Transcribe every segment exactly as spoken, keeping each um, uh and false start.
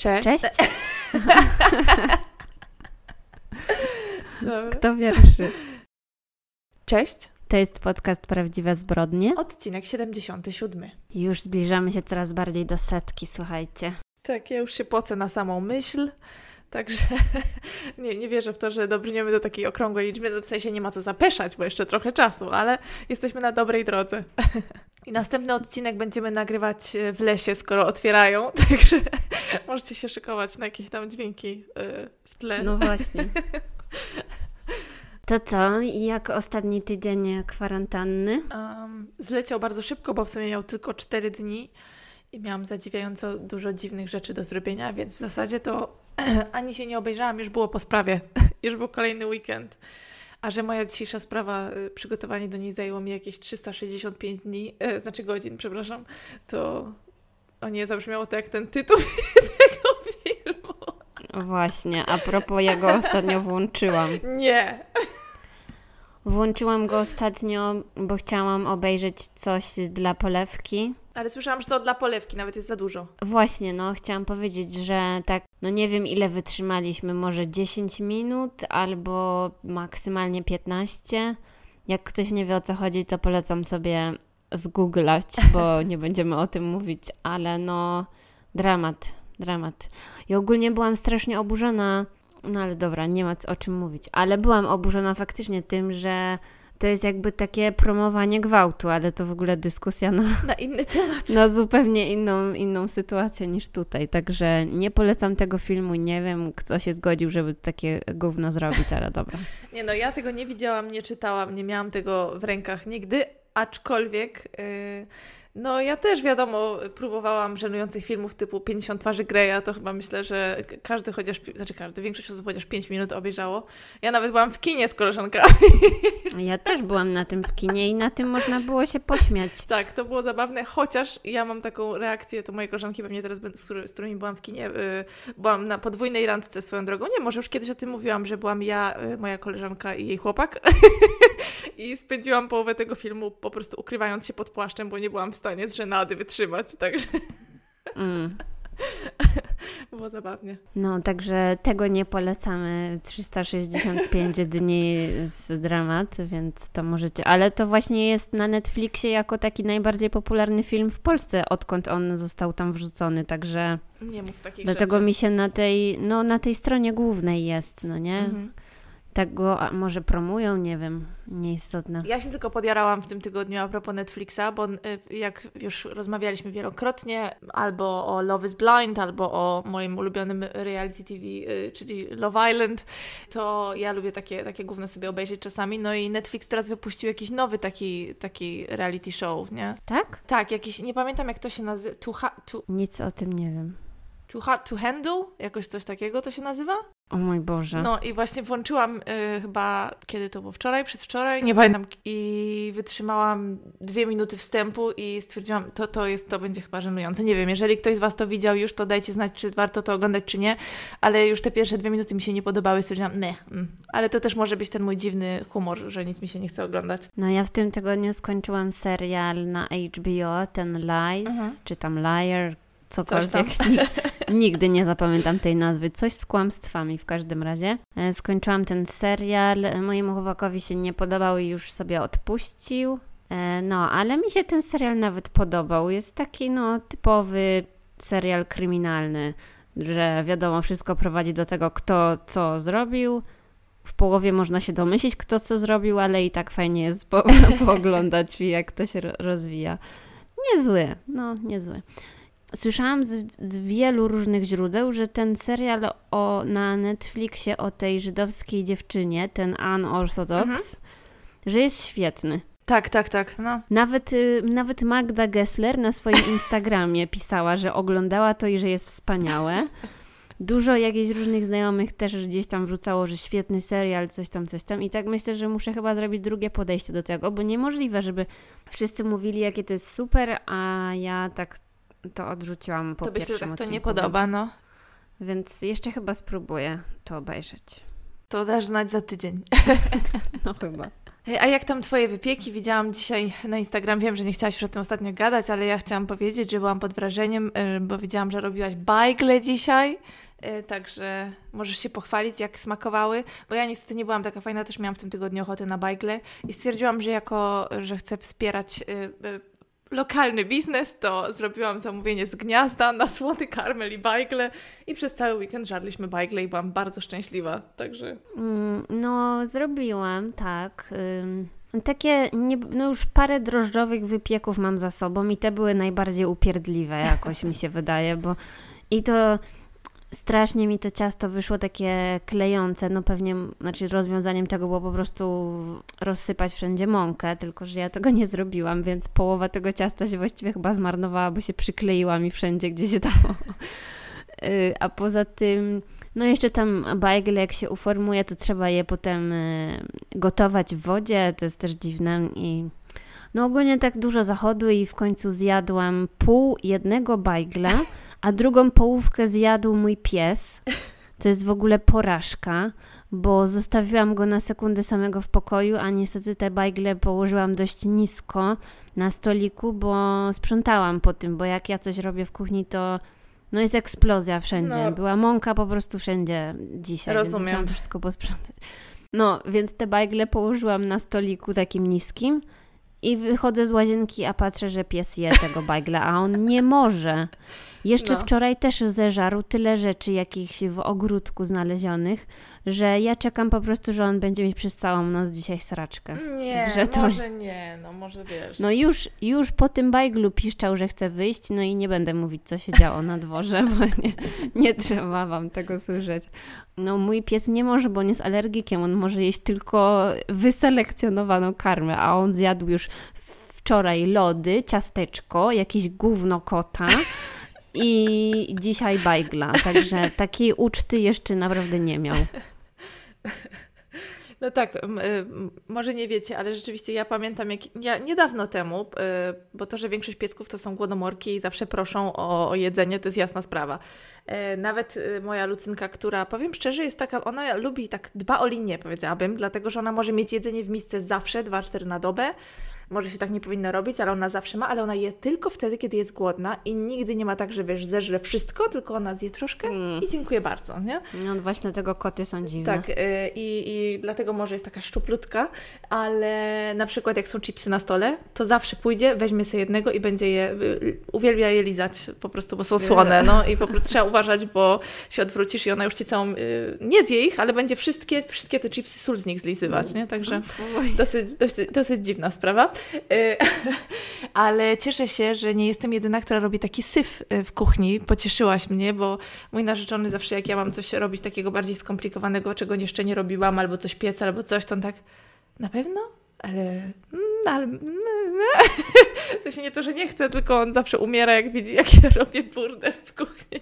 Cześć. Cześć. Dobra. Kto pierwszy? Cześć. To jest podcast Prawdziwe Zbrodnie. Odcinek siedemdziesiąty siódmy. Już zbliżamy się coraz bardziej do setki, słuchajcie. Tak, ja już się pocę na samą myśl, także nie, nie wierzę w to, że dobrniemy do takiej okrągłej liczby. W sensie nie ma co zapeszać, bo jeszcze trochę czasu, ale jesteśmy na dobrej drodze. I następny odcinek będziemy nagrywać w lesie, skoro otwierają, także możecie się szykować na jakieś tam dźwięki w tle. No właśnie. To co? Jak ostatni tydzień kwarantanny? Um, zleciał bardzo szybko, bo w sumie miał tylko cztery dni i miałam zadziwiająco dużo dziwnych rzeczy do zrobienia, więc w zasadzie to ani się nie obejrzałam, już było po sprawie. Już był kolejny weekend. A że moja dzisiejsza sprawa, przygotowanie do niej zajęło mi jakieś trzysta sześćdziesiąt pięć dni, e, znaczy godzin, przepraszam, to o nie, zabrzmiało to jak ten tytuł tego filmu. Właśnie, a propos, ja go ostatnio włączyłam. Nie. Włączyłam go ostatnio, bo chciałam obejrzeć coś dla polewki. Ale słyszałam, że to dla polewki nawet jest za dużo. Właśnie, no chciałam powiedzieć, że tak, no nie wiem ile wytrzymaliśmy, może dziesięć minut albo maksymalnie piętnaście. Jak ktoś nie wie o co chodzi, to polecam sobie zgooglać, bo nie będziemy o tym mówić, ale no dramat, dramat. I ogólnie byłam strasznie oburzona, no ale dobra, nie ma o czym mówić, ale byłam oburzona faktycznie tym, że to jest jakby takie promowanie gwałtu, ale to w ogóle dyskusja na, na inny temat. Na zupełnie inną, inną sytuację niż tutaj. Także nie polecam tego filmu. Nie wiem, kto się zgodził, żeby takie gówno zrobić, ale dobra. Nie no, ja tego nie widziałam, nie czytałam, nie miałam tego w rękach nigdy, aczkolwiek... Yy... No ja też wiadomo, próbowałam żenujących filmów typu pięćdziesiąt twarzy Greya, to chyba myślę, że każdy chociaż, znaczy każdy, większość osób chociaż pięć minut obejrzało. Ja nawet byłam w kinie z koleżankami. Ja też byłam na tym w kinie i na tym można było się pośmiać. Tak, to było zabawne, chociaż ja mam taką reakcję, to moje koleżanki pewnie teraz, z, który, z którymi byłam w kinie, yy, byłam na podwójnej randce swoją drogą. Nie, może już kiedyś o tym mówiłam, że byłam ja, yy, moja koleżanka i jej chłopak. I spędziłam połowę tego filmu po prostu ukrywając się pod płaszczem, bo nie byłam w stanie z żenady wytrzymać, także mm. było zabawnie. No, także tego nie polecamy. trzysta sześćdziesiąt pięć dni z dramat, więc to możecie. Ale to właśnie jest na Netflixie jako taki najbardziej popularny film w Polsce, odkąd on został tam wrzucony, także nie mów takich dlatego rzeczy. mi się na tej, no na tej stronie głównej jest, no nie? Mhm. Tak go a może promują, nie wiem, nieistotne. Ja się tylko podjarałam w tym tygodniu a propos Netflixa, bo jak już rozmawialiśmy wielokrotnie albo o Love is Blind, albo o moim ulubionym reality T V, czyli Love Island, to ja lubię takie, takie gówno sobie obejrzeć czasami, no i Netflix teraz wypuścił jakiś nowy taki, taki reality show, nie? Tak? Tak, jakiś, nie pamiętam jak to się nazywa, to, ha- to, Nic o tym nie wiem. Too Hot to Handle? Jakoś coś takiego to się nazywa? O mój Boże. No i właśnie włączyłam y, chyba, kiedy to było? Wczoraj, przedwczoraj? Nie pamiętam. I wytrzymałam dwie minuty wstępu i stwierdziłam, to, to jest, to będzie chyba żenujące. Nie wiem, jeżeli ktoś z Was to widział już, to dajcie znać, czy warto to oglądać, czy nie. Ale już te pierwsze dwie minuty mi się nie podobały, stwierdziłam, ne. Mm. Ale to też może być ten mój dziwny humor, że nic mi się nie chce oglądać. No ja w tym tygodniu skończyłam serial na H B O, ten Lies, Mhm. czy tam Liar, cokolwiek. Coś tam. Nigdy nie zapamiętam tej nazwy. Coś z kłamstwami w każdym razie. E, Skończyłam ten serial. Mojemu chłopakowi się nie podobał i już sobie odpuścił. E, No, ale mi się ten serial nawet podobał. Jest taki, no, typowy serial kryminalny, że wiadomo, wszystko prowadzi do tego, kto co zrobił. W połowie można się domyślić, kto co zrobił, ale i tak fajnie jest po- pooglądać, jak to się ro- rozwija. Niezły, no, niezły. Słyszałam z, z wielu różnych źródeł, że ten serial o, na Netflixie o tej żydowskiej dziewczynie, ten Unorthodox, mhm. że jest świetny. Tak, tak, tak. No. Nawet, y, nawet Magda Gessler na swoim Instagramie pisała, że oglądała to i że jest wspaniałe. Dużo jakichś różnych znajomych też gdzieś tam wrzucało, że świetny serial, coś tam, coś tam. I tak myślę, że muszę chyba zrobić drugie podejście do tego, bo niemożliwe, żeby wszyscy mówili, jakie to jest super, a ja tak to odrzuciłam po to pierwszym odcinku. To odcinku, nie podoba, więc, no. Więc jeszcze chyba spróbuję to obejrzeć. To dasz znać za tydzień. No chyba. A jak tam twoje wypieki? Widziałam dzisiaj na Instagram, wiem, że nie chciałaś już o tym ostatnio gadać, ale ja chciałam powiedzieć, że byłam pod wrażeniem, bo widziałam, że robiłaś bajgle dzisiaj, także możesz się pochwalić, jak smakowały, bo ja niestety nie byłam taka fajna, też miałam w tym tygodniu ochotę na bajgle i stwierdziłam, że jako, że chcę wspierać lokalny biznes, to zrobiłam zamówienie z Gniazda na słony karmel i bajgle i przez cały weekend żarliśmy bajgle i byłam bardzo szczęśliwa, także... Mm, no, zrobiłam, tak. Ym, takie, nie, no już parę drożdżowych wypieków mam za sobą i te były najbardziej upierdliwe jakoś mi się wydaje, bo i to... Strasznie mi to ciasto wyszło takie klejące, no pewnie, znaczy rozwiązaniem tego było po prostu rozsypać wszędzie mąkę, tylko że ja tego nie zrobiłam, więc połowa tego ciasta się właściwie chyba zmarnowała, bo się przykleiła mi wszędzie, gdzie się dało. A poza tym, no jeszcze tam bajgle jak się uformuje, to trzeba je potem gotować w wodzie, to jest też dziwne i... No ogólnie tak dużo zachodu i w końcu zjadłam pół jednego bajgla, a drugą połówkę zjadł mój pies. To jest w ogóle porażka, bo zostawiłam go na sekundę samego w pokoju, a niestety te bajgle położyłam dość nisko na stoliku, bo sprzątałam po tym, bo jak ja coś robię w kuchni, to no jest eksplozja wszędzie. No. Była mąka po prostu wszędzie dzisiaj. Rozumiem. Więc musiałam to wszystko posprzątać. No, więc te bajgle położyłam na stoliku takim niskim i wychodzę z łazienki, a patrzę, że pies je tego bajgla, a on nie może. Jeszcze no. wczoraj też zeżarł tyle rzeczy jakichś w ogródku znalezionych, że ja czekam po prostu, że on będzie mieć przez całą noc dzisiaj sraczkę. Nie, że to... może nie, no może wiesz. No już, już po tym bajglu piszczał, że chce wyjść, no i nie będę mówić, co się działo na dworze, bo nie, nie trzeba wam tego słyszeć. No mój pies nie może, bo on jest alergikiem, on może jeść tylko wyselekcjonowaną karmę, a on zjadł już wczoraj lody, ciasteczko, jakieś gówno kota i dzisiaj bajgla, także takiej uczty jeszcze naprawdę nie miał. No tak, m- y- może nie wiecie, ale rzeczywiście ja pamiętam, jak ja niedawno temu, y- bo to, że większość piesków to są głodomorki i zawsze proszą o, o jedzenie, to jest jasna sprawa. Y- nawet y- moja Lucynka, która, powiem szczerze, jest taka, ona lubi, tak dba o linię, powiedziałabym, dlatego, że ona może mieć jedzenie w misce zawsze, dwa cztery na dobę. Może się tak nie powinno robić, ale ona zawsze ma, ale ona je tylko wtedy, kiedy jest głodna i nigdy nie ma tak, że wiesz, zeżre wszystko, tylko ona zje troszkę Mm. i dziękuję bardzo, nie? No właśnie tego koty są dziwne. Tak, y, i, i dlatego może jest taka szczuplutka, ale na przykład jak są chipsy na stole, to zawsze pójdzie, weźmie sobie jednego i będzie je, y, uwielbia je lizać po prostu, bo są słone, no i po prostu trzeba uważać, bo się odwrócisz i ona już Ci całą, y, nie zje ich, ale będzie wszystkie, wszystkie te chipsy, sól z nich zlizywać, nie? Także dosyć, dosyć, dosyć dziwna sprawa. Y, ale cieszę się, że nie jestem jedyna, która robi taki syf w kuchni. Pocieszyłaś mnie, bo mój narzeczony zawsze, jak ja mam coś robić takiego bardziej skomplikowanego, czego jeszcze nie robiłam, albo coś piec, albo coś, to on tak, na pewno? Ale, mm, ale w sensie nie to, że nie chcę, tylko on zawsze umiera, jak widzi, jak ja robię burdel w kuchni.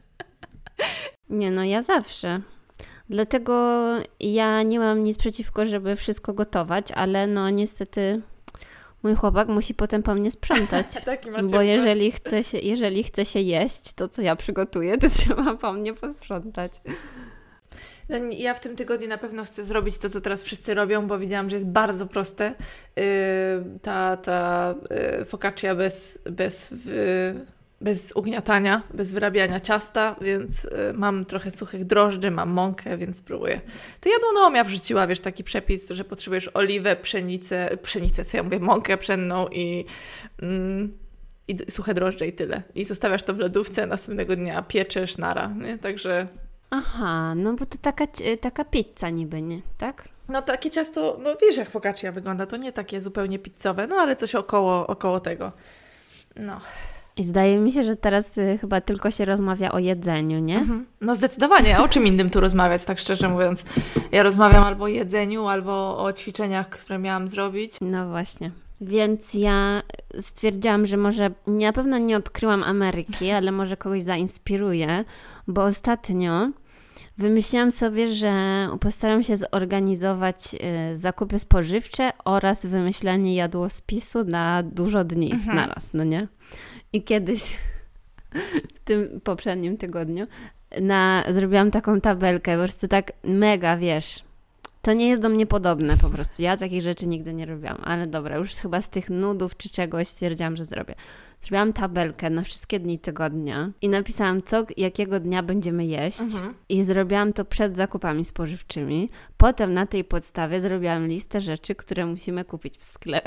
Nie, no ja zawsze. Dlatego ja nie mam nic przeciwko, żeby wszystko gotować, ale no niestety mój chłopak musi potem po mnie sprzątać. Taki macie Bo jeżeli chce, się, jeżeli chce się jeść to, co ja przygotuję, to trzeba po mnie posprzątać. No, ja w tym tygodniu na pewno chcę zrobić to, co teraz wszyscy robią, bo widziałam, że jest bardzo proste. Yy, ta ta yy, focaccia bez, bez, yy, bez ugniatania, bez wyrabiania ciasta, więc yy, mam trochę suchych drożdży, mam mąkę, więc spróbuję. To jadłonomia wrzuciła, wiesz, taki przepis, że potrzebujesz oliwę, pszenicę, pszenicę, co ja mówię, mąkę pszenną i... Yy, i suche drożdże i tyle. I zostawiasz to w lodówce, następnego dnia pieczesz, nara, nie? Także... Aha, no bo to taka, taka pizza niby, nie? Tak? No takie ciasto, no wiesz jak focaccia wygląda, to nie takie zupełnie pizzowe, no ale coś około, około tego. No. I zdaje mi się, że teraz y, chyba tylko się rozmawia o jedzeniu, nie? Mhm. No zdecydowanie, a o czym innym tu rozmawiać, tak szczerze mówiąc. Ja rozmawiam albo o jedzeniu, albo o ćwiczeniach, które miałam zrobić. No właśnie. Więc ja stwierdziłam, że może na pewno nie odkryłam Ameryki, ale może kogoś zainspiruję, bo ostatnio wymyśliłam sobie, że postaram się zorganizować y, zakupy spożywcze oraz wymyślenie jadłospisu na dużo dni Mhm. naraz, no nie? I kiedyś w tym poprzednim tygodniu na, zrobiłam taką tabelkę, po prostu tak mega, wiesz, To nie jest do mnie podobne po prostu. Ja takich rzeczy nigdy nie robiłam, ale dobra, już chyba z tych nudów czy czegoś stwierdziłam, że zrobię. Zrobiłam tabelkę na wszystkie dni tygodnia i napisałam, co jakiego dnia będziemy jeść mhm. i zrobiłam to przed zakupami spożywczymi. Potem na tej podstawie zrobiłam listę rzeczy, które musimy kupić w sklepie.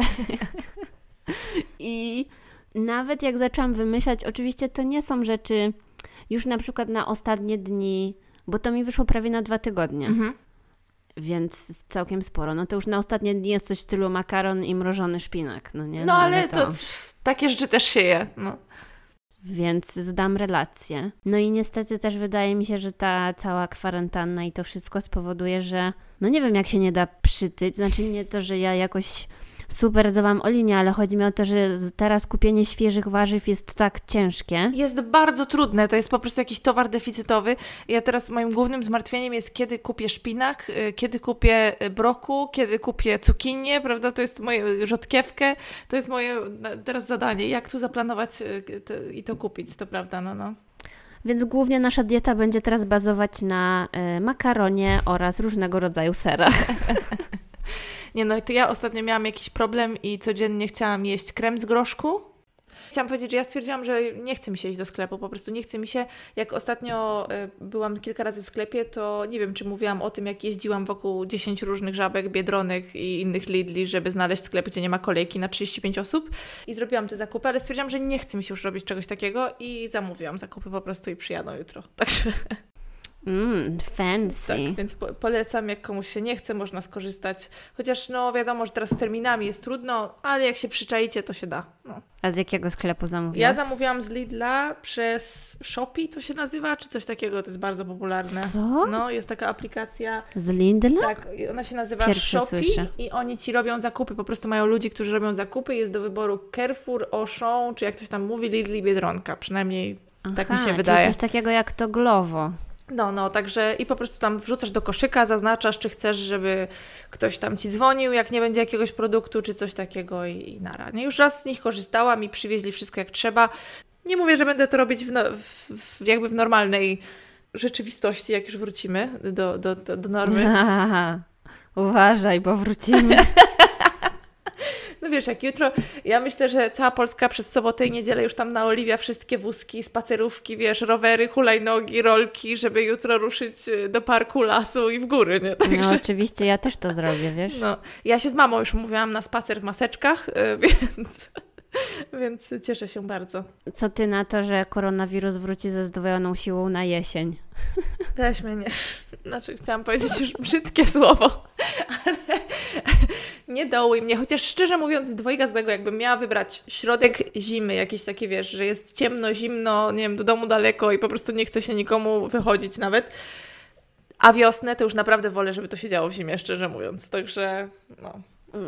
I nawet jak zaczęłam wymyślać, oczywiście to nie są rzeczy już na przykład na ostatnie dni, bo to mi wyszło prawie na dwa tygodnie. Mhm. Więc całkiem sporo. No to już na ostatnie dni jest coś w stylu makaron i mrożony szpinak, no nie? No, no ale to, to takie rzeczy też się je, no. Więc zdam relację. No i niestety też wydaje mi się, że ta cała kwarantanna i to wszystko spowoduje, że no nie wiem, jak się nie da przytyć. Znaczy nie to, że ja jakoś super zdawałam o linię, ale chodzi mi o to, że teraz kupienie świeżych warzyw jest tak ciężkie. Jest bardzo trudne, to jest po prostu jakiś towar deficytowy. Ja teraz moim głównym zmartwieniem jest, kiedy kupię szpinak, kiedy kupię broku, kiedy kupię cukinię, prawda, to jest moje rzodkiewkę, to jest moje teraz zadanie, jak tu zaplanować to, i to kupić, to prawda, no no. Więc głównie nasza dieta będzie teraz bazować na y, makaronie oraz różnego rodzaju serach. Nie no, to ja ostatnio miałam jakiś problem i codziennie chciałam jeść krem z groszku. Chciałam powiedzieć, że ja stwierdziłam, że nie chce mi się iść do sklepu, po prostu nie chce mi się. Jak ostatnio y, byłam kilka razy w sklepie, to nie wiem, czy mówiłam o tym, jak jeździłam wokół dziesięć różnych Żabek, Biedronek i innych Lidli, żeby znaleźć sklep, gdzie nie ma kolejki na trzydzieści pięć osób i zrobiłam te zakupy, ale stwierdziłam, że nie chce mi się już robić czegoś takiego i zamówiłam zakupy po prostu i przyjadą jutro. Także... Mmm, fancy. Tak, więc po- polecam, jak komuś się nie chce, można skorzystać. Chociaż no wiadomo, że teraz z terminami jest trudno, ale jak się przyczaicie, to się da. No. A z jakiego sklepu zamówiłaś? Ja zamówiłam z Lidla przez Shopee, to się nazywa, czy coś takiego, to jest bardzo popularne. Co? No, jest taka aplikacja. Z Lidla? Tak, ona się nazywa Pierwsze Shopee słyszę. i oni ci robią zakupy, po prostu mają ludzi, którzy robią zakupy, jest do wyboru Carrefour, Auchan, czy jak ktoś tam mówi, Lidl i Biedronka, przynajmniej Aha, tak mi się czyli wydaje. coś takiego jak to Glovo. No, no, także i po prostu tam wrzucasz do koszyka, zaznaczasz, czy chcesz, żeby ktoś tam ci dzwonił, jak nie będzie jakiegoś produktu, czy coś takiego i, i nara. Nie, już raz z nich korzystałam i przywieźli wszystko jak trzeba. Nie mówię, że będę to robić w, no, w, w, jakby w normalnej rzeczywistości, jak już wrócimy do, do, do, do normy. Aha, uważaj, bo wrócimy. No wiesz, jak jutro, ja myślę, że cała Polska przez sobotę i niedzielę już tam naoliwia wszystkie wózki, spacerówki, wiesz, rowery, hulajnogi, rolki, żeby jutro ruszyć do parku, lasu i w góry, nie? Także... No oczywiście, ja też to zrobię, wiesz? No, ja się z mamą już mówiłam na spacer w maseczkach, więc, więc cieszę się bardzo. Co ty na to, że koronawirus wróci ze zdwojoną siłą na jesień? Weź mnie, nie. Znaczy chciałam powiedzieć już brzydkie słowo, ale nie dołuj mnie, chociaż szczerze mówiąc z dwojga złego, jakbym miała wybrać środek zimy, jakiś taki, wiesz, że jest ciemno, zimno, nie wiem, do domu daleko i po prostu nie chce się nikomu wychodzić nawet, a wiosnę to już naprawdę wolę, żeby to się działo w zimie, szczerze mówiąc, także no.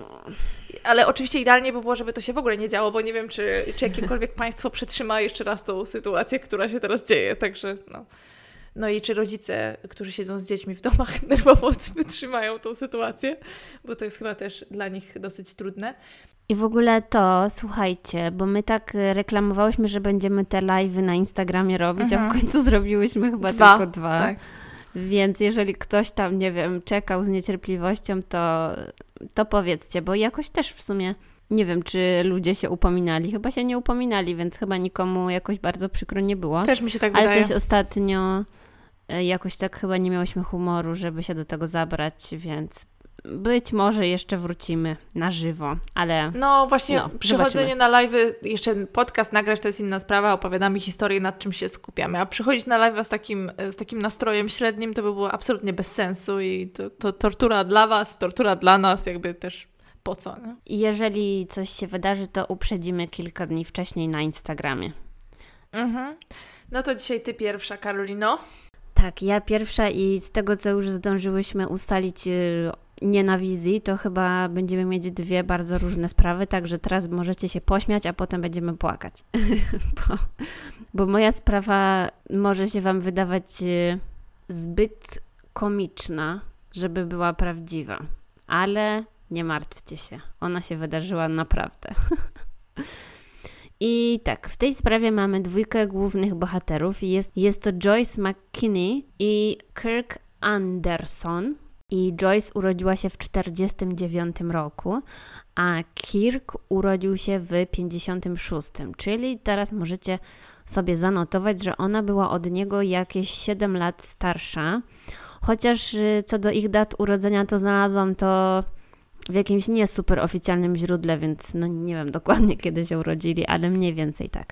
Ale oczywiście idealnie by było, żeby to się w ogóle nie działo, bo nie wiem, czy, czy jakiekolwiek państwo przetrzyma jeszcze raz tą sytuację, która się teraz dzieje, także no. No i czy rodzice, którzy siedzą z dziećmi w domach, nerwowo wytrzymają tą sytuację, bo to jest chyba też dla nich dosyć trudne. I w ogóle to, słuchajcie, bo my tak reklamowałyśmy, że będziemy te live'y na Instagramie robić, mhm. a w końcu zrobiłyśmy chyba dwa. tylko dwa. Tak. Więc jeżeli ktoś tam, nie wiem, czekał z niecierpliwością, to, to powiedzcie, bo jakoś też w sumie nie wiem, czy ludzie się upominali. Chyba się nie upominali, więc chyba nikomu jakoś bardzo przykro nie było. Też mi się tak Ale wydaje. coś ostatnio jakoś tak chyba nie miałyśmy humoru, żeby się do tego zabrać, więc być może jeszcze wrócimy na żywo, ale no właśnie no, przychodzenie na live'y, jeszcze podcast nagrać to jest inna sprawa, opowiadamy historię, nad czym się skupiamy, a przychodzić na live'a z takim, z takim nastrojem średnim to by było absolutnie bez sensu i to, to tortura dla was, tortura dla nas, jakby też po co, nie? Jeżeli coś się wydarzy, to uprzedzimy kilka dni wcześniej na Instagramie. Mhm. No to dzisiaj ty pierwsza, Karolino. Tak, ja pierwsza i z tego, co już zdążyłyśmy ustalić yy, nie na wizji, to chyba będziemy mieć dwie bardzo różne sprawy, także teraz możecie się pośmiać, a potem będziemy płakać. bo, bo moja sprawa może się wam wydawać yy, zbyt komiczna, żeby była prawdziwa, ale nie martwcie się, ona się wydarzyła naprawdę. I tak, w tej sprawie mamy dwójkę głównych bohaterów. Jest, jest to Joyce McKinney i Kirk Anderson. i Joyce urodziła się w czterdziestym dziewiątym roku, a Kirk urodził się w pięćdziesiątym szóstym, czyli teraz możecie sobie zanotować, że ona była od niego jakieś siedem lat starsza, chociaż co do ich dat urodzenia to znalazłam to w jakimś nie super oficjalnym źródle, więc no nie wiem dokładnie kiedy się urodzili, ale mniej więcej tak.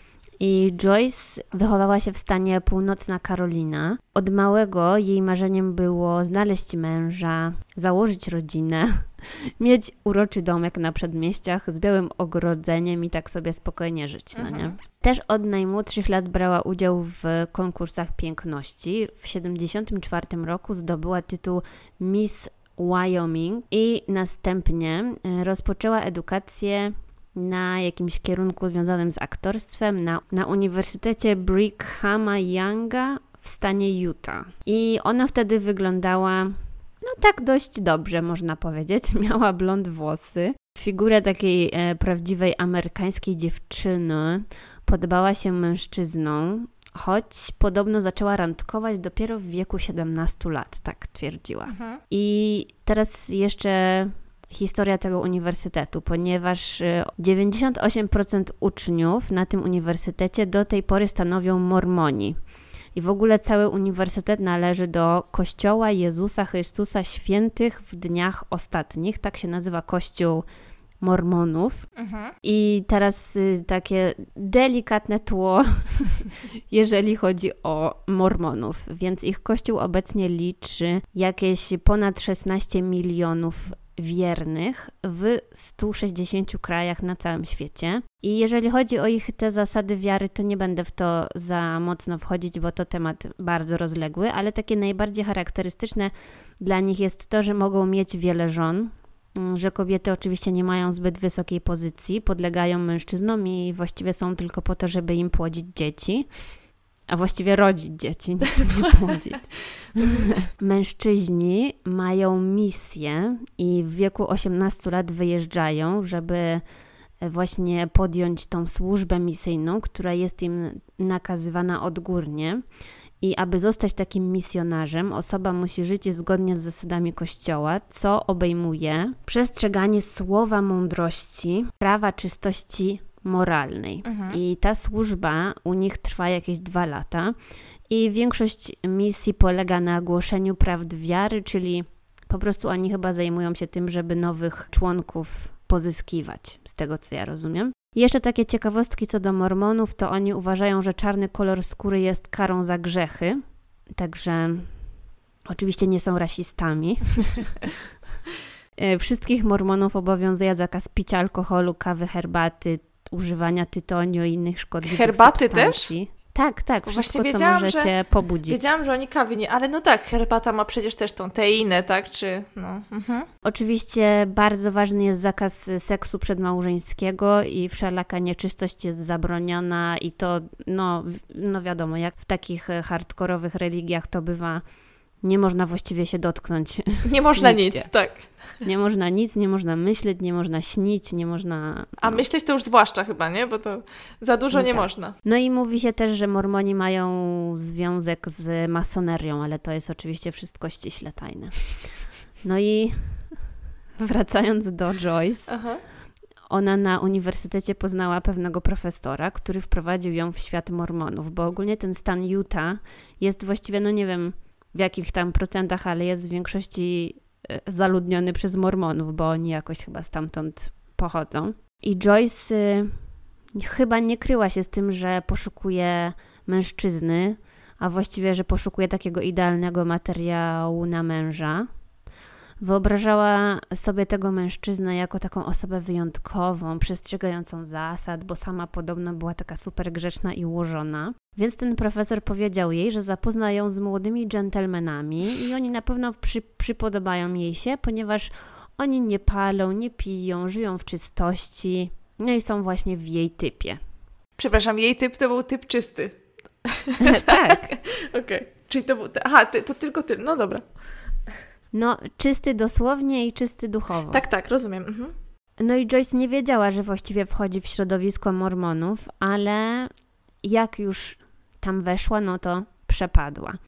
I Joyce wychowała się w stanie Północna Karolina. Od małego jej marzeniem było znaleźć męża, założyć rodzinę, mieć uroczy domek na przedmieściach z białym ogrodzeniem i tak sobie spokojnie żyć, no nie? Też od najmłodszych lat brała udział w konkursach piękności. W siedemdziesiątym czwartym roku zdobyła tytuł Miss Wyoming i następnie rozpoczęła edukację na jakimś kierunku związanym z aktorstwem na, na Uniwersytecie Brighama Younga w stanie Utah. I ona wtedy wyglądała, no tak dość dobrze można powiedzieć. Miała blond włosy, figurę takiej e, prawdziwej amerykańskiej dziewczyny, podobała się mężczyznom, choć podobno zaczęła randkować dopiero w wieku siedemnastu lat, tak twierdziła. Mhm. I teraz jeszcze historia tego uniwersytetu, ponieważ dziewięćdziesiąt osiem procent uczniów na tym uniwersytecie do tej pory stanowią Mormoni. I w ogóle cały uniwersytet należy do Kościoła Jezusa Chrystusa Świętych w Dniach Ostatnich. Tak się nazywa Kościół Mormonów. Mhm. I teraz y, takie delikatne tło, jeżeli chodzi o Mormonów. Więc ich kościół obecnie liczy jakieś ponad szesnaście milionów wiernych w stu sześćdziesięciu krajach na całym świecie. I jeżeli chodzi o ich te zasady wiary, to nie będę w to za mocno wchodzić, bo to temat bardzo rozległy, ale takie najbardziej charakterystyczne dla nich jest to, że mogą mieć wiele żon, że kobiety oczywiście nie mają zbyt wysokiej pozycji, podlegają mężczyznom i właściwie są tylko po to, żeby im płodzić dzieci. A właściwie rodzić dzieci, nie, nie płodzić. Mężczyźni mają misję i w wieku osiemnastu lat wyjeżdżają, żeby właśnie podjąć tą służbę misyjną, która jest im nakazywana odgórnie. I aby zostać takim misjonarzem, osoba musi żyć zgodnie z zasadami Kościoła, co obejmuje przestrzeganie słowa mądrości, prawa czystości moralnej. Mhm. I ta służba u nich trwa jakieś dwa lata i większość misji polega na głoszeniu prawd wiary, czyli po prostu oni chyba zajmują się tym, żeby nowych członków pozyskiwać, z tego co ja rozumiem. I jeszcze takie ciekawostki co do Mormonów, to oni uważają, że czarny kolor skóry jest karą za grzechy, także oczywiście nie są rasistami. Wszystkich Mormonów obowiązuje zakaz picia alkoholu, kawy, herbaty, używania tytoniu i innych szkodliwych herbaty substancji. Też? Tak, tak, wszystko, co możecie że, pobudzić. Wiedziałam, że oni kawy nie, ale no tak, herbata ma przecież też tą teinę, tak, czy no. Mhm. Oczywiście bardzo ważny jest zakaz seksu przedmałżeńskiego i wszelaka nieczystość jest zabroniona i to, no, no wiadomo, jak w takich hardkorowych religiach to bywa, nie można właściwie się dotknąć. Nie można nic, tak. Nie można nic, nie można myśleć, nie można śnić, nie można... No. A myśleć to już zwłaszcza chyba, nie? Bo to za dużo no nie tak. można. No i mówi się też, że Mormoni mają związek z masonerią, ale to jest oczywiście wszystko ściśle tajne. No i wracając do Joyce, Aha. ona na uniwersytecie poznała pewnego profesora, który wprowadził ją w świat Mormonów, bo ogólnie ten stan Utah jest właściwie, no nie wiem, w jakich tam procentach, ale jest w większości zaludniony przez Mormonów, bo oni jakoś chyba stamtąd pochodzą. I Joyce y, chyba nie kryła się z tym, że poszukuje mężczyzny, a właściwie, że poszukuje takiego idealnego materiału na męża. Wyobrażała sobie tego mężczyznę jako taką osobę wyjątkową, przestrzegającą zasad, bo sama podobno była taka super grzeczna i ułożona. Więc ten profesor powiedział jej, że zapozna ją z młodymi dżentelmenami i oni na pewno przy, przypodobają jej się, ponieważ oni nie palą, nie piją, żyją w czystości, no i są właśnie w jej typie. Przepraszam, jej typ to był typ czysty. Tak. Okej, okay. Czyli to był... Aha, ty, to tylko ty, no dobra. No, czysty dosłownie i czysty duchowo. Tak, tak, rozumiem. Mhm. No i Joyce nie wiedziała, że właściwie wchodzi w środowisko Mormonów, ale jak już tam weszła, no to przepadła.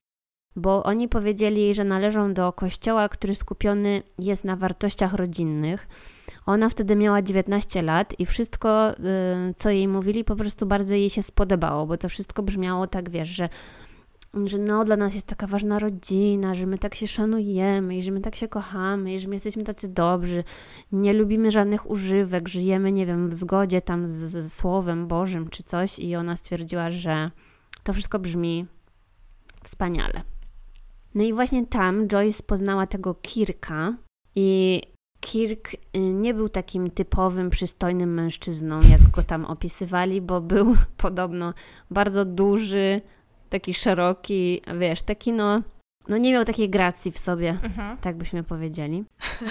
bo oni powiedzieli jej, że należą do kościoła, który skupiony jest na wartościach rodzinnych. Ona wtedy miała dziewiętnaście lat i wszystko, co jej mówili, po prostu bardzo jej się spodobało, bo to wszystko brzmiało tak, wiesz, że, że no dla nas jest taka ważna rodzina, że my tak się szanujemy i że my tak się kochamy i że my jesteśmy tacy dobrzy, nie lubimy żadnych używek, żyjemy, nie wiem, w zgodzie tam z, z Słowem Bożym czy coś i ona stwierdziła, że to wszystko brzmi wspaniale. No i właśnie tam Joyce poznała tego Kirka i Kirk nie był takim typowym, przystojnym mężczyzną, jak go tam opisywali, bo był podobno bardzo duży, taki szeroki, wiesz, taki no, no nie miał takiej gracji w sobie, mhm. tak byśmy powiedzieli.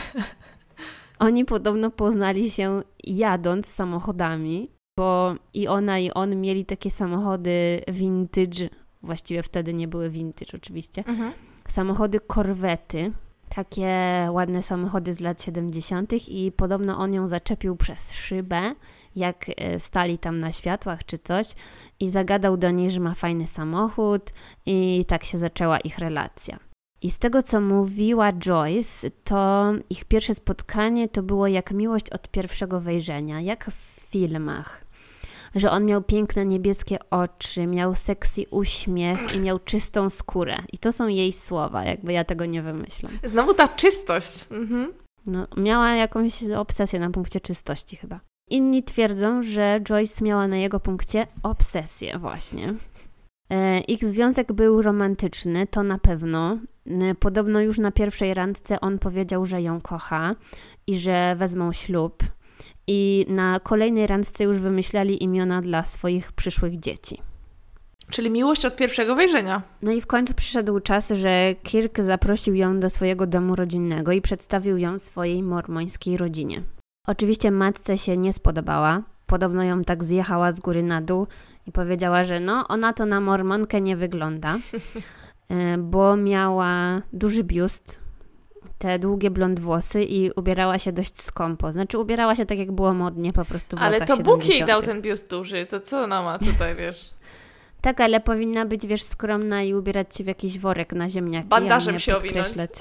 Oni podobno poznali się jadąc samochodami, bo i ona i on mieli takie samochody vintage, właściwie wtedy nie były vintage oczywiście, mhm. samochody korwety, takie ładne samochody z lat siedemdziesiątych i podobno on ją zaczepił przez szybę, jak stali tam na światłach czy coś i zagadał do niej, że ma fajny samochód i tak się zaczęła ich relacja. I z tego, co mówiła Joyce, to ich pierwsze spotkanie to było jak miłość od pierwszego wejrzenia, jak w filmach. Że on miał piękne niebieskie oczy, miał sexy uśmiech i miał czystą skórę. I to są jej słowa, jakby ja tego nie wymyślam. Znowu ta czystość. Mhm. No, miała jakąś obsesję na punkcie czystości chyba. Inni twierdzą, że Joyce miała na jego punkcie obsesję właśnie. E, ich związek był romantyczny, to na pewno. E, podobno już na pierwszej randce on powiedział, że ją kocha i że wezmą ślub. I na kolejnej randce już wymyślali imiona dla swoich przyszłych dzieci. Czyli miłość od pierwszego wejrzenia. No i w końcu przyszedł czas, że Kirk zaprosił ją do swojego domu rodzinnego i przedstawił ją swojej mormońskiej rodzinie. Oczywiście matce się nie spodobała. Podobno ją tak zjechała z góry na dół i powiedziała, że no ona to na mormonkę nie wygląda, bo miała duży biust, te długie blond włosy i ubierała się dość skąpo. Znaczy ubierała się tak, jak było modnie po prostu w ale latach to Bóg jej siedemdziesiątych. dał ten biust duży, to co ona ma tutaj, wiesz? Tak, ale powinna być, wiesz, skromna i ubierać się w jakiś worek na ziemniaki. Bandażem a nie się podkreślać,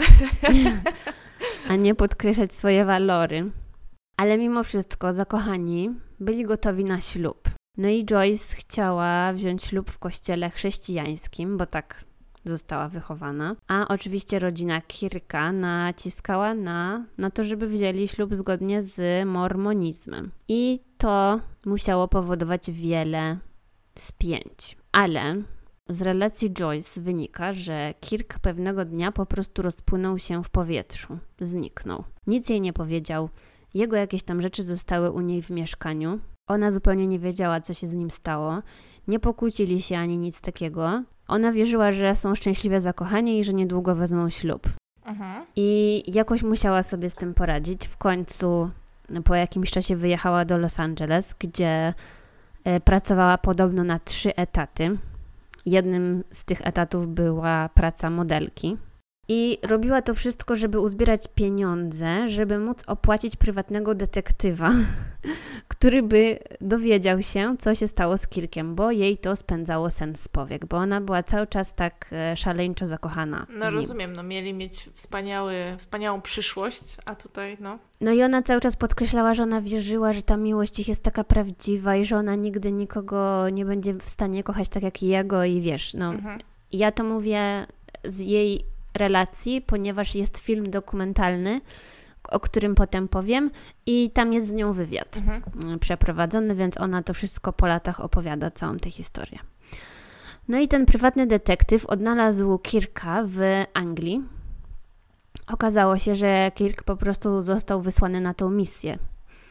a nie podkreślać swoje walory. Ale mimo wszystko zakochani byli gotowi na ślub. No i Joyce chciała wziąć ślub w kościele chrześcijańskim, bo tak została wychowana. A oczywiście rodzina Kirka naciskała na, na to, żeby wzięli ślub zgodnie z mormonizmem. I to musiało powodować wiele spięć. Ale z relacji Joyce wynika, że Kirk pewnego dnia po prostu rozpłynął się w powietrzu. Zniknął. Nic jej nie powiedział. Jego jakieś tam rzeczy zostały u niej w mieszkaniu. Ona zupełnie nie wiedziała, co się z nim stało. Nie pokłócili się ani nic takiego. Ona wierzyła, że są szczęśliwie zakochani i że niedługo wezmą ślub. Aha. I jakoś musiała sobie z tym poradzić. W końcu po jakimś czasie wyjechała do Los Angeles, gdzie pracowała podobno na trzy etaty. Jednym z tych etatów była praca modelki. I robiła to wszystko, żeby uzbierać pieniądze, żeby móc opłacić prywatnego detektywa, który by dowiedział się, co się stało z Kirkiem, bo jej to spędzało sen z powiek, bo ona była cały czas tak szaleńczo zakochana. No rozumiem, no mieli mieć wspaniały, wspaniałą przyszłość, a tutaj no... No i ona cały czas podkreślała, że ona wierzyła, że ta miłość ich jest taka prawdziwa i że ona nigdy nikogo nie będzie w stanie kochać tak jak jego i wiesz, no mhm. Ja to mówię z jej relacji, ponieważ jest film dokumentalny, o którym potem powiem i tam jest z nią wywiad mhm. przeprowadzony, więc ona to wszystko po latach opowiada, całą tę historię. No i ten prywatny detektyw odnalazł Kirka w Anglii. Okazało się, że Kirk po prostu został wysłany na tą misję,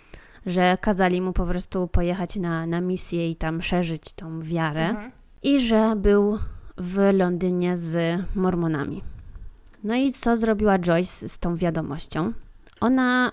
że kazali mu po prostu pojechać na, na misję i tam szerzyć tą wiarę mhm. i że był w Londynie z mormonami. No i co zrobiła Joyce z tą wiadomością? Ona,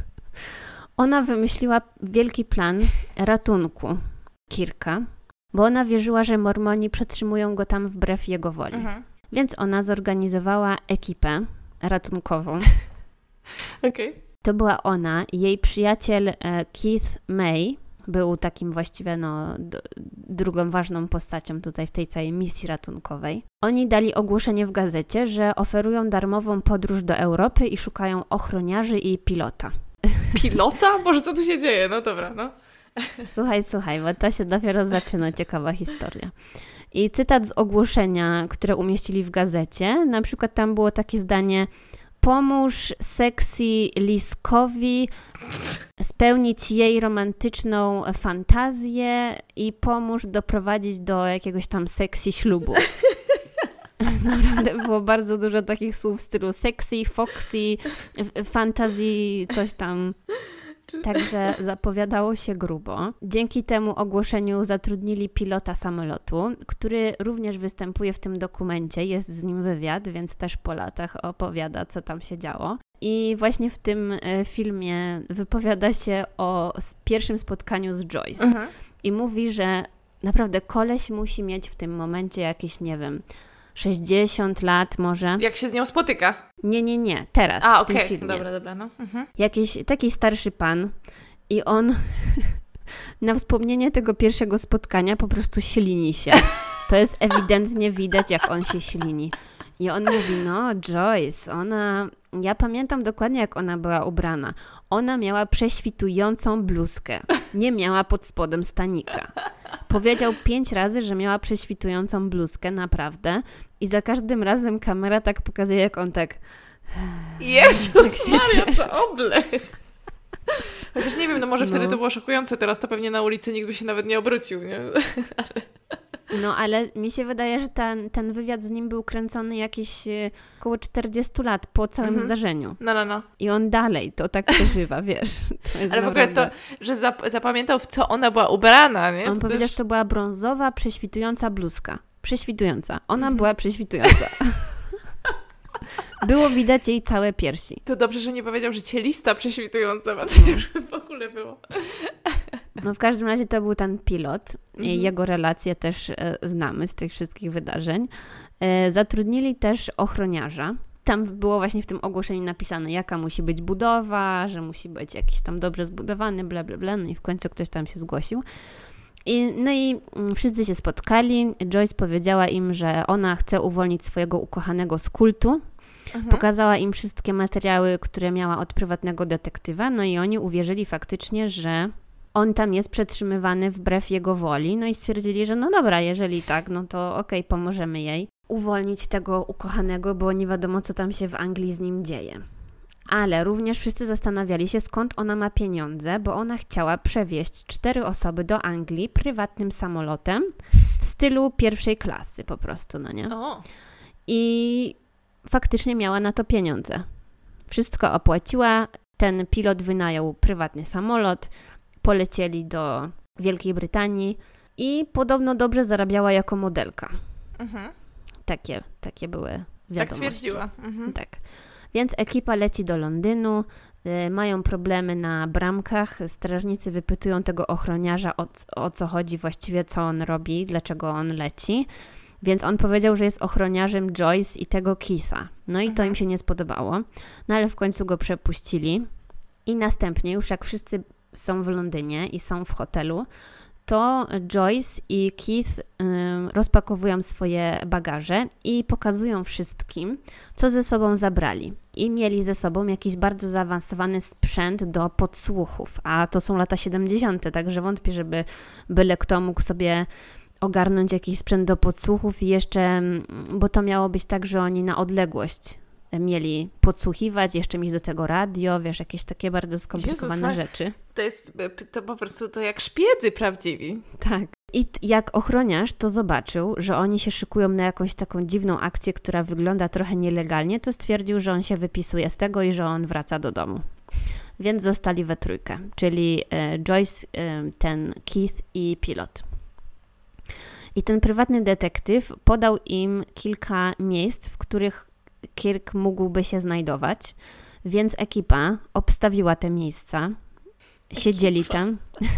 ona wymyśliła wielki plan ratunku Kirka, bo ona wierzyła, że mormoni przetrzymują go tam wbrew jego woli. Mhm. Więc ona zorganizowała ekipę ratunkową. Okay. To była ona, jej przyjaciel Keith May Był takim właściwie no, d- drugą ważną postacią tutaj w tej całej misji ratunkowej. Oni dali ogłoszenie w gazecie, że oferują darmową podróż do Europy i szukają ochroniarzy i pilota. Pilota? Boże, co tu się dzieje? No dobra, no. Słuchaj, słuchaj, bo to się dopiero zaczyna, ciekawa historia. I cytat z ogłoszenia, które umieścili w gazecie, na przykład tam było takie zdanie: pomóż sexy Liskowi spełnić jej romantyczną fantazję i pomóż doprowadzić do jakiegoś tam sexy ślubu. Naprawdę było bardzo dużo takich słów w stylu sexy, foxy, fantazji, coś tam. Także zapowiadało się grubo. Dzięki temu ogłoszeniu zatrudnili pilota samolotu, który również występuje w tym dokumencie. Jest z nim wywiad, więc też po latach opowiada, co tam się działo. I właśnie w tym filmie wypowiada się o pierwszym spotkaniu z Joyce. Mhm. I mówi, że naprawdę koleś musi mieć w tym momencie jakieś, nie wiem, sześćdziesiąt lat może. Jak się z nią spotyka? Nie, nie, nie. Teraz, A, w tym okay. filmie. Dobra, dobra, no. Mhm. Jakiś taki starszy pan i on na wspomnienie tego pierwszego spotkania po prostu ślini się. To jest ewidentnie widać, jak on się ślini. I on mówi, no Joyce, ona... Ja pamiętam dokładnie, jak ona była ubrana. Ona miała prześwitującą bluzkę. Nie miała pod spodem stanika. Powiedział pięć razy, że miała prześwitującą bluzkę, naprawdę. I za każdym razem kamera tak pokazuje, jak on tak... Jezus Maria, to oblech! Chociaż nie wiem, no może no. wtedy to było szokujące, teraz to pewnie na ulicy nikt by się nawet nie obrócił, nie? Ale... No, ale mi się wydaje, że ten, ten wywiad z nim był kręcony jakieś około czterdziestu lat po całym mm-hmm. zdarzeniu. No, no, no. I on dalej to tak przeżywa, wiesz. To jest ale w ogóle to, że zap- zapamiętał, w co ona była ubrana, nie? On to powiedział, też... że to była brązowa, prześwitująca bluzka. Prześwitująca. Ona mm-hmm. była prześwitująca. Było widać jej całe piersi. To dobrze, że nie powiedział, że cielista prześwitująca, bo to już w ogóle było. No w każdym razie to był ten pilot. Mm-hmm. Jego relacje też e, znamy z tych wszystkich wydarzeń. E, zatrudnili też ochroniarza. Tam było właśnie w tym ogłoszeniu napisane, jaka musi być budowa, że musi być jakiś tam dobrze zbudowany, bla, bla, bla. No i w końcu ktoś tam się zgłosił. I, no i wszyscy się spotkali. Joyce powiedziała im, że ona chce uwolnić swojego ukochanego z kultu. Mhm. Pokazała im wszystkie materiały, które miała od prywatnego detektywa, no i oni uwierzyli faktycznie, że on tam jest przetrzymywany wbrew jego woli, no i stwierdzili, że no dobra, jeżeli tak, no to okej, okay, pomożemy jej uwolnić tego ukochanego, bo nie wiadomo, co tam się w Anglii z nim dzieje. Ale również wszyscy zastanawiali się, skąd ona ma pieniądze, bo ona chciała przewieźć cztery osoby do Anglii prywatnym samolotem w stylu pierwszej klasy po prostu, no nie? O. I faktycznie miała na to pieniądze. Wszystko opłaciła, ten pilot wynajął prywatny samolot, polecieli do Wielkiej Brytanii i podobno dobrze zarabiała jako modelka. Mhm. Takie, takie były wiadomości. Tak twierdziła. Mhm. Tak. Więc ekipa leci do Londynu, y, mają problemy na bramkach, strażnicy wypytują tego ochroniarza o, o co chodzi właściwie, co on robi, dlaczego on leci. Więc on powiedział, że jest ochroniarzem Joyce i tego Keitha. No i mhm. to im się nie spodobało. No ale w końcu go przepuścili. I następnie, już jak wszyscy są w Londynie i są w hotelu, to Joyce i Keith y, rozpakowują swoje bagaże i pokazują wszystkim, co ze sobą zabrali. I mieli ze sobą jakiś bardzo zaawansowany sprzęt do podsłuchów. A to są lata siedemdziesiąte, także wątpię, żeby byle kto mógł sobie ogarnąć jakiś sprzęt do podsłuchów i jeszcze, bo to miało być tak, że oni na odległość mieli podsłuchiwać, jeszcze mieć do tego radio, wiesz, jakieś takie bardzo skomplikowane Jezus, rzeczy. To jest to po prostu to jak szpiedzy prawdziwi. Tak. I t- jak ochroniarz to zobaczył, że oni się szykują na jakąś taką dziwną akcję, która wygląda trochę nielegalnie, to stwierdził, że on się wypisuje z tego i że on wraca do domu. Więc zostali we trójkę, czyli e, Joyce, e, ten Keith i pilot. I ten prywatny detektyw podał im kilka miejsc, w których Kirk mógłby się znajdować, więc ekipa obstawiła te miejsca. Siedzieli ekipa. tam.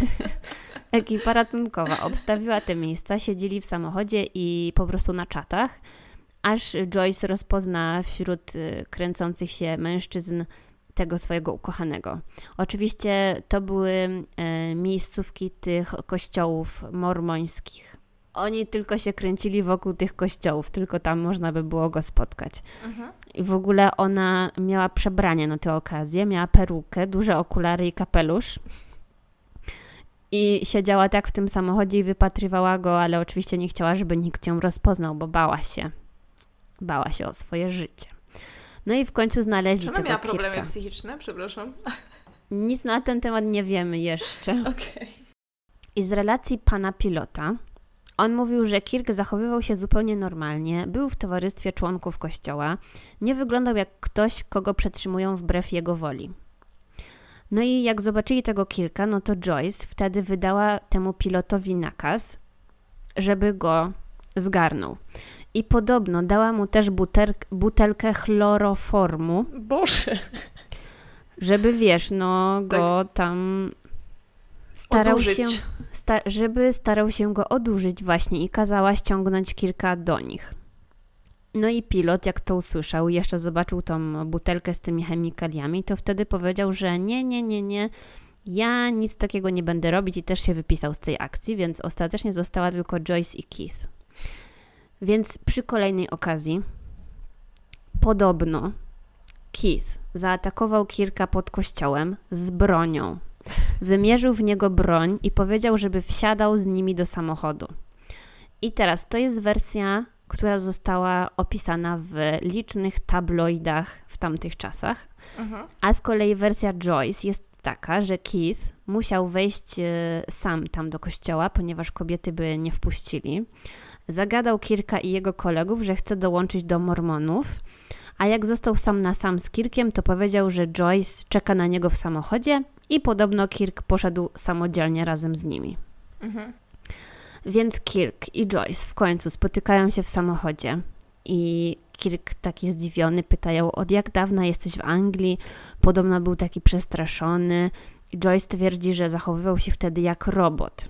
Ekipa ratunkowa obstawiła te miejsca, siedzieli w samochodzie i po prostu na czatach, aż Joyce rozpozna wśród kręcących się mężczyzn tego swojego ukochanego. Oczywiście to były e, miejscówki tych kościołów mormońskich. Oni tylko się kręcili wokół tych kościołów, tylko tam można by było go spotkać. Mhm. I w ogóle ona miała przebranie na tę okazję, miała perukę, duże okulary i kapelusz. I siedziała tak w tym samochodzie i wypatrywała go, ale oczywiście nie chciała, żeby nikt ją rozpoznał, bo bała się. Bała się o swoje życie. No i w końcu znaleźli tego Kirka. Czy ona miała problemy psychiczne? Przepraszam. Nic na ten temat nie wiemy jeszcze. Okej. Okay. I z relacji pana pilota, on mówił, że Kirk zachowywał się zupełnie normalnie, był w towarzystwie członków kościoła, nie wyglądał jak ktoś, kogo przetrzymują wbrew jego woli. No i jak zobaczyli tego Kirka, no to Joyce wtedy wydała temu pilotowi nakaz, żeby go zgarnął. I podobno dała mu też butelk- butelkę chloroformu. Boże! Żeby, wiesz, no go tak. tam starał odurzyć. się, sta- żeby starał się go odurzyć właśnie i kazała ściągnąć Kirka do nich. No i pilot, jak to usłyszał, jeszcze zobaczył tą butelkę z tymi chemikaliami, to wtedy powiedział, że nie, nie, nie, nie, ja nic takiego nie będę robić i też się wypisał z tej akcji, więc ostatecznie została tylko Joyce i Keith. Więc przy kolejnej okazji podobno Keith zaatakował Kirka pod kościołem z bronią. Wymierzył w niego broń i powiedział, żeby wsiadał z nimi do samochodu. I teraz to jest wersja, która została opisana w licznych tabloidach w tamtych czasach. Mhm. A z kolei wersja Joyce jest taka, że Keith musiał wejść e, sam tam do kościoła, ponieważ kobiety by nie wpuścili. Zagadał Kirka i jego kolegów, że chce dołączyć do Mormonów, a jak został sam na sam z Kirkiem, to powiedział, że Joyce czeka na niego w samochodzie i podobno Kirk poszedł samodzielnie razem z nimi. Mhm. Więc Kirk i Joyce w końcu spotykają się w samochodzie i Kirk taki zdziwiony pyta ją, od jak dawna jesteś w Anglii? Podobno był taki przestraszony. Joyce twierdzi, że zachowywał się wtedy jak robot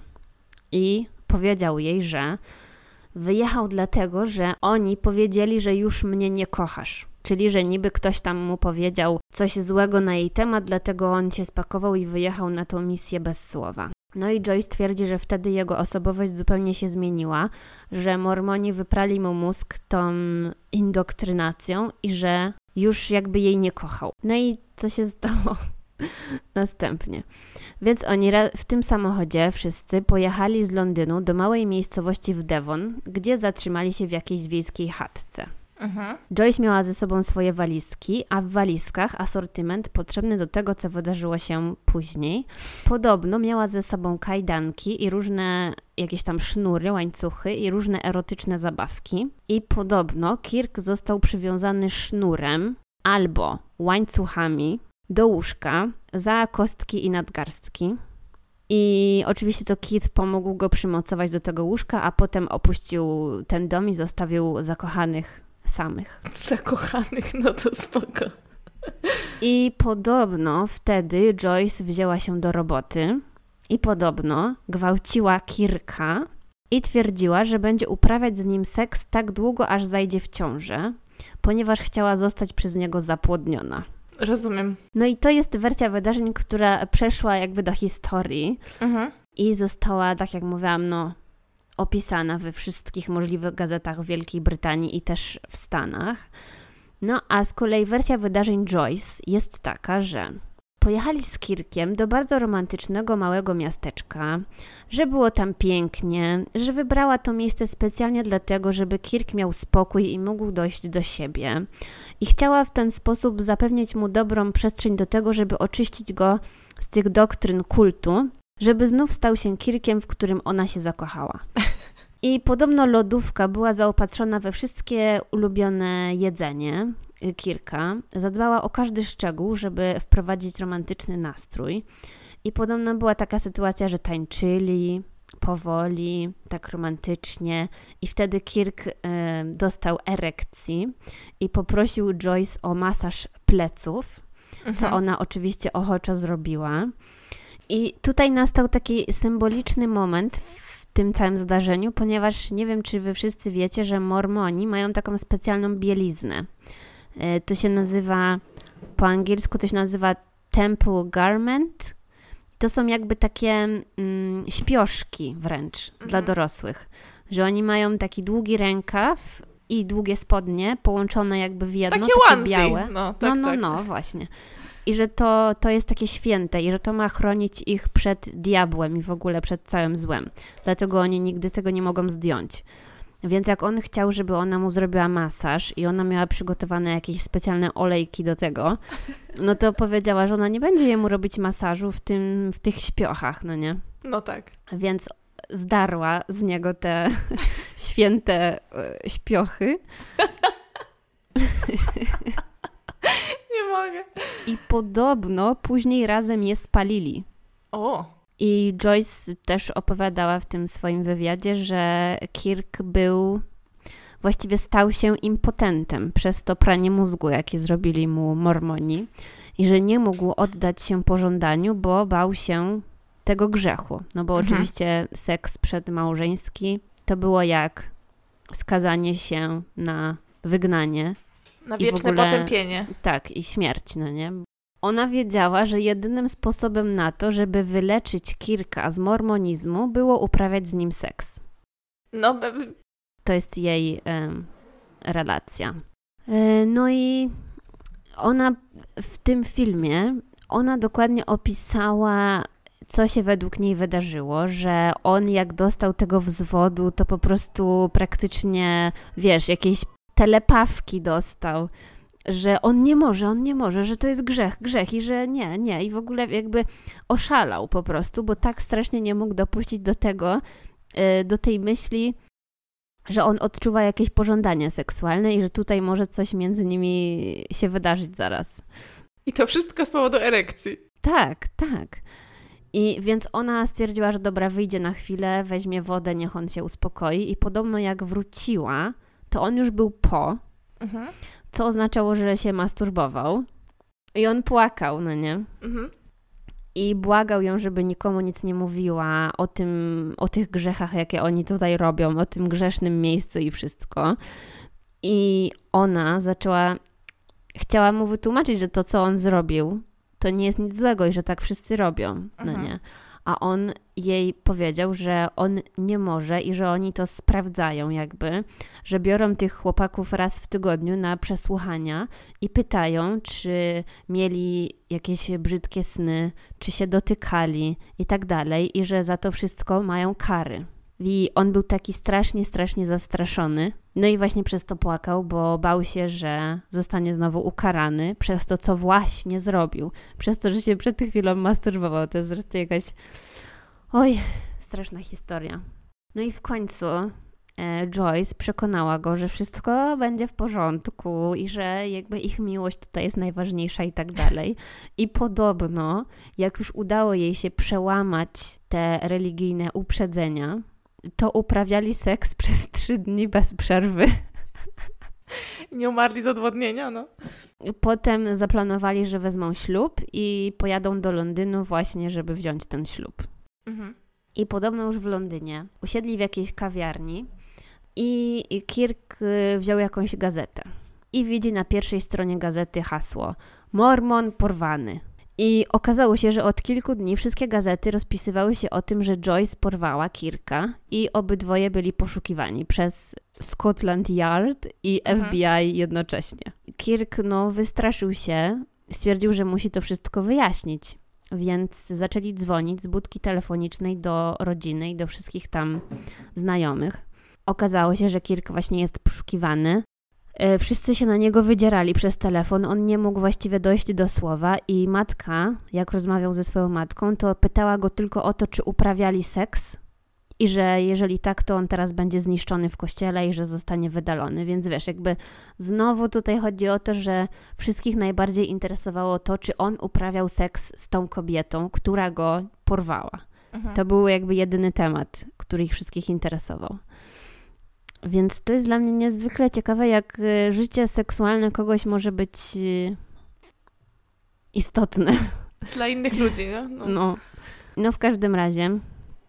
i powiedział jej, że wyjechał dlatego, że oni powiedzieli, że już mnie nie kochasz. Czyli, że niby ktoś tam mu powiedział coś złego na jej temat, dlatego on się spakował i wyjechał na tą misję bez słowa. No i Joyce twierdzi, że wtedy jego osobowość zupełnie się zmieniła, że Mormoni wyprali mu mózg tą indoktrynacją i że już jakby jej nie kochał. No i co się stało następnie? Więc oni w tym samochodzie wszyscy pojechali z Londynu do małej miejscowości w Devon, gdzie zatrzymali się w jakiejś wiejskiej chatce. Mhm. Joyce miała ze sobą swoje walizki, a w walizkach asortyment potrzebny do tego, co wydarzyło się później. Podobno miała ze sobą kajdanki i różne jakieś tam sznury, łańcuchy i różne erotyczne zabawki. I podobno Kirk został przywiązany sznurem albo łańcuchami do łóżka za kostki i nadgarstki. I oczywiście to Keith pomógł go przymocować do tego łóżka, a potem opuścił ten dom i zostawił zakochanych samych. Zakochanych, no to spoko. I podobno wtedy Joyce wzięła się do roboty i podobno gwałciła Kirka i twierdziła, że będzie uprawiać z nim seks tak długo, aż zajdzie w ciążę, ponieważ chciała zostać przez niego zapłodniona. Rozumiem. No i to jest wersja wydarzeń, która przeszła jakby do historii mhm. i została, tak jak mówiłam, no opisana we wszystkich możliwych gazetach w Wielkiej Brytanii i też w Stanach. No a z kolei wersja wydarzeń Joyce jest taka, że pojechali z Kirkiem do bardzo romantycznego małego miasteczka, że było tam pięknie, że wybrała to miejsce specjalnie dlatego, żeby Kirk miał spokój i mógł dojść do siebie. I chciała w ten sposób zapewnić mu dobrą przestrzeń do tego, żeby oczyścić go z tych doktryn kultu, żeby znów stał się Kirkiem, w którym ona się zakochała. I podobno lodówka była zaopatrzona we wszystkie ulubione jedzenie Kirka. Zadbała o każdy szczegół, żeby wprowadzić romantyczny nastrój. I podobno była taka sytuacja, że tańczyli powoli, tak romantycznie. I wtedy Kirk y, dostał erekcji i poprosił Joyce o masaż pleców, mhm. co ona oczywiście ochoczo zrobiła. I tutaj nastał taki symboliczny moment w tym całym zdarzeniu, ponieważ nie wiem, czy wy wszyscy wiecie, że Mormoni mają taką specjalną bieliznę. To się nazywa Po angielsku to się nazywa temple garment. To są jakby takie mm, śpioszki wręcz mhm. dla dorosłych, że oni mają taki długi rękaw i długie spodnie połączone jakby w jedno, takie, takie onesie. białe. No, tak, no, no, tak. no, właśnie. I że to, to jest takie święte i że to ma chronić ich przed diabłem i w ogóle przed całym złem. Dlatego oni nigdy tego nie mogą zdjąć. Więc jak on chciał, żeby ona mu zrobiła masaż i ona miała przygotowane jakieś specjalne olejki do tego, no to powiedziała, że ona nie będzie jemu robić masażu w, tym, w tych śpiochach, no nie? No tak. Więc zdarła z niego te święte y, śpiochy. Nie mogę. I podobno później razem je spalili. O! I Joyce też opowiadała w tym swoim wywiadzie, że Kirk był, właściwie stał się impotentem przez to pranie mózgu, jakie zrobili mu Mormoni i że nie mógł oddać się pożądaniu, bo bał się tego grzechu. No bo mhm. oczywiście seks przedmałżeński to było jak skazanie się na wygnanie. Na wieczne i w ogóle, potępienie. Tak, i śmierć, no nie? Ona wiedziała, że jedynym sposobem na to, żeby wyleczyć Kirka z mormonizmu, było uprawiać z nim seks. No, be... To jest jej e, relacja. E, no i ona w tym filmie, ona dokładnie opisała, co się według niej wydarzyło, że on jak dostał tego wzwodu, to po prostu praktycznie, wiesz, jakieś telepawki dostał, że on nie może, on nie może, że to jest grzech, grzech i że nie, nie. I w ogóle jakby oszalał po prostu, bo tak strasznie nie mógł dopuścić do tego, do tej myśli, że on odczuwa jakieś pożądanie seksualne i że tutaj może coś między nimi się wydarzyć zaraz. I to wszystko z powodu erekcji. Tak, tak. I więc ona stwierdziła, że dobra, wyjdzie na chwilę, weźmie wodę, niech on się uspokoi i podobno jak wróciła, to on już był po, mhm. co oznaczało, że się masturbował i on płakał, no nie? Mhm. I błagał ją, żeby nikomu nic nie mówiła o tym, o tych grzechach, jakie oni tutaj robią, o tym grzesznym miejscu i wszystko. I ona zaczęła, chciała mu wytłumaczyć, że to, co on zrobił, to nie jest nic złego i że tak wszyscy robią, no mhm. nie? A on jej powiedział, że on nie może i że oni to sprawdzają jakby, że biorą tych chłopaków raz w tygodniu na przesłuchania i pytają, czy mieli jakieś brzydkie sny, czy się dotykali i tak dalej i że za to wszystko mają kary. I on był taki strasznie, strasznie zastraszony. No i właśnie przez to płakał, bo bał się, że zostanie znowu ukarany przez to, co właśnie zrobił. Przez to, że się przed chwilą masturbował. To jest zresztą jakaś... Oj, straszna historia. No i w końcu e, Joyce przekonała go, że wszystko będzie w porządku i że jakby ich miłość tutaj jest najważniejsza i tak dalej. I podobno, jak już udało jej się przełamać te religijne uprzedzenia, to uprawiali seks przez trzy dni bez przerwy. Nie umarli z odwodnienia, no. Potem zaplanowali, że wezmą ślub i pojadą do Londynu właśnie, żeby wziąć ten ślub. Mhm. I podobno już w Londynie usiedli w jakiejś kawiarni i Kirk wziął jakąś gazetę. I widzi na pierwszej stronie gazety hasło Mormon porwany. I okazało się, że od kilku dni wszystkie gazety rozpisywały się o tym, że Joyce porwała Kirka i obydwoje byli poszukiwani przez Scotland Yard i mhm. F B I jednocześnie. Kirk no, wystraszył się, stwierdził, że musi to wszystko wyjaśnić, więc zaczęli dzwonić z budki telefonicznej do rodziny i do wszystkich tam znajomych. Okazało się, że Kirk właśnie jest poszukiwany. Wszyscy się na niego wydzierali przez telefon, on nie mógł właściwie dojść do słowa i matka, jak rozmawiał ze swoją matką, to pytała go tylko o to, czy uprawiali seks i że jeżeli tak, to on teraz będzie zniszczony w kościele i że zostanie wydalony. Więc wiesz, jakby znowu tutaj chodzi o to, że wszystkich najbardziej interesowało to, czy on uprawiał seks z tą kobietą, która go porwała. Mhm. To był jakby jedyny temat, który ich wszystkich interesował. Więc to jest dla mnie niezwykle ciekawe, jak życie seksualne kogoś może być istotne. Dla innych ludzi, no? No, no, no w każdym razie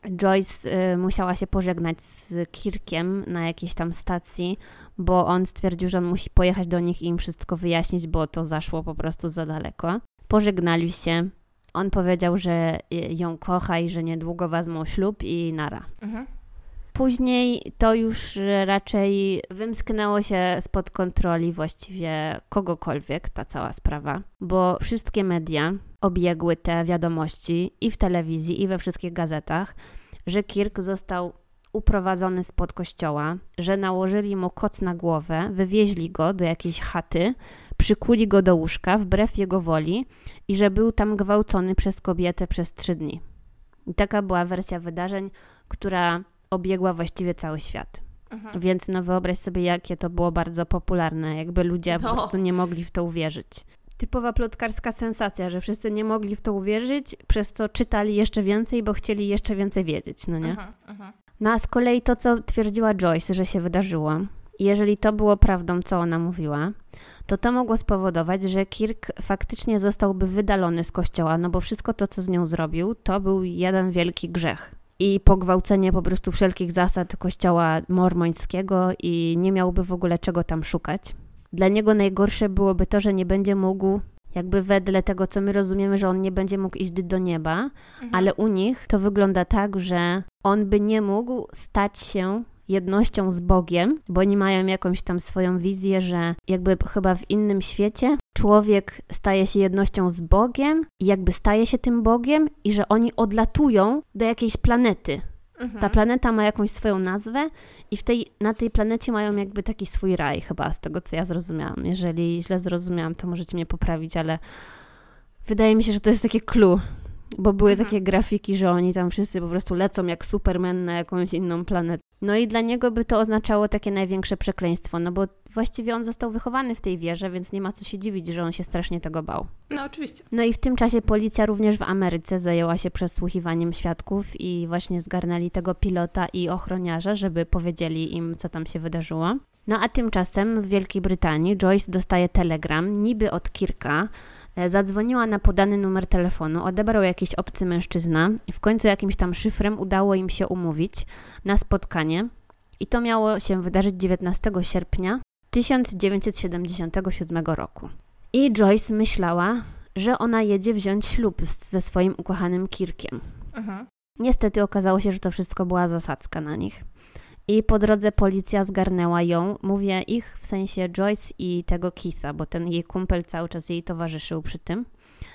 Joyce y, musiała się pożegnać z Kirkiem na jakiejś tam stacji, bo on stwierdził, że on musi pojechać do nich i im wszystko wyjaśnić, bo to zaszło po prostu za daleko. Pożegnali się. On powiedział, że ją kocha i że niedługo wezmą ślub i nara. Mhm. Później to już raczej wymsknęło się spod kontroli właściwie kogokolwiek, ta cała sprawa, bo wszystkie media obiegły te wiadomości i w telewizji, i we wszystkich gazetach, że Kirk został uprowadzony spod kościoła, że nałożyli mu koc na głowę, wywieźli go do jakiejś chaty, przykuli go do łóżka wbrew jego woli i że był tam gwałcony przez kobietę przez trzy dni. I taka była wersja wydarzeń, która obiegła właściwie cały świat. Mhm. Więc no wyobraź sobie, jakie to było bardzo popularne, jakby ludzie no. po prostu nie mogli w to uwierzyć. Typowa plotkarska sensacja, że wszyscy nie mogli w to uwierzyć, przez co czytali jeszcze więcej, bo chcieli jeszcze więcej wiedzieć, no nie? Mhm, mhm. No a z kolei to, co twierdziła Joyce, że się wydarzyło, jeżeli to było prawdą, co ona mówiła, to to mogło spowodować, że Kirk faktycznie zostałby wydalony z kościoła, no bo wszystko to, co z nią zrobił, to był jeden wielki grzech. I pogwałcenie po prostu wszelkich zasad kościoła mormońskiego i nie miałby w ogóle czego tam szukać. Dla niego najgorsze byłoby to, że nie będzie mógł, jakby wedle tego, co my rozumiemy, że on nie będzie mógł iść do nieba, mhm. ale u nich to wygląda tak, że on by nie mógł stać się jednością z Bogiem, bo oni mają jakąś tam swoją wizję, że jakby chyba w innym świecie człowiek staje się jednością z Bogiem i jakby staje się tym Bogiem i że oni odlatują do jakiejś planety. Mhm. Ta planeta ma jakąś swoją nazwę i w tej, na tej planecie mają jakby taki swój raj chyba, z tego co ja zrozumiałam. Jeżeli źle zrozumiałam, to możecie mnie poprawić, ale wydaje mi się, że to jest takie clue, bo były mhm. takie grafiki, że oni tam wszyscy po prostu lecą jak Superman na jakąś inną planetę. No i dla niego by to oznaczało takie największe przekleństwo, no bo właściwie on został wychowany w tej wierze, więc nie ma co się dziwić, że on się strasznie tego bał. No oczywiście. No i w tym czasie policja również w Ameryce zajęła się przesłuchiwaniem świadków i właśnie zgarnęli tego pilota i ochroniarza, żeby powiedzieli im, co tam się wydarzyło. No a tymczasem w Wielkiej Brytanii Joyce dostaje telegram, niby od Kirka. Zadzwoniła na podany numer telefonu, odebrał jakiś obcy mężczyzna i w końcu jakimś tam szyfrem udało im się umówić na spotkanie i to miało się wydarzyć dziewiętnastego sierpnia tysiąc dziewięćset siedemdziesiątego siódmego roku. I Joyce myślała, że ona jedzie wziąć ślub z, ze swoim ukochanym Kirkiem. Mhm. Niestety okazało się, że to wszystko była zasadzka na nich. I po drodze policja zgarnęła ją, mówię ich, w sensie Joyce i tego Keitha, bo ten jej kumpel cały czas jej towarzyszył przy tym.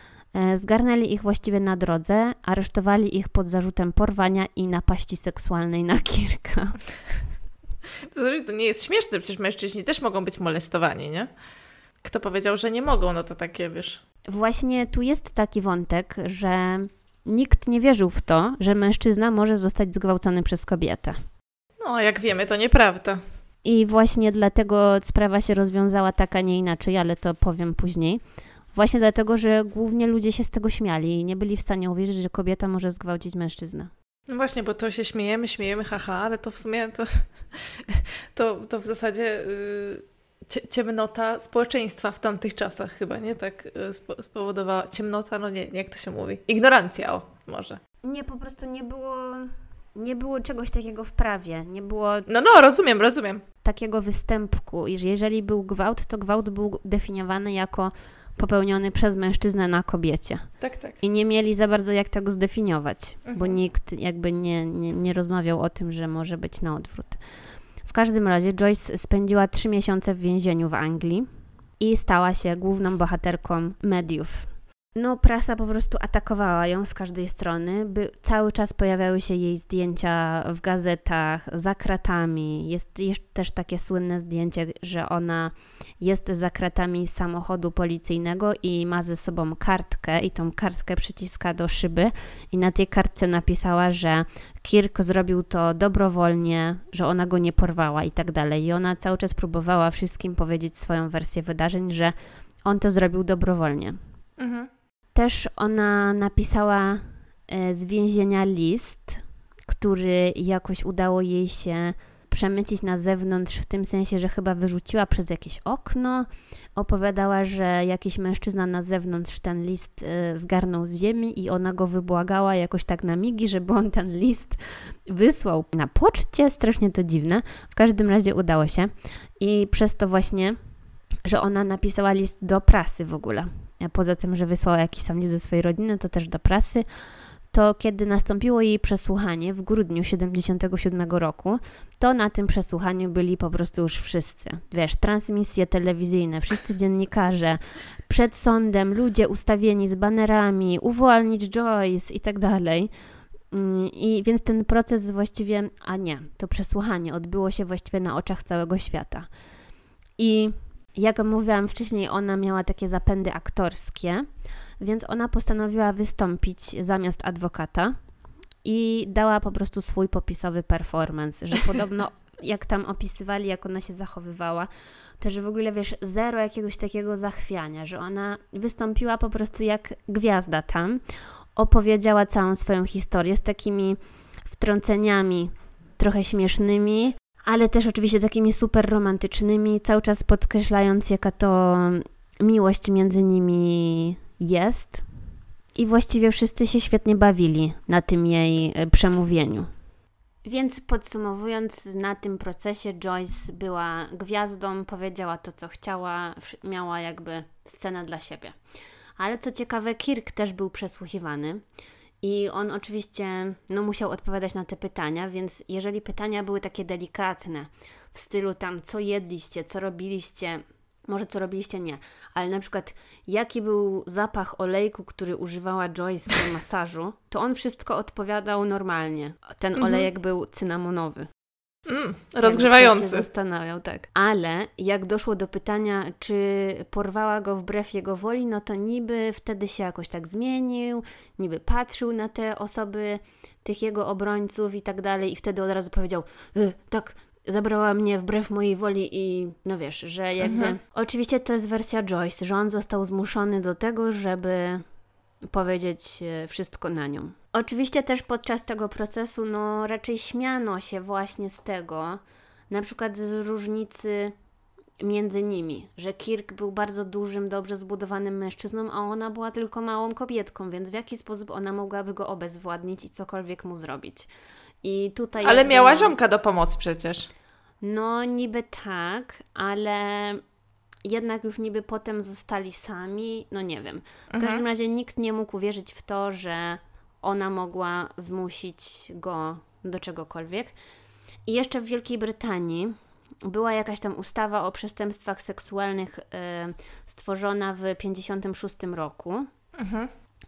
E, zgarnęli ich właściwie na drodze, aresztowali ich pod zarzutem porwania i napaści seksualnej na Kirka. To nie jest śmieszne, przecież mężczyźni też mogą być molestowani, nie? Kto powiedział, że nie mogą, no to takie, wiesz... Właśnie tu jest taki wątek, że nikt nie wierzył w to, że mężczyzna może zostać zgwałcony przez kobietę. No, jak wiemy, to nieprawda. I właśnie dlatego sprawa się rozwiązała tak, a nie inaczej, ale to powiem później. Właśnie dlatego, że głównie ludzie się z tego śmiali i nie byli w stanie uwierzyć, że kobieta może zgwałcić mężczyznę. No właśnie, bo to się śmiejemy, śmiejemy, haha, ale to w sumie to, to, to w zasadzie yy, ciemnota społeczeństwa w tamtych czasach chyba, nie? Tak yy, spowodowała ciemnota, no nie, nie, jak to się mówi? Ignorancja, o, może. Nie, po prostu nie było... Nie było czegoś takiego w prawie, nie było... No, no, rozumiem, rozumiem. Takiego występku, iż jeżeli był gwałt, to gwałt był definiowany jako popełniony przez mężczyznę na kobiecie. Tak, tak. I nie mieli za bardzo jak tego zdefiniować, mhm. bo nikt jakby nie, nie, nie rozmawiał o tym, że może być na odwrót. W każdym razie Joyce spędziła trzy miesiące w więzieniu w Anglii i stała się główną bohaterką mediów. No, prasa po prostu atakowała ją z każdej strony, by cały czas pojawiały się jej zdjęcia w gazetach, za kratami. Jest, jest też takie słynne zdjęcie, że ona jest za kratami samochodu policyjnego i ma ze sobą kartkę i tą kartkę przyciska do szyby i na tej kartce napisała, że Kirk zrobił to dobrowolnie, że ona go nie porwała i tak dalej. I ona cały czas próbowała wszystkim powiedzieć swoją wersję wydarzeń, że on to zrobił dobrowolnie. Mhm. Też ona napisała z więzienia list, który jakoś udało jej się przemycić na zewnątrz, w tym sensie, że chyba wyrzuciła przez jakieś okno. Opowiadała, że jakiś mężczyzna na zewnątrz ten list y, zgarnął z ziemi i ona go wybłagała jakoś tak na migi, żeby on ten list wysłał na poczcie. Strasznie to dziwne. W każdym razie udało się i przez to właśnie, że ona napisała list do prasy w ogóle. Poza tym, że wysłała jakiś sam list do swojej rodziny, to też do prasy. To kiedy nastąpiło jej przesłuchanie w grudniu siedemdziesiątego siódmego roku, to na tym przesłuchaniu byli po prostu już wszyscy. Wiesz, transmisje telewizyjne, wszyscy dziennikarze, przed sądem ludzie ustawieni z banerami, uwolnić Joyce i tak dalej. I więc ten proces właściwie, a nie, to przesłuchanie odbyło się właściwie na oczach całego świata. I jak mówiłam wcześniej, ona miała takie zapędy aktorskie, więc ona postanowiła wystąpić zamiast adwokata i dała po prostu swój popisowy performance, że podobno jak tam opisywali, jak ona się zachowywała, to że w ogóle, wiesz, zero jakiegoś takiego zachwiania, że ona wystąpiła po prostu jak gwiazda tam, opowiedziała całą swoją historię z takimi wtrąceniami trochę śmiesznymi, ale też oczywiście takimi super romantycznymi, cały czas podkreślając, jaka to miłość między nimi jest. I właściwie wszyscy się świetnie bawili na tym jej przemówieniu. Więc podsumowując, na tym procesie Joyce była gwiazdą, powiedziała to, co chciała, miała jakby scenę dla siebie. Ale co ciekawe, Kirk też był przesłuchiwany. I on oczywiście no, musiał odpowiadać na te pytania, więc jeżeli pytania były takie delikatne, w stylu tam co jedliście, co robiliście, może co robiliście nie, ale na przykład jaki był zapach olejku, który używała Joyce do masażu, to on wszystko odpowiadał normalnie. Ten mhm. olejek był cynamonowy. Mm, rozgrzewający. Ktoś się zastanawiał, tak. Ale jak doszło do pytania, czy porwała go wbrew jego woli, no to niby wtedy się jakoś tak zmienił, niby patrzył na te osoby, tych jego obrońców i tak dalej i wtedy od razu powiedział, y, tak, zabrała mnie wbrew mojej woli i no wiesz, że jakby... Mhm. Oczywiście to jest wersja Joyce, że on został zmuszony do tego, żeby powiedzieć wszystko na nią. Oczywiście też podczas tego procesu no raczej śmiano się właśnie z tego, na przykład z różnicy między nimi, że Kirk był bardzo dużym, dobrze zbudowanym mężczyzną, a ona była tylko małą kobietką, więc w jaki sposób ona mogłaby go obezwładnić i cokolwiek mu zrobić. I tutaj ale miała ziomka do pomocy przecież. No niby tak, ale jednak już niby potem zostali sami, no nie wiem. W mhm. każdym razie nikt nie mógł uwierzyć w to, że ona mogła zmusić go do czegokolwiek. I jeszcze w Wielkiej Brytanii była jakaś tam ustawa o przestępstwach seksualnych y, stworzona w pięćdziesiątym szóstym roku. Mhm.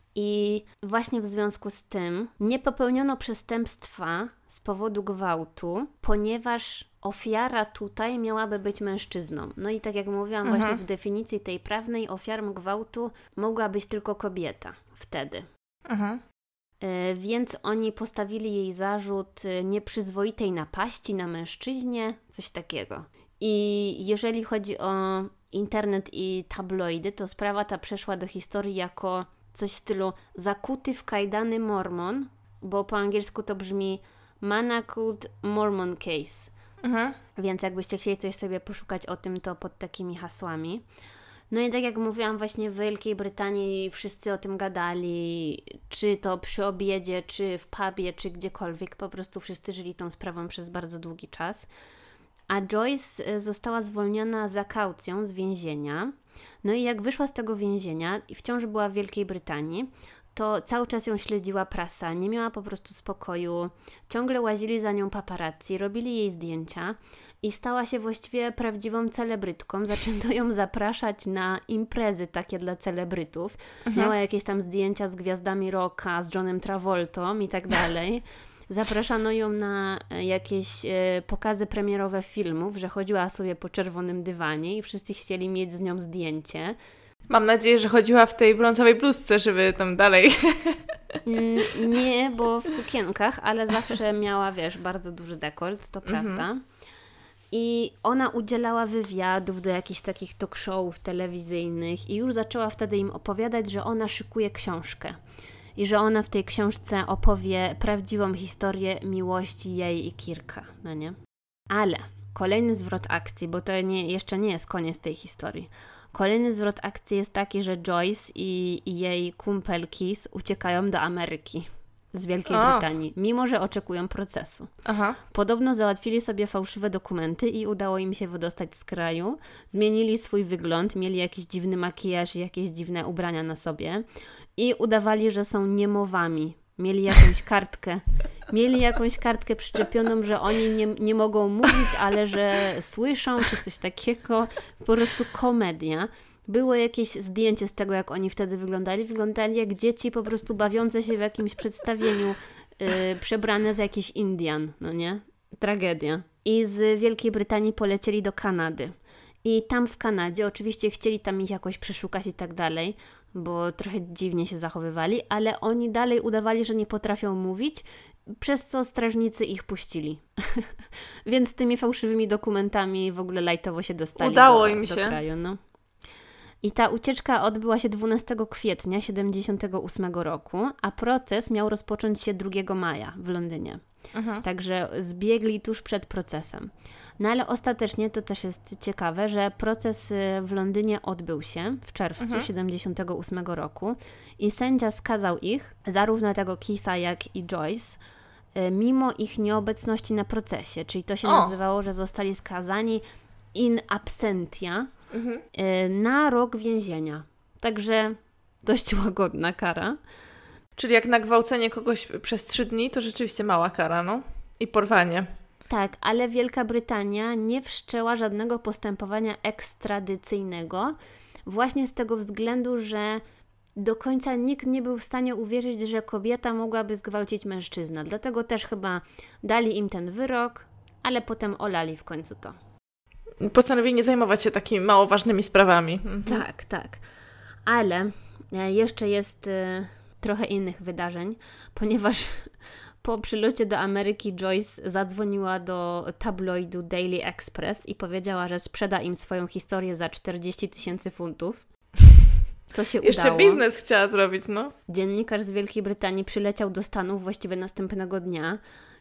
I właśnie w związku z tym nie popełniono przestępstwa z powodu gwałtu, ponieważ ofiara tutaj miałaby być mężczyzną. No i tak jak mówiłam, mhm. właśnie w definicji tej prawnej ofiarą gwałtu mogła być tylko kobieta wtedy. Mhm. Y, więc oni postawili jej zarzut nieprzyzwoitej napaści na mężczyźnie, coś takiego. I jeżeli chodzi o internet i tabloidy, to sprawa ta przeszła do historii jako coś w stylu zakuty w kajdany Mormon, bo po angielsku to brzmi Manacled Mormon Case. Mhm. Więc jakbyście chcieli coś sobie poszukać o tym, to pod takimi hasłami. No i tak jak mówiłam, właśnie w Wielkiej Brytanii wszyscy o tym gadali, czy to przy obiedzie, czy w pubie, czy gdziekolwiek. Po prostu wszyscy żyli tą sprawą przez bardzo długi czas. A Joyce została zwolniona za kaucją z więzienia. No i jak wyszła z tego więzienia i wciąż była w Wielkiej Brytanii, to cały czas ją śledziła prasa, nie miała po prostu spokoju, ciągle łazili za nią paparazzi, robili jej zdjęcia i stała się właściwie prawdziwą celebrytką. Zaczęto ją zapraszać na imprezy takie dla celebrytów. Mhm. Miała jakieś tam zdjęcia z gwiazdami rocka, z Johnem Travoltą i tak dalej. Zapraszano ją na jakieś e, pokazy premierowe filmów, że chodziła sobie po czerwonym dywanie i wszyscy chcieli mieć z nią zdjęcie. Mam nadzieję, że chodziła w tej brązowej bluzce, żeby tam dalej... Nie, bo w sukienkach, ale zawsze miała, wiesz, bardzo duży dekolt, to prawda. Mhm. I ona udzielała wywiadów do jakichś takich talk showów telewizyjnych i już zaczęła wtedy im opowiadać, że ona szykuje książkę. I że ona w tej książce opowie prawdziwą historię miłości jej i Kirka, no nie? Ale kolejny zwrot akcji, bo to nie, jeszcze nie jest koniec tej historii. Kolejny zwrot akcji jest taki, że Joyce i, i jej kumpel Keith uciekają do Ameryki z Wielkiej O. Brytanii, mimo że oczekują procesu. Aha. Podobno załatwili sobie fałszywe dokumenty i udało im się wydostać z kraju. Zmienili swój wygląd, mieli jakiś dziwny makijaż i jakieś dziwne ubrania na sobie i udawali, że są niemowami. Mieli jakąś kartkę. Mieli jakąś kartkę przyczepioną, że oni nie, nie mogą mówić, ale że słyszą, czy coś takiego. Po prostu komedia. Było jakieś zdjęcie z tego, jak oni wtedy wyglądali. Wyglądali jak dzieci po prostu bawiące się w jakimś przedstawieniu, yy, przebrane za jakiś Indian, no nie? Tragedia. I z Wielkiej Brytanii polecieli do Kanady. I tam w Kanadzie oczywiście chcieli tam ich jakoś przeszukać i tak dalej, bo trochę dziwnie się zachowywali, ale oni dalej udawali, że nie potrafią mówić, przez co strażnicy ich puścili. Więc tymi fałszywymi dokumentami w ogóle lajtowo się dostali Udało do, im do się. kraju. No. I ta ucieczka odbyła się dwunastego kwietnia siedemdziesiątego ósmego roku, a proces miał rozpocząć się drugiego maja w Londynie. Mhm. Także zbiegli tuż przed procesem. No ale ostatecznie to też jest ciekawe, że proces w Londynie odbył się w czerwcu Mhm. siedemdziesiątego ósmego roku i sędzia skazał ich, zarówno tego Keitha, jak i Joyce, mimo ich nieobecności na procesie. Czyli to się O. nazywało, że zostali skazani in absentia Mhm. na rok więzienia. Także dość łagodna kara. Czyli jak na gwałcenie kogoś przez trzy dni, to rzeczywiście mała kara, no. I porwanie. Tak, ale Wielka Brytania nie wszczęła żadnego postępowania ekstradycyjnego właśnie z tego względu, że do końca nikt nie był w stanie uwierzyć, że kobieta mogłaby zgwałcić mężczyznę. Dlatego też chyba dali im ten wyrok, ale potem olali w końcu to. Postanowili nie zajmować się takimi mało ważnymi sprawami. Mhm. Tak, tak. Ale e, jeszcze jest e, trochę innych wydarzeń, ponieważ po przylocie do Ameryki Joyce zadzwoniła do tabloidu Daily Express i powiedziała, że sprzeda im swoją historię za czterdzieści tysięcy funtów. Co się Jeszcze udało. biznes chciała zrobić, no. Dziennikarz z Wielkiej Brytanii przyleciał do Stanów właściwie następnego dnia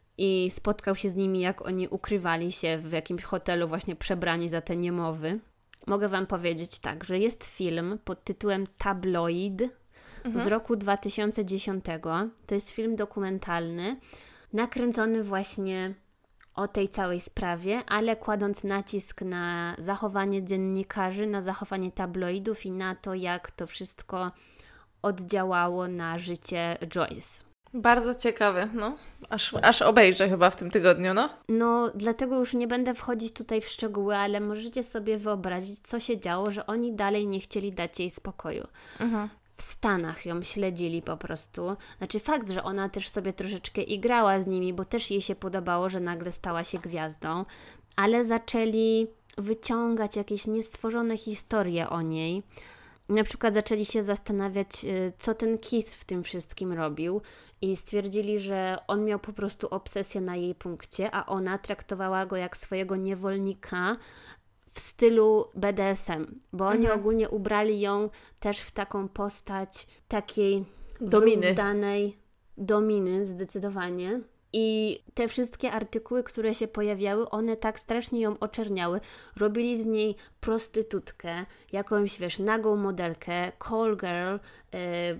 i spotkał się z nimi, jak oni ukrywali się w jakimś hotelu właśnie przebrani za te niemowy. Mogę Wam powiedzieć tak, że jest film pod tytułem Tabloid Mhm. z roku dwa tysiące dziesiątego. To jest film dokumentalny, nakręcony właśnie o tej całej sprawie, ale kładąc nacisk na zachowanie dziennikarzy, na zachowanie tabloidów i na to, jak to wszystko oddziałało na życie Joyce. Bardzo ciekawe, no. Aż, aż obejrzę chyba w tym tygodniu, no. No, dlatego już nie będę wchodzić tutaj w szczegóły, ale możecie sobie wyobrazić, co się działo, że oni dalej nie chcieli dać jej spokoju. Mhm. W Stanach ją śledzili po prostu. Znaczy fakt, że ona też sobie troszeczkę igrała z nimi, bo też jej się podobało, że nagle stała się gwiazdą, ale zaczęli wyciągać jakieś niestworzone historie o niej. Na przykład zaczęli się zastanawiać, co ten Keith w tym wszystkim robił i stwierdzili, że on miał po prostu obsesję na jej punkcie, a ona traktowała go jak swojego niewolnika w stylu B D S M, bo oni Mhm. ogólnie ubrali ją też w taką postać takiej Dominy. wyuzdanej dominy zdecydowanie. I te wszystkie artykuły, które się pojawiały, one tak strasznie ją oczerniały. Robili z niej prostytutkę, jakąś, wiesz, nagą modelkę, call girl, yy,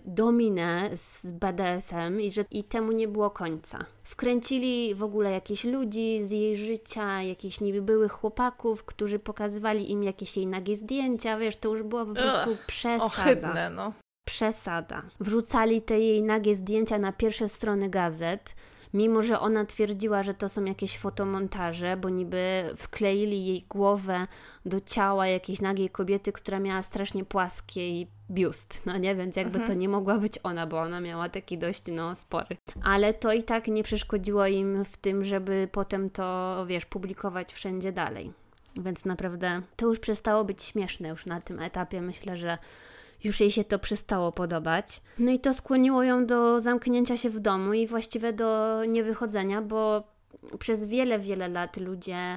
dominę z B D S M i że i temu nie było końca. Wkręcili w ogóle jakichś ludzi z jej życia, jakichś niby byłych chłopaków, którzy pokazywali im jakieś jej nagie zdjęcia, wiesz, to już była po prostu Ugh, przesada. Ohydne, no. Przesada. Wrzucali te jej nagie zdjęcia na pierwsze strony gazet, mimo że ona twierdziła, że to są jakieś fotomontaże, bo niby wkleili jej głowę do ciała jakiejś nagiej kobiety, która miała strasznie płaski biust, no nie? Więc jakby Mhm. to nie mogła być ona, bo ona miała taki dość, no, spory. Ale to i tak nie przeszkodziło im w tym, żeby potem to, wiesz, publikować wszędzie dalej. Więc naprawdę to już przestało być śmieszne już na tym etapie. Myślę, że już jej się to przestało podobać. No i to skłoniło ją do zamknięcia się w domu i właściwie do niewychodzenia, bo przez wiele, wiele lat ludzie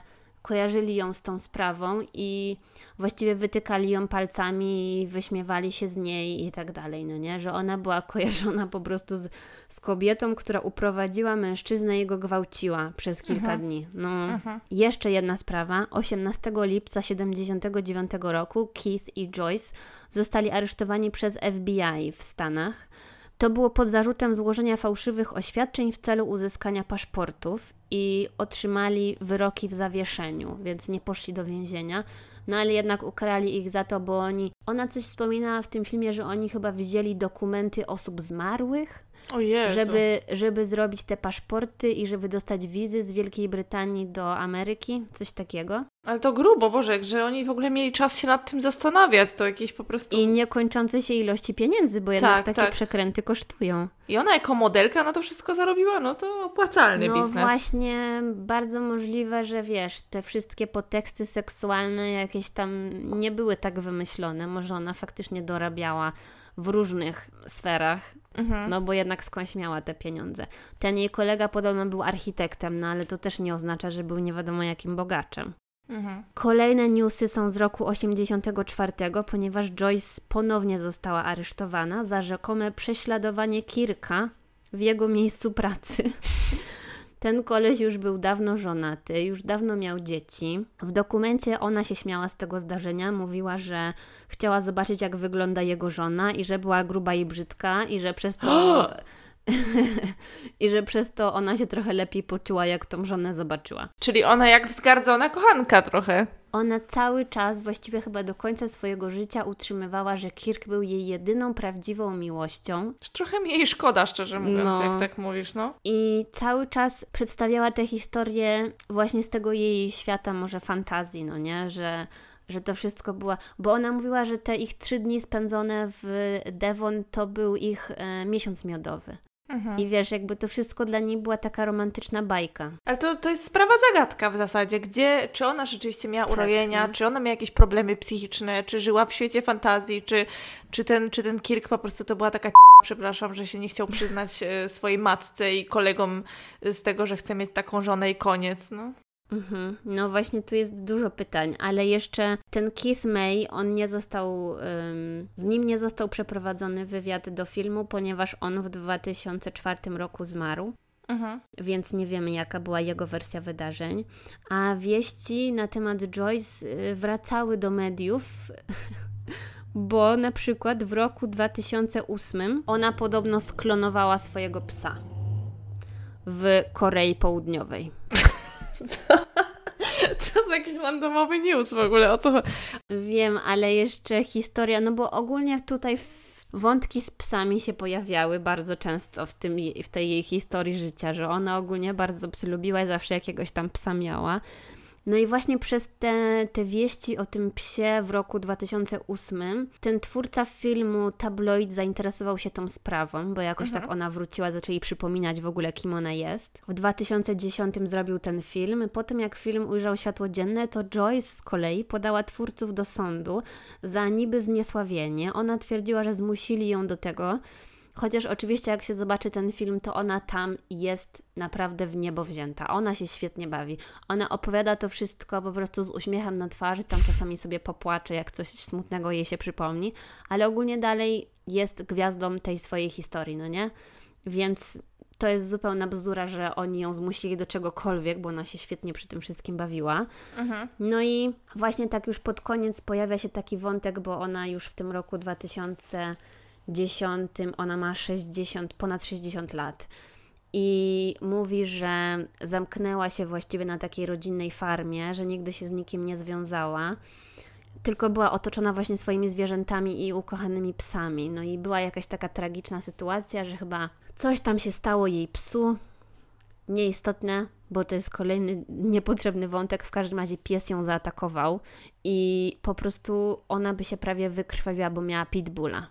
kojarzyli ją z tą sprawą i właściwie wytykali ją palcami i wyśmiewali się z niej i tak dalej, no nie? Że ona była kojarzona po prostu z, z kobietą, która uprowadziła mężczyznę i go gwałciła przez kilka uh-huh. dni. No, uh-huh. Jeszcze jedna sprawa. osiemnastego lipca siedemdziesiątego dziewiątego roku Keith i Joyce zostali aresztowani przez F B I w Stanach. To było pod zarzutem złożenia fałszywych oświadczeń w celu uzyskania paszportów i otrzymali wyroki w zawieszeniu, więc nie poszli do więzienia. No ale jednak ukarali ich za to, bo oni... Ona coś wspominała w tym filmie, że oni chyba wzięli dokumenty osób zmarłych, o Jezu. żeby, żeby zrobić te paszporty i żeby dostać wizy z Wielkiej Brytanii do Ameryki, coś takiego. Ale to grubo, Boże, że oni w ogóle mieli czas się nad tym zastanawiać, to jakieś po prostu... I niekończące się ilości pieniędzy, bo jednak tak, takie tak. przekręty kosztują. I ona jako modelka na to wszystko zarobiła, no to opłacalny no biznes. No właśnie, bardzo możliwe, że wiesz, te wszystkie podteksty seksualne jakieś tam nie były tak wymyślone. Może ona faktycznie dorabiała w różnych sferach, mhm. no bo jednak skądś miała te pieniądze. Ten jej kolega podobno był architektem, no ale to też nie oznacza, że był nie wiadomo jakim bogaczem. Mhm. Kolejne newsy są z roku osiemdziesiątego czwartego, ponieważ Joyce ponownie została aresztowana za rzekome prześladowanie Kirka w jego miejscu pracy. Ten koleś już był dawno żonaty, już dawno miał dzieci. W dokumencie ona się śmiała z tego zdarzenia, mówiła, że chciała zobaczyć, jak wygląda jego żona i że była gruba i brzydka i że przez to... I że przez to ona się trochę lepiej poczuła, jak tą żonę zobaczyła. Czyli ona jak wzgardzona kochanka trochę. Ona cały czas, właściwie chyba do końca swojego życia utrzymywała, że Kirk był jej jedyną prawdziwą miłością. Trochę mi jej szkoda, szczerze mówiąc, no. jak tak mówisz, no. I cały czas przedstawiała tę historię właśnie z tego jej świata może fantazji, no nie? Że... że to wszystko była, bo ona mówiła, że te ich trzy dni spędzone w Devon to był ich e, miesiąc miodowy. Mhm. I wiesz, jakby to wszystko dla niej była taka romantyczna bajka. Ale to, to jest sprawa zagadka w zasadzie, gdzie, czy ona rzeczywiście miała tak, urojenia, no. czy ona miała jakieś problemy psychiczne, czy żyła w świecie fantazji, czy, czy, ten, czy ten Kirk po prostu to była taka przepraszam, że się nie chciał przyznać e, swojej matce i kolegom z tego, że chce mieć taką żonę i koniec, no. Mhm. No właśnie tu jest dużo pytań, ale jeszcze ten Keith May, on nie został, um, z nim nie został przeprowadzony wywiad do filmu, ponieważ on w dwa tysiące czwartym roku zmarł, mhm. więc nie wiemy jaka była jego wersja wydarzeń, a wieści na temat Joyce wracały do mediów, bo na przykład w roku dwa tysiące ósmym ona podobno sklonowała swojego psa w Korei Południowej. Co? Co za jakiś randomowy news w ogóle, o co chodzi? Wiem, ale jeszcze historia, no bo ogólnie tutaj wątki z psami się pojawiały bardzo często w, tym, w tej jej historii życia, że ona ogólnie bardzo psy lubiła i zawsze jakiegoś tam psa miała. No i właśnie przez te, te wieści o tym psie w roku dwa tysiące ósmym ten twórca filmu Tabloid zainteresował się tą sprawą, bo jakoś mhm. tak ona wróciła, zaczęli przypominać w ogóle, kim ona jest. W dwa tysiące dziesiątym zrobił ten film. Potem jak film ujrzał światło dzienne, to Joyce z kolei podała twórców do sądu za niby zniesławienie. Ona twierdziła, że zmusili ją do tego. Chociaż oczywiście jak się zobaczy ten film, to ona tam jest naprawdę w niebo wzięta. Ona się świetnie bawi. Ona opowiada to wszystko po prostu z uśmiechem na twarzy, tam czasami sobie popłacze, jak coś smutnego jej się przypomni, ale ogólnie dalej jest gwiazdą tej swojej historii, no nie? Więc to jest zupełna bzdura, że oni ją zmusili do czegokolwiek, bo ona się świetnie przy tym wszystkim bawiła. Mhm. No i właśnie tak już pod koniec pojawia się taki wątek, bo ona już w tym roku dwa tysiące dziesiątym ona ma sześćdziesiąt, ponad sześćdziesiąt lat i mówi, że zamknęła się właściwie na takiej rodzinnej farmie, że nigdy się z nikim nie związała, tylko była otoczona właśnie swoimi zwierzętami i ukochanymi psami. No i była jakaś taka tragiczna sytuacja, że chyba coś tam się stało jej psu, nieistotne, bo to jest kolejny niepotrzebny wątek, w każdym razie pies ją zaatakował i po prostu ona by się prawie wykrwawiła, bo miała pitbulla.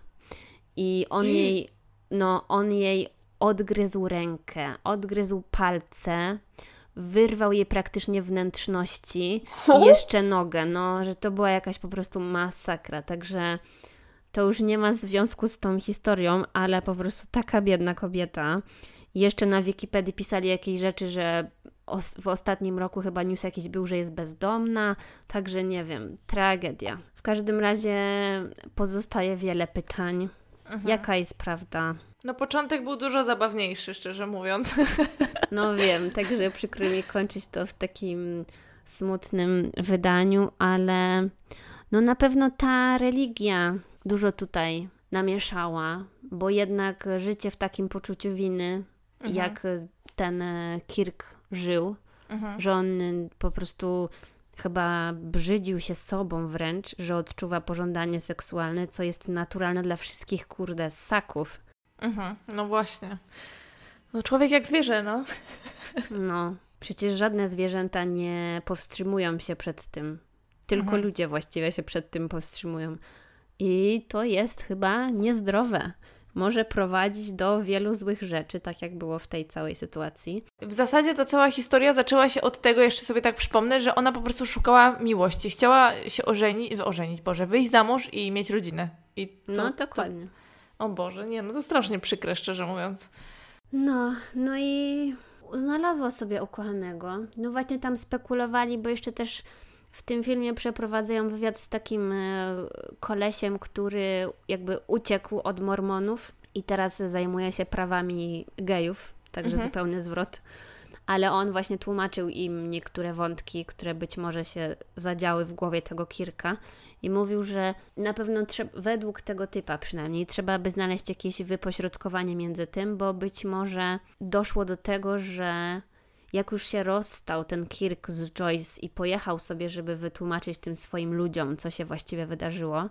I on jej, no, on jej odgryzł rękę, odgryzł palce, wyrwał jej praktycznie wnętrzności Co? i jeszcze nogę, no, że to była jakaś po prostu masakra, także to już nie ma związku z tą historią, ale po prostu taka biedna kobieta. Jeszcze na Wikipedii pisali jakieś rzeczy, że os- w ostatnim roku chyba news jakiś był, że jest bezdomna, także nie wiem, tragedia. W każdym razie pozostaje wiele pytań. Mhm. Jaka jest prawda? No początek był dużo zabawniejszy, szczerze mówiąc. No wiem, także przykro mi kończyć to w takim smutnym wydaniu, ale no na pewno ta religia dużo tutaj namieszała, bo jednak życie w takim poczuciu winy, mhm. jak ten Kirk żył, mhm. że on po prostu chyba brzydził się sobą wręcz, że odczuwa pożądanie seksualne, co jest naturalne dla wszystkich, kurde, ssaków. Mhm, no właśnie. No człowiek jak zwierzę, no. No, przecież żadne zwierzęta nie powstrzymują się przed tym. Tylko mhm. ludzie właściwie się przed tym powstrzymują. I to jest chyba niezdrowe. Może prowadzić do wielu złych rzeczy, tak jak było w tej całej sytuacji. W zasadzie ta cała historia zaczęła się od tego, jeszcze sobie tak przypomnę, że ona po prostu szukała miłości. Chciała się ożenić, ożenić, Boże, wyjść za mąż i mieć rodzinę. I to, no, dokładnie. To, o Boże, nie, no to strasznie przykre, szczerze mówiąc. No, no i znalazła sobie ukochanego. No właśnie tam spekulowali, bo jeszcze też w tym filmie przeprowadzają wywiad z takim e, kolesiem, który jakby uciekł od Mormonów i teraz zajmuje się prawami gejów, także mhm. zupełny zwrot. Ale on właśnie tłumaczył im niektóre wątki, które być może się zadziały w głowie tego Kirka i mówił, że na pewno trze- według tego typa przynajmniej trzeba by znaleźć jakieś wypośrodkowanie między tym, bo być może doszło do tego, że jak już się rozstał ten Kirk z Joyce i pojechał sobie, żeby wytłumaczyć tym swoim ludziom, co się właściwie wydarzyło,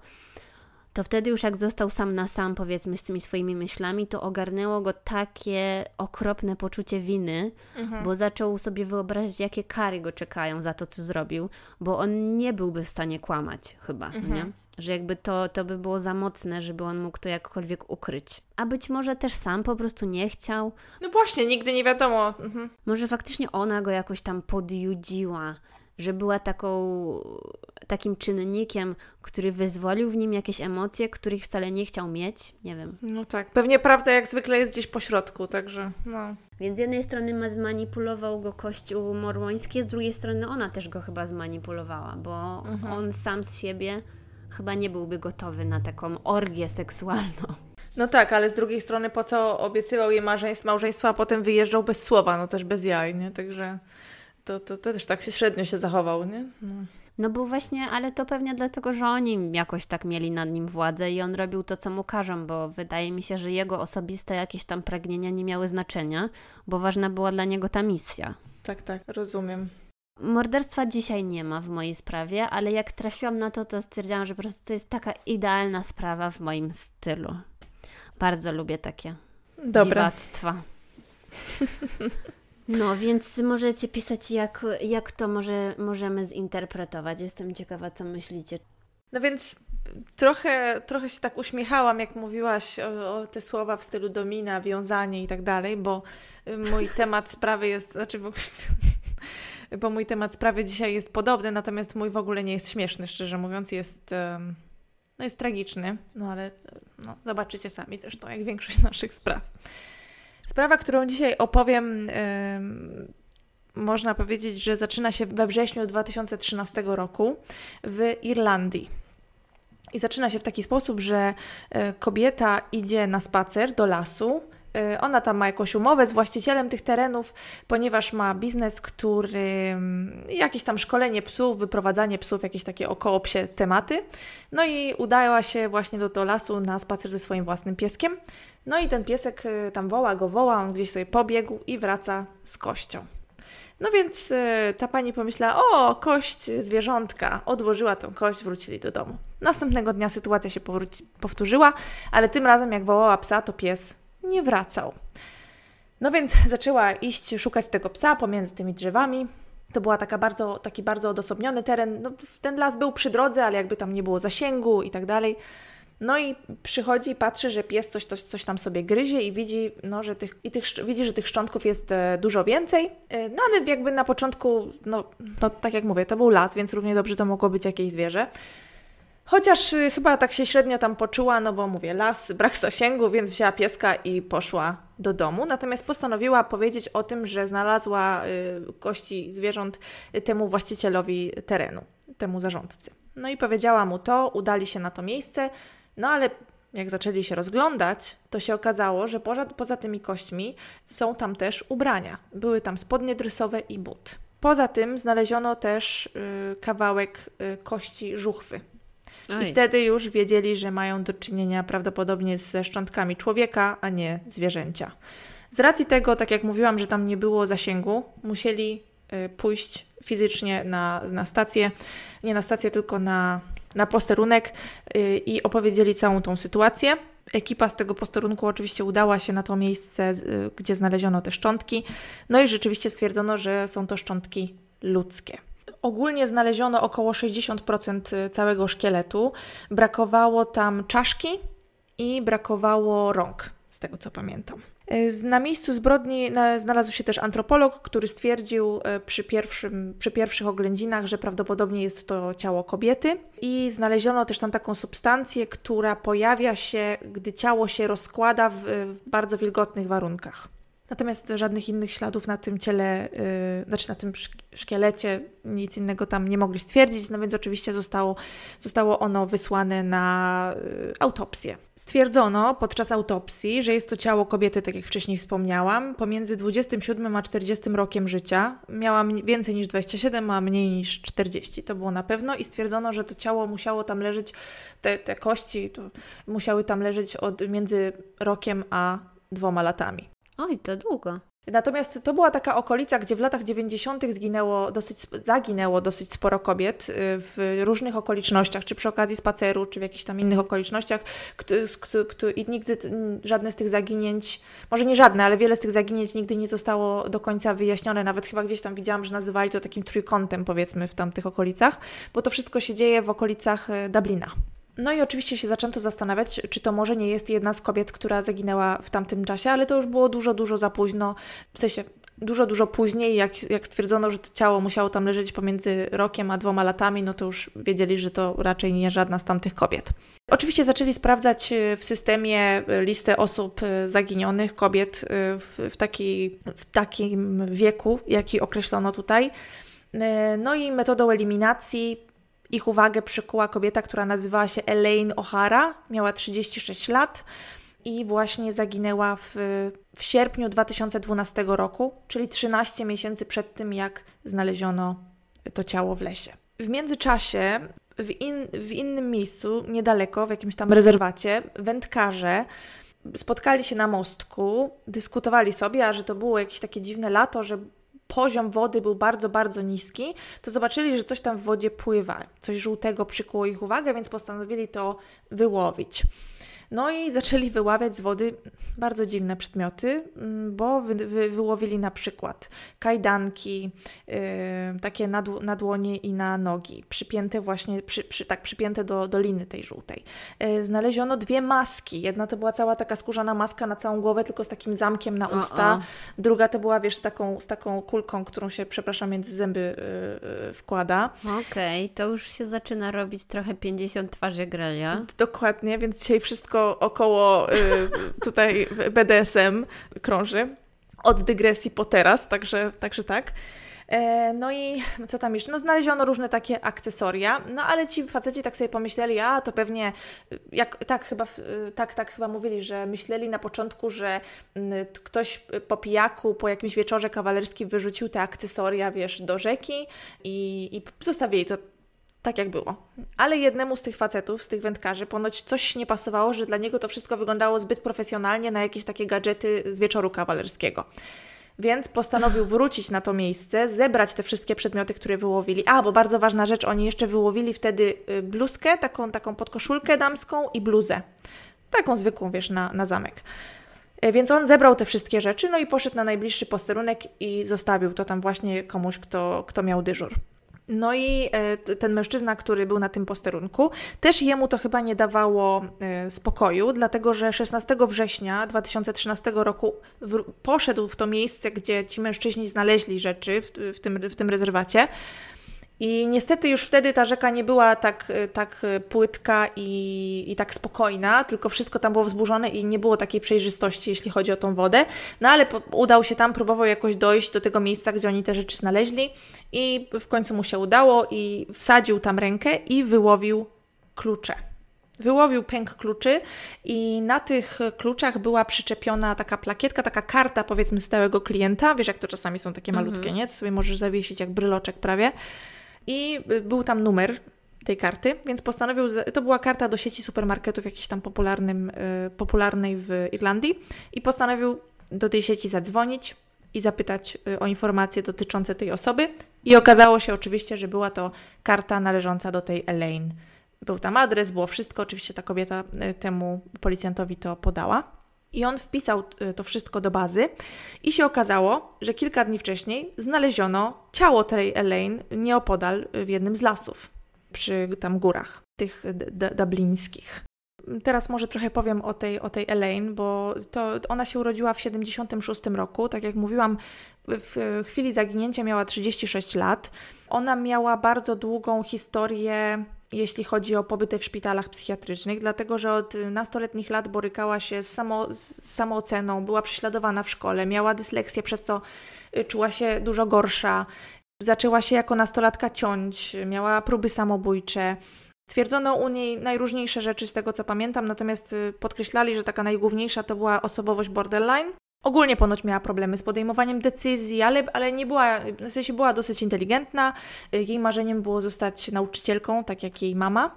to wtedy już jak został sam na sam, powiedzmy, z tymi swoimi myślami, to ogarnęło go takie okropne poczucie winy, mhm. bo zaczął sobie wyobrazić, jakie kary go czekają za to, co zrobił, bo on nie byłby w stanie kłamać chyba, mhm. nie? Że jakby to, to by było za mocne, żeby on mógł to jakkolwiek ukryć. A być może też sam po prostu nie chciał. No właśnie, nigdy nie wiadomo. Mhm. Może faktycznie ona go jakoś tam podjudziła, że była taką, takim czynnikiem, który wyzwolił w nim jakieś emocje, których wcale nie chciał mieć. Nie wiem. No tak, pewnie prawda jak zwykle jest gdzieś po środku, także no. Więc z jednej strony zmanipulował go kościół mormoński, z drugiej strony ona też go chyba zmanipulowała, bo mhm. on sam z siebie chyba nie byłby gotowy na taką orgię seksualną. No tak, ale z drugiej strony po co obiecywał jej małżeństwo, małżeństwo, a potem wyjeżdżał bez słowa, no też bez jaj, nie? Także to, to, to też tak średnio się zachował, nie? No. No bo właśnie, ale to pewnie dlatego, że oni jakoś tak mieli nad nim władzę i on robił to, co mu każą, bo wydaje mi się, że jego osobiste jakieś tam pragnienia nie miały znaczenia, bo ważna była dla niego ta misja. Tak, tak, rozumiem. Morderstwa dzisiaj nie ma w mojej sprawie, ale jak trafiłam na to, to stwierdziłam, że po prostu to jest taka idealna sprawa w moim stylu. Bardzo lubię takie Dobra. dziwactwa. No, więc możecie pisać, jak, jak to może, możemy zinterpretować. Jestem ciekawa, co myślicie. No więc trochę, trochę się tak uśmiechałam, jak mówiłaś o, o te słowa w stylu domina, wiązanie i tak dalej, bo mój temat sprawy jest, znaczy w ogóle, bo mój temat sprawy dzisiaj jest podobny, natomiast mój w ogóle nie jest śmieszny, szczerze mówiąc, jest, no jest tragiczny, no ale no, zobaczycie sami zresztą, jak większość naszych spraw. Sprawa, którą dzisiaj opowiem, yy, można powiedzieć, że zaczyna się we wrześniu dwa tysiące trzynastego roku w Irlandii. I zaczyna się w taki sposób, że y, kobieta idzie na spacer do lasu. Y, ona tam ma jakąś umowę z właścicielem tych terenów, ponieważ ma biznes, który y, jakieś tam szkolenie psów, wyprowadzanie psów, jakieś takie około psie tematy. No i udała się właśnie do, do lasu na spacer ze swoim własnym pieskiem. No i ten piesek y, tam woła go, woła, on gdzieś sobie pobiegł i wraca z kością. No więc y, ta pani pomyślała, o, kość zwierzątka, odłożyła tę kość, wrócili do domu. Następnego dnia sytuacja się powróci, powtórzyła, ale tym razem jak wołała psa, to pies nie wracał. No więc zaczęła iść, szukać tego psa pomiędzy tymi drzewami. To była taka bardzo, taki bardzo odosobniony teren. No, ten las był przy drodze, ale jakby tam nie było zasięgu i tak dalej. No i przychodzi i patrzy, że pies coś, coś, coś tam sobie gryzie i widzi, no, że tych, i tych, widzi, że tych szczątków jest e, dużo więcej. E, no ale jakby na początku, no, no tak jak mówię, to był las, więc równie dobrze to mogło być jakieś zwierzę. Chociaż y, chyba tak się średnio tam poczuła, no bo mówię, las, brak zasięgu, więc wzięła pieska i poszła do domu. Natomiast postanowiła powiedzieć o tym, że znalazła y, kości zwierząt y, temu właścicielowi terenu, temu zarządcy. No i powiedziała mu to, udali się na to miejsce, no ale jak zaczęli się rozglądać, to się okazało, że poza, poza tymi kośćmi są tam też ubrania. Były tam spodnie drysowe i but. Poza tym znaleziono też y, kawałek y, kości żuchwy. Oj. I wtedy już wiedzieli, że mają do czynienia prawdopodobnie ze szczątkami człowieka, a nie zwierzęcia. Z racji tego, tak jak mówiłam, że tam nie było zasięgu, musieli y, pójść fizycznie na, na stację, nie na stację, tylko na, na posterunek y, i opowiedzieli całą tą sytuację. Ekipa z tego posterunku oczywiście udała się na to miejsce, y, gdzie znaleziono te szczątki, no i rzeczywiście stwierdzono, że są to szczątki ludzkie. Ogólnie znaleziono około sześćdziesiąt procent całego szkieletu. Brakowało tam czaszki i brakowało rąk, z tego co pamiętam. Na miejscu zbrodni znalazł się też antropolog, który stwierdził przy, pierwszym, przy pierwszych oględzinach, że prawdopodobnie jest to ciało kobiety i znaleziono też tam taką substancję, która pojawia się, gdy ciało się rozkłada w, w bardzo wilgotnych warunkach. Natomiast żadnych innych śladów na tym ciele, yy, znaczy na tym szkielecie, nic innego tam nie mogli stwierdzić, no więc oczywiście zostało, zostało ono wysłane na yy, autopsję. Stwierdzono podczas autopsji, że jest to ciało kobiety, tak jak wcześniej wspomniałam, pomiędzy dwudziestym siódmym a czterdziestym rokiem życia. Miała więcej niż dwadzieścia siedem, a mniej niż czterdzieści, to było na pewno i stwierdzono, że to ciało musiało tam leżeć, te, te kości to musiały tam leżeć od, między rokiem a dwoma latami. Oj, to długo. Natomiast to była taka okolica, gdzie w latach dziewięćdziesiątych zginęło dosyć, zaginęło dosyć sporo kobiet w różnych okolicznościach, czy przy okazji spaceru, czy w jakichś tam innych okolicznościach i nigdy żadne z tych zaginięć, może nie żadne, ale wiele z tych zaginięć nigdy nie zostało do końca wyjaśnione. Nawet chyba gdzieś tam widziałam, że nazywali to takim trójkątem, powiedzmy, w tamtych okolicach, bo to wszystko się dzieje w okolicach Dublina. No i oczywiście się zaczęto zastanawiać, czy to może nie jest jedna z kobiet, która zaginęła w tamtym czasie, ale to już było dużo, dużo za późno, w sensie dużo, dużo później, jak, jak stwierdzono, że to ciało musiało tam leżeć pomiędzy rokiem a dwoma latami, no to już wiedzieli, że to raczej nie żadna z tamtych kobiet. Oczywiście zaczęli sprawdzać w systemie listę osób zaginionych, kobiet w, w, taki, w takim wieku, jaki określono tutaj. No i metodą eliminacji ich uwagę przykuła kobieta, która nazywała się Elaine O'Hara, miała trzydzieści sześć lat i właśnie zaginęła w, w sierpniu dwa tysiące dwunastego roku, czyli trzynaście miesięcy przed tym, jak znaleziono to ciało w lesie. W międzyczasie w, in, w innym miejscu, niedaleko, w jakimś tam rezerwacie, wędkarze spotkali się na mostku, dyskutowali sobie, a że to było jakieś takie dziwne lato, że poziom wody był bardzo, bardzo niski, to zobaczyli, że coś tam w wodzie pływa. Coś żółtego przykuło ich uwagę, więc postanowili to wyłowić. No i zaczęli wyławiać z wody bardzo dziwne przedmioty, bo wy, wy, wyłowili na przykład kajdanki, yy, takie na, dł- na dłonie i na nogi, przypięte właśnie, przy, przy, tak przypięte do, do liny tej żółtej. Yy, znaleziono dwie maski. Jedna to była cała taka skórzana maska na całą głowę, tylko z takim zamkiem na usta. O, o. Druga to była, wiesz, z taką, z taką kulką, którą się, przepraszam, między zęby yy, yy, wkłada. Okej, okay, to już się zaczyna robić trochę pięćdziesiąt twarzy grania. Dokładnie, więc dzisiaj wszystko około y, tutaj B D S M krąży. Od dygresji po teraz, także, także tak. E, no i co tam jeszcze? No znaleziono różne takie akcesoria, no ale ci faceci tak sobie pomyśleli, a to pewnie, jak, tak, chyba, tak, tak chyba mówili, że myśleli na początku, że y, ktoś po pijaku, po jakimś wieczorze kawalerskim wyrzucił te akcesoria, wiesz, do rzeki i, i zostawili to tak jak było. Ale jednemu z tych facetów, z tych wędkarzy, ponoć coś nie pasowało, że dla niego to wszystko wyglądało zbyt profesjonalnie na jakieś takie gadżety z wieczoru kawalerskiego. Więc postanowił wrócić na to miejsce, zebrać te wszystkie przedmioty, które wyłowili. A, bo bardzo ważna rzecz, oni jeszcze wyłowili wtedy bluzkę, taką, taką podkoszulkę damską i bluzę. Taką zwykłą, wiesz, na, na zamek. Więc on zebrał te wszystkie rzeczy, no i poszedł na najbliższy posterunek i zostawił to tam właśnie komuś, kto, kto miał dyżur. No i e, ten mężczyzna, który był na tym posterunku, też jemu to chyba nie dawało e, spokoju, dlatego że szesnastego września dwa tysiące trzynastego roku w, poszedł w to miejsce, gdzie ci mężczyźni znaleźli rzeczy w, w, tym, w tym rezerwacie I niestety już wtedy ta rzeka nie była tak, tak płytka i, i tak spokojna, tylko wszystko tam było wzburzone i nie było takiej przejrzystości, jeśli chodzi o tą wodę. No ale po, udał się tam, próbował jakoś dojść do tego miejsca, gdzie oni te rzeczy znaleźli i w końcu mu się udało i wsadził tam rękę i wyłowił klucze. Wyłowił pęk kluczy i na tych kluczach była przyczepiona taka plakietka, taka karta powiedzmy stałego klienta. Wiesz, jak to czasami są takie malutkie, mhm. nie? To sobie możesz zawiesić jak bryloczek prawie. I był tam numer tej karty, więc postanowił, to była karta do sieci supermarketów jakiejś tam popularnym, popularnej w Irlandii i postanowił do tej sieci zadzwonić i zapytać o informacje dotyczące tej osoby i okazało się oczywiście, że była to karta należąca do tej Elaine. Był tam adres, było wszystko, oczywiście ta kobieta temu policjantowi to podała. I on wpisał to wszystko do bazy i się okazało, że kilka dni wcześniej znaleziono ciało tej Elaine nieopodal w jednym z lasów, przy tam górach, tych d- dublińskich. Teraz może trochę powiem o tej, o tej Elaine, bo to ona się urodziła w siedemdziesiątym szóstym roku. Tak jak mówiłam, w chwili zaginięcia miała trzydzieści sześć lat. Ona miała bardzo długą historię, jeśli chodzi o pobyty w szpitalach psychiatrycznych, dlatego że od nastoletnich lat borykała się z, samo, z samooceną, była prześladowana w szkole, miała dysleksję, przez co czuła się dużo gorsza. Zaczęła się jako nastolatka ciąć, miała próby samobójcze. Stwierdzono u niej najróżniejsze rzeczy z tego, co pamiętam, natomiast podkreślali, że taka najgłówniejsza to była osobowość borderline. Ogólnie ponoć miała problemy z podejmowaniem decyzji, ale, ale nie była, w sensie była dosyć inteligentna. Jej marzeniem było zostać nauczycielką, tak jak jej mama.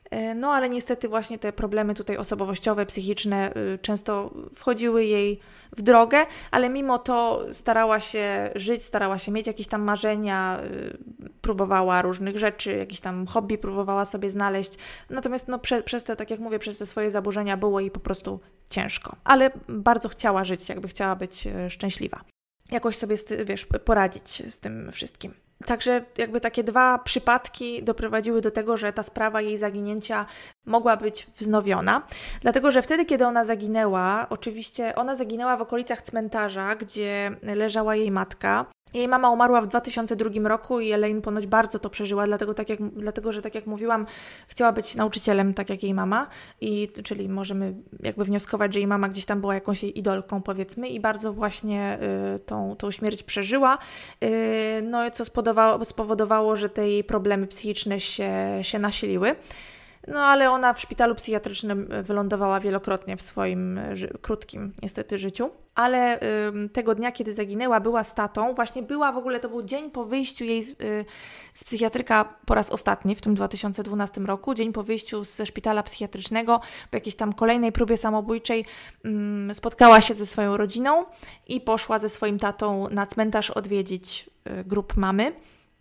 No ale niestety właśnie te problemy tutaj osobowościowe, psychiczne często wchodziły jej w drogę, ale mimo to starała się żyć, starała się mieć jakieś tam marzenia, próbowała różnych rzeczy, jakieś tam hobby próbowała sobie znaleźć. Natomiast no, prze, przez te, tak jak mówię, przez te swoje zaburzenia było jej po prostu ciężko. Ale bardzo chciała żyć, jakby chciała być szczęśliwa. Jakoś sobie, wiesz, poradzić z tym wszystkim. Także jakby takie dwa przypadki doprowadziły do tego, że ta sprawa jej zaginięcia mogła być wznowiona. Dlatego, że wtedy, kiedy ona zaginęła, oczywiście ona zaginęła w okolicach cmentarza, gdzie leżała jej matka. Jej mama umarła w dwa tysiące drugim roku i Elaine ponoć bardzo to przeżyła, dlatego, tak jak, dlatego że tak jak mówiłam, chciała być nauczycielem, tak jak jej mama, i czyli możemy jakby wnioskować, że jej mama gdzieś tam była jakąś jej idolką, powiedzmy, i bardzo właśnie y, tą, tą śmierć przeżyła, y, no co spowodowało, spowodowało, że te jej problemy psychiczne się, się nasiliły. No ale ona w szpitalu psychiatrycznym wylądowała wielokrotnie w swoim ży- krótkim niestety życiu. Ale y, tego dnia, kiedy zaginęła, była z tatą. Właśnie była w ogóle, to był dzień po wyjściu jej z, y, z psychiatryka po raz ostatni w tym dwa tysiące dwunastym roku. Dzień po wyjściu ze szpitala psychiatrycznego, po jakiejś tam kolejnej próbie samobójczej y, spotkała się ze swoją rodziną i poszła ze swoim tatą na cmentarz odwiedzić y, grób mamy.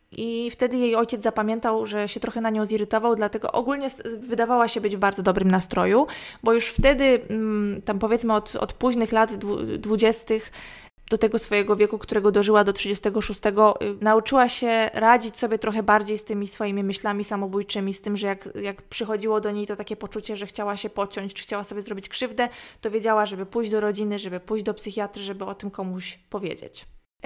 I wtedy jej ojciec zapamiętał, że się trochę na nią zirytował, dlatego ogólnie wydawała się być w bardzo dobrym nastroju, bo już wtedy, tam powiedzmy od, od późnych lat dwudziestych do tego swojego wieku, którego dożyła do trzydziestego szóstego, nauczyła się radzić sobie trochę bardziej z tymi swoimi myślami samobójczymi, z tym, że jak, jak przychodziło do niej to takie poczucie, że chciała się pociąć, czy chciała sobie zrobić krzywdę, to wiedziała, żeby pójść do rodziny, żeby pójść do psychiatry, żeby o tym komuś powiedzieć.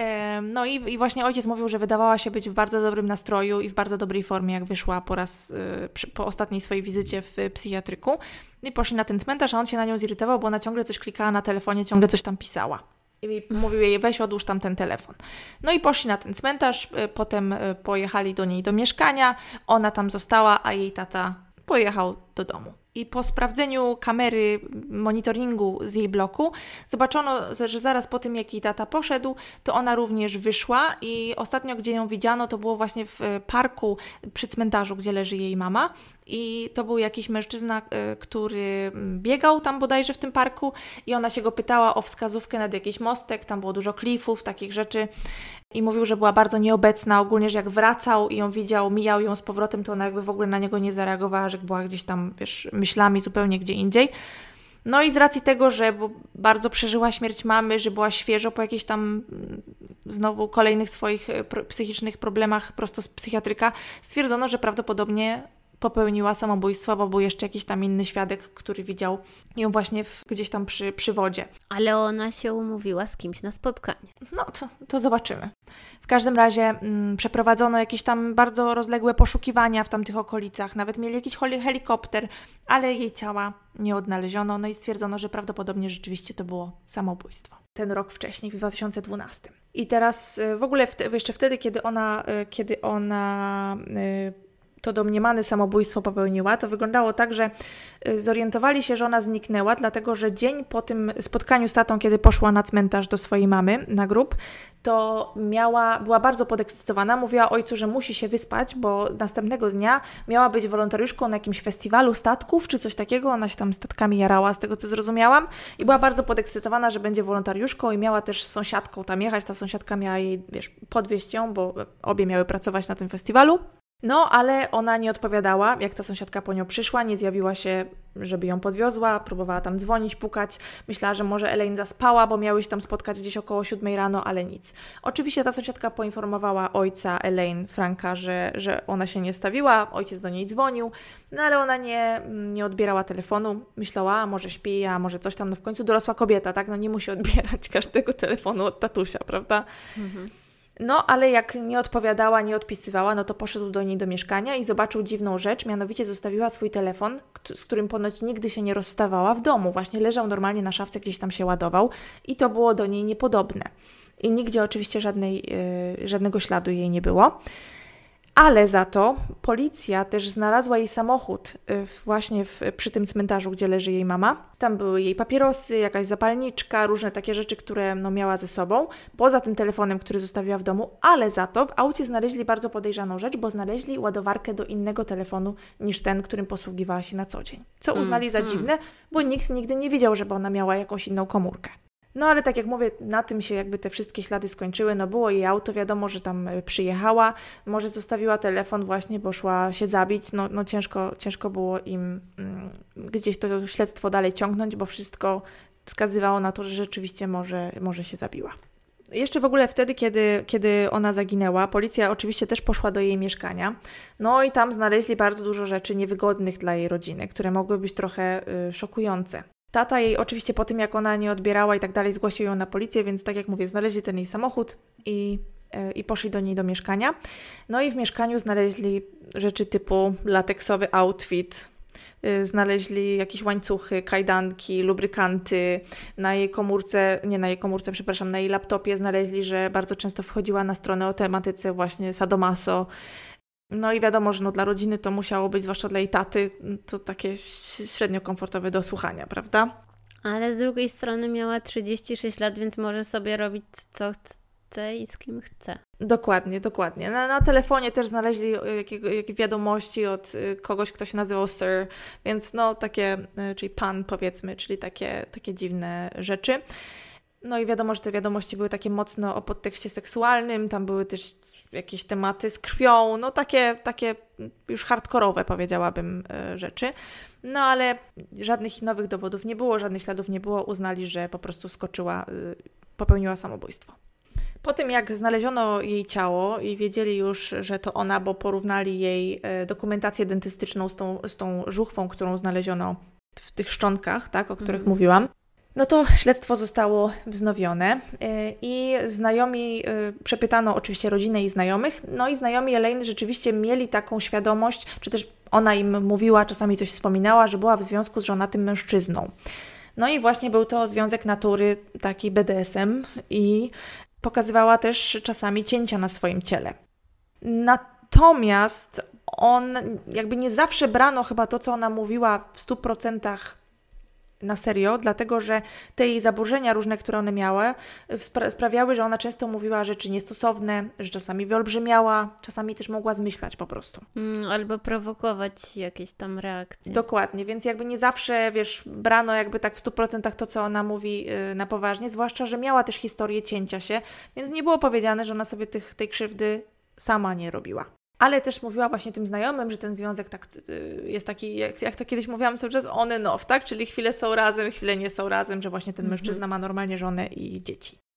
No i, i właśnie ojciec mówił, że wydawała się być w bardzo dobrym nastroju i w bardzo dobrej formie, jak wyszła po raz, przy, po ostatniej swojej wizycie w psychiatryku. I poszli na ten cmentarz, a on się na nią zirytował, bo ona ciągle coś klikała na telefonie, ciągle coś tam pisała. I mówił jej, weź odłóż tam ten telefon. No i poszli na ten cmentarz, potem pojechali do niej do mieszkania, ona tam została, a jej tata pojechał do domu. I po sprawdzeniu kamery monitoringu z jej bloku zobaczono, że zaraz po tym, jak jej tata poszedł, to ona również wyszła i ostatnio, gdzie ją widziano, to było właśnie w parku przy cmentarzu, gdzie leży jej mama. I to był jakiś mężczyzna, który biegał tam bodajże w tym parku i ona się go pytała o wskazówkę nad jakiś mostek, tam było dużo klifów, takich rzeczy i mówił, że była bardzo nieobecna, ogólnie, że jak wracał i ją widział, mijał ją z powrotem, to ona jakby w ogóle na niego nie zareagowała, że była gdzieś tam, wiesz, myślami zupełnie gdzie indziej. No i z racji tego, że bardzo przeżyła śmierć mamy, że była świeżo po jakichś tam znowu kolejnych swoich psychicznych problemach prosto z psychiatryka, stwierdzono, że prawdopodobnie popełniła samobójstwo, bo był jeszcze jakiś tam inny świadek, który widział ją właśnie w, gdzieś tam przy, przy wodzie. Ale ona się umówiła z kimś na spotkanie. No, to, to zobaczymy. W każdym razie mm, przeprowadzono jakieś tam bardzo rozległe poszukiwania w tamtych okolicach. Nawet mieli jakiś helikopter, ale jej ciała nie odnaleziono. No i stwierdzono, że prawdopodobnie rzeczywiście to było samobójstwo. Ten rok wcześniej, w dwa tysiące dwunastym. I teraz w ogóle w, jeszcze wtedy, kiedy ona, kiedy ona to domniemane samobójstwo popełniła, to wyglądało tak, że zorientowali się, że ona zniknęła, dlatego że dzień po tym spotkaniu z tatą, kiedy poszła na cmentarz do swojej mamy na grób, to miała, była bardzo podekscytowana, mówiła ojcu, że musi się wyspać, bo następnego dnia miała być wolontariuszką na jakimś festiwalu statków, czy coś takiego, ona się tam statkami jarała, z tego co zrozumiałam, i była bardzo podekscytowana, że będzie wolontariuszką i miała też z sąsiadką tam jechać, ta sąsiadka miała jej, wiesz, podwieźć ją, bo obie miały pracować na tym festiwalu. No, ale ona nie odpowiadała, jak ta sąsiadka po nią przyszła, nie zjawiła się, żeby ją podwiozła, próbowała tam dzwonić, pukać, myślała, że może Elaine zaspała, bo miały się tam spotkać gdzieś około siódmej rano, ale nic. Oczywiście ta sąsiadka poinformowała ojca Elaine, Franka, że, że ona się nie stawiła, ojciec do niej dzwonił, no ale ona nie, nie odbierała telefonu, myślała, a może śpi, a może coś tam, no w końcu dorosła kobieta, tak, no nie musi odbierać każdego telefonu od tatusia, prawda? Mhm. No, ale jak nie odpowiadała, nie odpisywała, no to poszedł do niej do mieszkania i zobaczył dziwną rzecz, mianowicie zostawiła swój telefon, z którym ponoć nigdy się nie rozstawała w domu. Właśnie leżał normalnie na szafce, gdzieś tam się ładował i to było do niej niepodobne. I nigdzie oczywiście żadnej, yy, żadnego śladu jej nie było. Ale za to policja też znalazła jej samochód właśnie w, przy tym cmentarzu, gdzie leży jej mama. Tam były jej papierosy, jakaś zapalniczka, różne takie rzeczy, które no, miała ze sobą, poza tym telefonem, który zostawiła w domu, ale za to w aucie znaleźli bardzo podejrzaną rzecz, bo znaleźli ładowarkę do innego telefonu niż ten, którym posługiwała się na co dzień. Co uznali mm, za mm. dziwne, bo nikt nigdy nie wiedział, żeby ona miała jakąś inną komórkę. No ale tak jak mówię, na tym się jakby te wszystkie ślady skończyły, no było jej auto, wiadomo, że tam przyjechała, może zostawiła telefon właśnie, bo szła się zabić, no, no ciężko, ciężko było im mm, gdzieś to śledztwo dalej ciągnąć, bo wszystko wskazywało na to, że rzeczywiście może, może się zabiła. Jeszcze w ogóle wtedy, kiedy, kiedy ona zaginęła, policja oczywiście też poszła do jej mieszkania, no i tam znaleźli bardzo dużo rzeczy niewygodnych dla jej rodziny, które mogły być trochę y, szokujące. Tata jej oczywiście po tym, jak ona nie odbierała i tak dalej, zgłosił ją na policję, więc tak jak mówię, znaleźli ten jej samochód i, yy, i poszli do niej do mieszkania. No i w mieszkaniu znaleźli rzeczy typu lateksowy outfit, yy, znaleźli jakieś łańcuchy, kajdanki, lubrykanty. Na jej komórce, nie na jej komórce, przepraszam, na jej laptopie znaleźli, że bardzo często wchodziła na stronę o tematyce właśnie sadomaso. No i wiadomo, że no dla rodziny to musiało być, zwłaszcza dla jej taty, to takie średnio komfortowe do słuchania, prawda? Ale z drugiej strony miała trzydzieści sześć lat, więc może sobie robić co chce i z kim chce. Dokładnie, dokładnie. Na, na telefonie też znaleźli jakiego, jakieś wiadomości od kogoś, kto się nazywał Sir, więc no takie, czyli pan powiedzmy, czyli takie, takie dziwne rzeczy. No i wiadomo, że te wiadomości były takie mocno o podtekście seksualnym, tam były też jakieś tematy z krwią, no takie, takie już hardkorowe, powiedziałabym, rzeczy. No ale żadnych nowych dowodów nie było, żadnych śladów nie było, uznali, że po prostu skoczyła, popełniła samobójstwo. Po tym jak znaleziono jej ciało i wiedzieli już, że to ona, bo porównali jej dokumentację dentystyczną z tą, z tą żuchwą, którą znaleziono w tych szczątkach, tak, o których mm. mówiłam, no to śledztwo zostało wznowione i znajomi, przepytano oczywiście rodzinę i znajomych, no i znajomi Elaine rzeczywiście mieli taką świadomość, czy też ona im mówiła, czasami coś wspominała, że była w związku z żonatym mężczyzną. No i właśnie był to związek natury, taki B D S M i pokazywała też czasami cięcia na swoim ciele. Natomiast on, jakby nie zawsze brano chyba to, co ona mówiła w stu procentach na serio, dlatego że te jej zaburzenia różne, które one miały, spra- sprawiały, że ona często mówiła rzeczy niestosowne, że czasami wyolbrzymiała, czasami też mogła zmyślać po prostu. Mm, albo prowokować jakieś tam reakcje. Dokładnie, więc jakby nie zawsze, wiesz, brano jakby tak w stu procentach to, co ona mówi yy, na poważnie, zwłaszcza, że miała też historię cięcia się, więc nie było powiedziane, że ona sobie tych, tej krzywdy sama nie robiła. Ale też mówiła właśnie tym znajomym, że ten związek tak, y, jest taki, jak, jak to kiedyś mówiłam cały czas, on and off, tak? Czyli chwile są razem, chwile nie są razem, że właśnie ten mm-hmm. mężczyzna ma normalnie żonę i dzieci.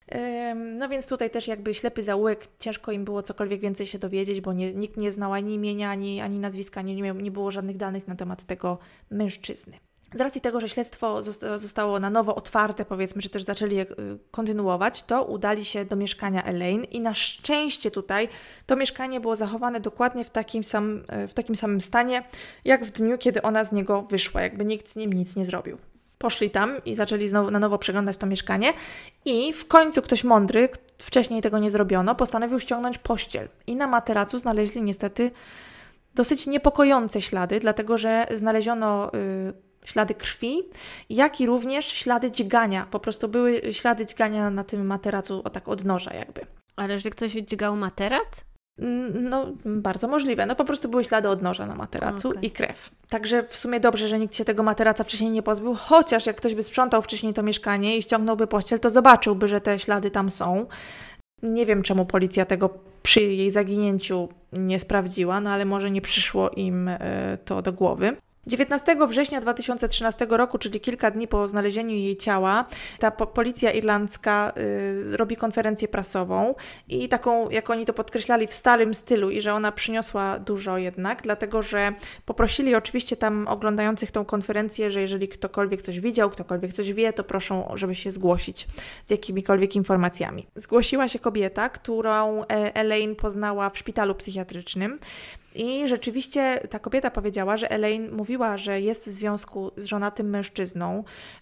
No więc tutaj też jakby ślepy zaułek, ciężko im było cokolwiek więcej się dowiedzieć, bo nie, nikt nie znał ani imienia, ani, ani nazwiska, nie, nie, nie było żadnych danych na temat tego mężczyzny. Z racji tego, że śledztwo zostało na nowo otwarte, powiedzmy, że też zaczęli je kontynuować, to udali się do mieszkania Elaine i na szczęście tutaj to mieszkanie było zachowane dokładnie w takim, sam, w takim samym stanie, jak w dniu, kiedy ona z niego wyszła, jakby nikt z nim nic nie zrobił. Poszli tam i zaczęli znowu, na nowo przeglądać to mieszkanie i w końcu ktoś mądry, wcześniej tego nie zrobiono, postanowił ściągnąć pościel i na materacu znaleźli niestety dosyć niepokojące ślady, dlatego że znaleziono y, ślady krwi, jak i również ślady dźgania. Po prostu były ślady dźgania na tym materacu o tak od noża jakby. Ale że ktoś dźgał materac? No, bardzo możliwe. No po prostu były ślady od noża na materacu okay. i krew. Także w sumie dobrze, że nikt się tego materaca wcześniej nie pozbył, chociaż jak ktoś by sprzątał wcześniej to mieszkanie i ściągnąłby pościel, to zobaczyłby, że te ślady tam są. Nie wiem, czemu policja tego przy jej zaginięciu nie sprawdziła, no ale może nie przyszło im y, to do głowy. dziewiętnastego września dwa tysiące trzynastego roku, czyli kilka dni po znalezieniu jej ciała, ta po- policja irlandzka y, robi konferencję prasową i taką, jak oni to podkreślali, w starym stylu i że ona przyniosła dużo jednak, dlatego że poprosili oczywiście tam oglądających tą konferencję, że jeżeli ktokolwiek coś widział, ktokolwiek coś wie, to proszą, żeby się zgłosić z jakimikolwiek informacjami. Zgłosiła się kobieta, którą Elaine poznała w szpitalu psychiatrycznym. I rzeczywiście ta kobieta powiedziała, że Elaine mówiła, że jest w związku z żonatym mężczyzną,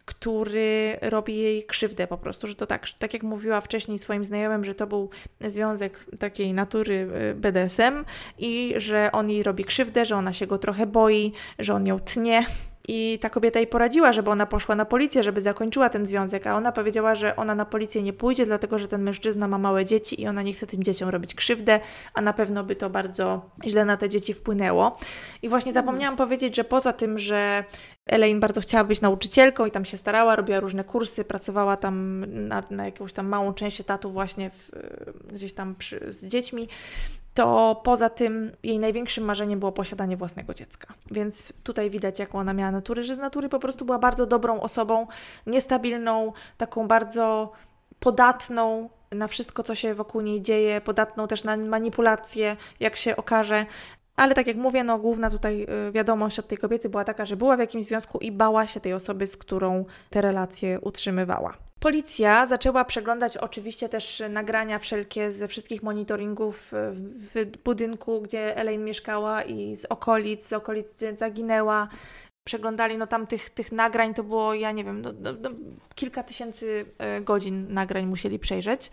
który robi jej krzywdę po prostu, że to tak, tak jak mówiła wcześniej swoim znajomym, że to był związek takiej natury B D S M i że on jej robi krzywdę, że ona się go trochę boi, że on ją tnie. I ta kobieta jej poradziła, żeby ona poszła na policję, żeby zakończyła ten związek, a ona powiedziała, że ona na policję nie pójdzie, dlatego że ten mężczyzna ma małe dzieci i ona nie chce tym dzieciom robić krzywdę, a na pewno by to bardzo źle na te dzieci wpłynęło. I właśnie zapomniałam hmm. powiedzieć, że poza tym, że Elaine bardzo chciała być nauczycielką i tam się starała, robiła różne kursy, pracowała tam na, na jakąś tam małą część etatu właśnie w, gdzieś tam przy, z dziećmi, to poza tym jej największym marzeniem było posiadanie własnego dziecka. Więc tutaj widać, jaką ona miała naturę, że z natury po prostu była bardzo dobrą osobą, niestabilną, taką bardzo podatną na wszystko, co się wokół niej dzieje, podatną też na manipulacje, jak się okaże. Ale tak jak mówię, no główna tutaj wiadomość od tej kobiety była taka, że była w jakimś związku i bała się tej osoby, z którą te relacje utrzymywała. Policja zaczęła przeglądać oczywiście też nagrania wszelkie ze wszystkich monitoringów w, w budynku, gdzie Elaine mieszkała i z okolic, z okolic, gdzie zaginęła. Przeglądali, no tam tych, tych nagrań to było, ja nie wiem, no, no, no, kilka tysięcy godzin nagrań musieli przejrzeć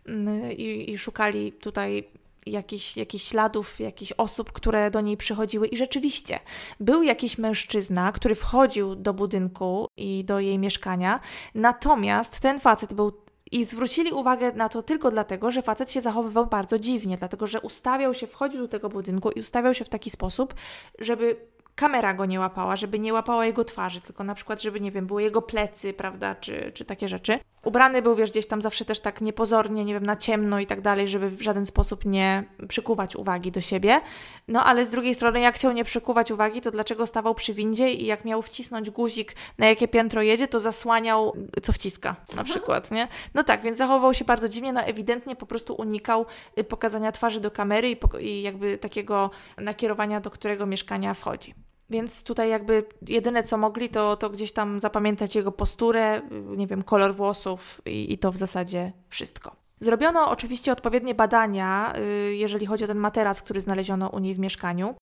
i, i szukali tutaj jakichś, jakichś śladów, jakichś osób, które do niej przychodziły i rzeczywiście był jakiś mężczyzna, który wchodził do budynku i do jej mieszkania, natomiast ten facet był i zwrócili uwagę na to tylko dlatego, że facet się zachowywał bardzo dziwnie, dlatego że ustawiał się, wchodził do tego budynku i ustawiał się w taki sposób, żeby kamera go nie łapała, żeby nie łapała jego twarzy, tylko na przykład, żeby, nie wiem, były jego plecy, prawda, czy, czy takie rzeczy. Ubrany był, wiesz, gdzieś tam zawsze też tak niepozornie, nie wiem, na ciemno i tak dalej, żeby w żaden sposób nie przykuwać uwagi do siebie. No, ale z drugiej strony, jak chciał nie przykuwać uwagi, to dlaczego stawał przy windzie i jak miał wcisnąć guzik, na jakie piętro jedzie, to zasłaniał, co wciska, na przykład, nie? No tak, więc zachowywał się bardzo dziwnie, no ewidentnie po prostu unikał pokazania twarzy do kamery i, pok- i jakby takiego nakierowania, do którego mieszkania wchodzi. Więc tutaj jakby jedyne co mogli, to, to gdzieś tam zapamiętać jego posturę, nie wiem, kolor włosów i, i to w zasadzie wszystko. Zrobiono oczywiście odpowiednie badania, jeżeli chodzi o ten materac, który znaleziono u niej w mieszkaniu.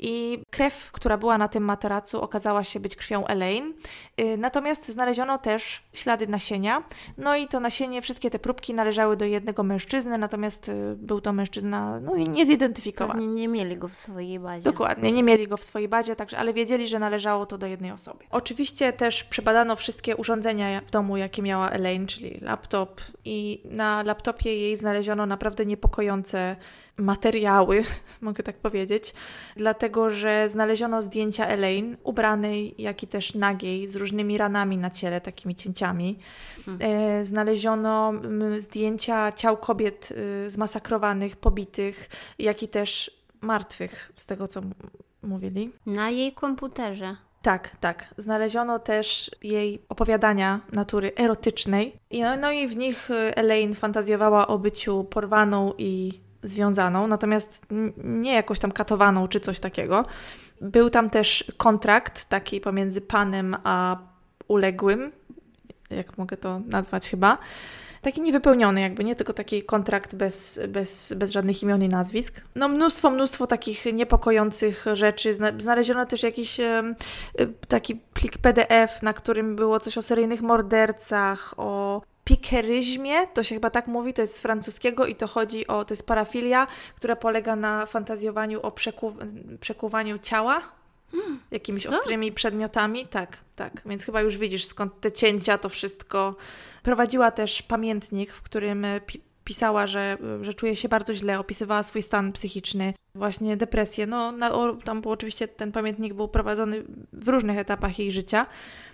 I krew, która była na tym materacu, okazała się być krwią Elaine. Natomiast znaleziono też ślady nasienia. No i to nasienie, wszystkie te próbki należały do jednego mężczyzny, natomiast był to mężczyzna no, niezidentyfikowany. Pewnie nie mieli go w swojej bazie. Dokładnie, nie mieli go w swojej bazie, także, ale wiedzieli, że należało to do jednej osoby. Oczywiście też przebadano wszystkie urządzenia w domu, jakie miała Elaine, czyli laptop. I na laptopie jej znaleziono naprawdę niepokojące materiały, mogę tak powiedzieć, dlatego, że znaleziono zdjęcia Elaine, ubranej, jak i też nagiej, z różnymi ranami na ciele, takimi cięciami. Hmm. E, znaleziono m, zdjęcia ciał kobiet y, zmasakrowanych, pobitych, jak i też martwych, z tego co m- mówili. Na jej komputerze. Tak, tak. Znaleziono też jej opowiadania natury erotycznej. I no, no i w nich Elaine fantazjowała o byciu porwaną i związaną, natomiast nie jakoś tam katowaną czy coś takiego. Był tam też kontrakt taki pomiędzy panem a uległym, jak mogę to nazwać chyba, taki niewypełniony jakby, nie? Tylko taki kontrakt bez, bez, bez żadnych imion i nazwisk. No mnóstwo, mnóstwo takich niepokojących rzeczy. Znaleziono też jakiś e, taki plik P D F, na którym było coś o seryjnych mordercach, o pikeryzmie, to się chyba tak mówi, to jest z francuskiego i to chodzi o, to jest parafilia, która polega na fantazjowaniu o przeku, przekuwaniu ciała jakimiś Co? ostrymi przedmiotami. Tak, tak. Więc chyba już widzisz, skąd te cięcia, to wszystko. Prowadziła też pamiętnik, w którym pi- pisała, że, że czuje się bardzo źle, opisywała swój stan psychiczny, właśnie depresję. No, na, o, tam był oczywiście, ten pamiętnik był prowadzony w różnych etapach jej życia,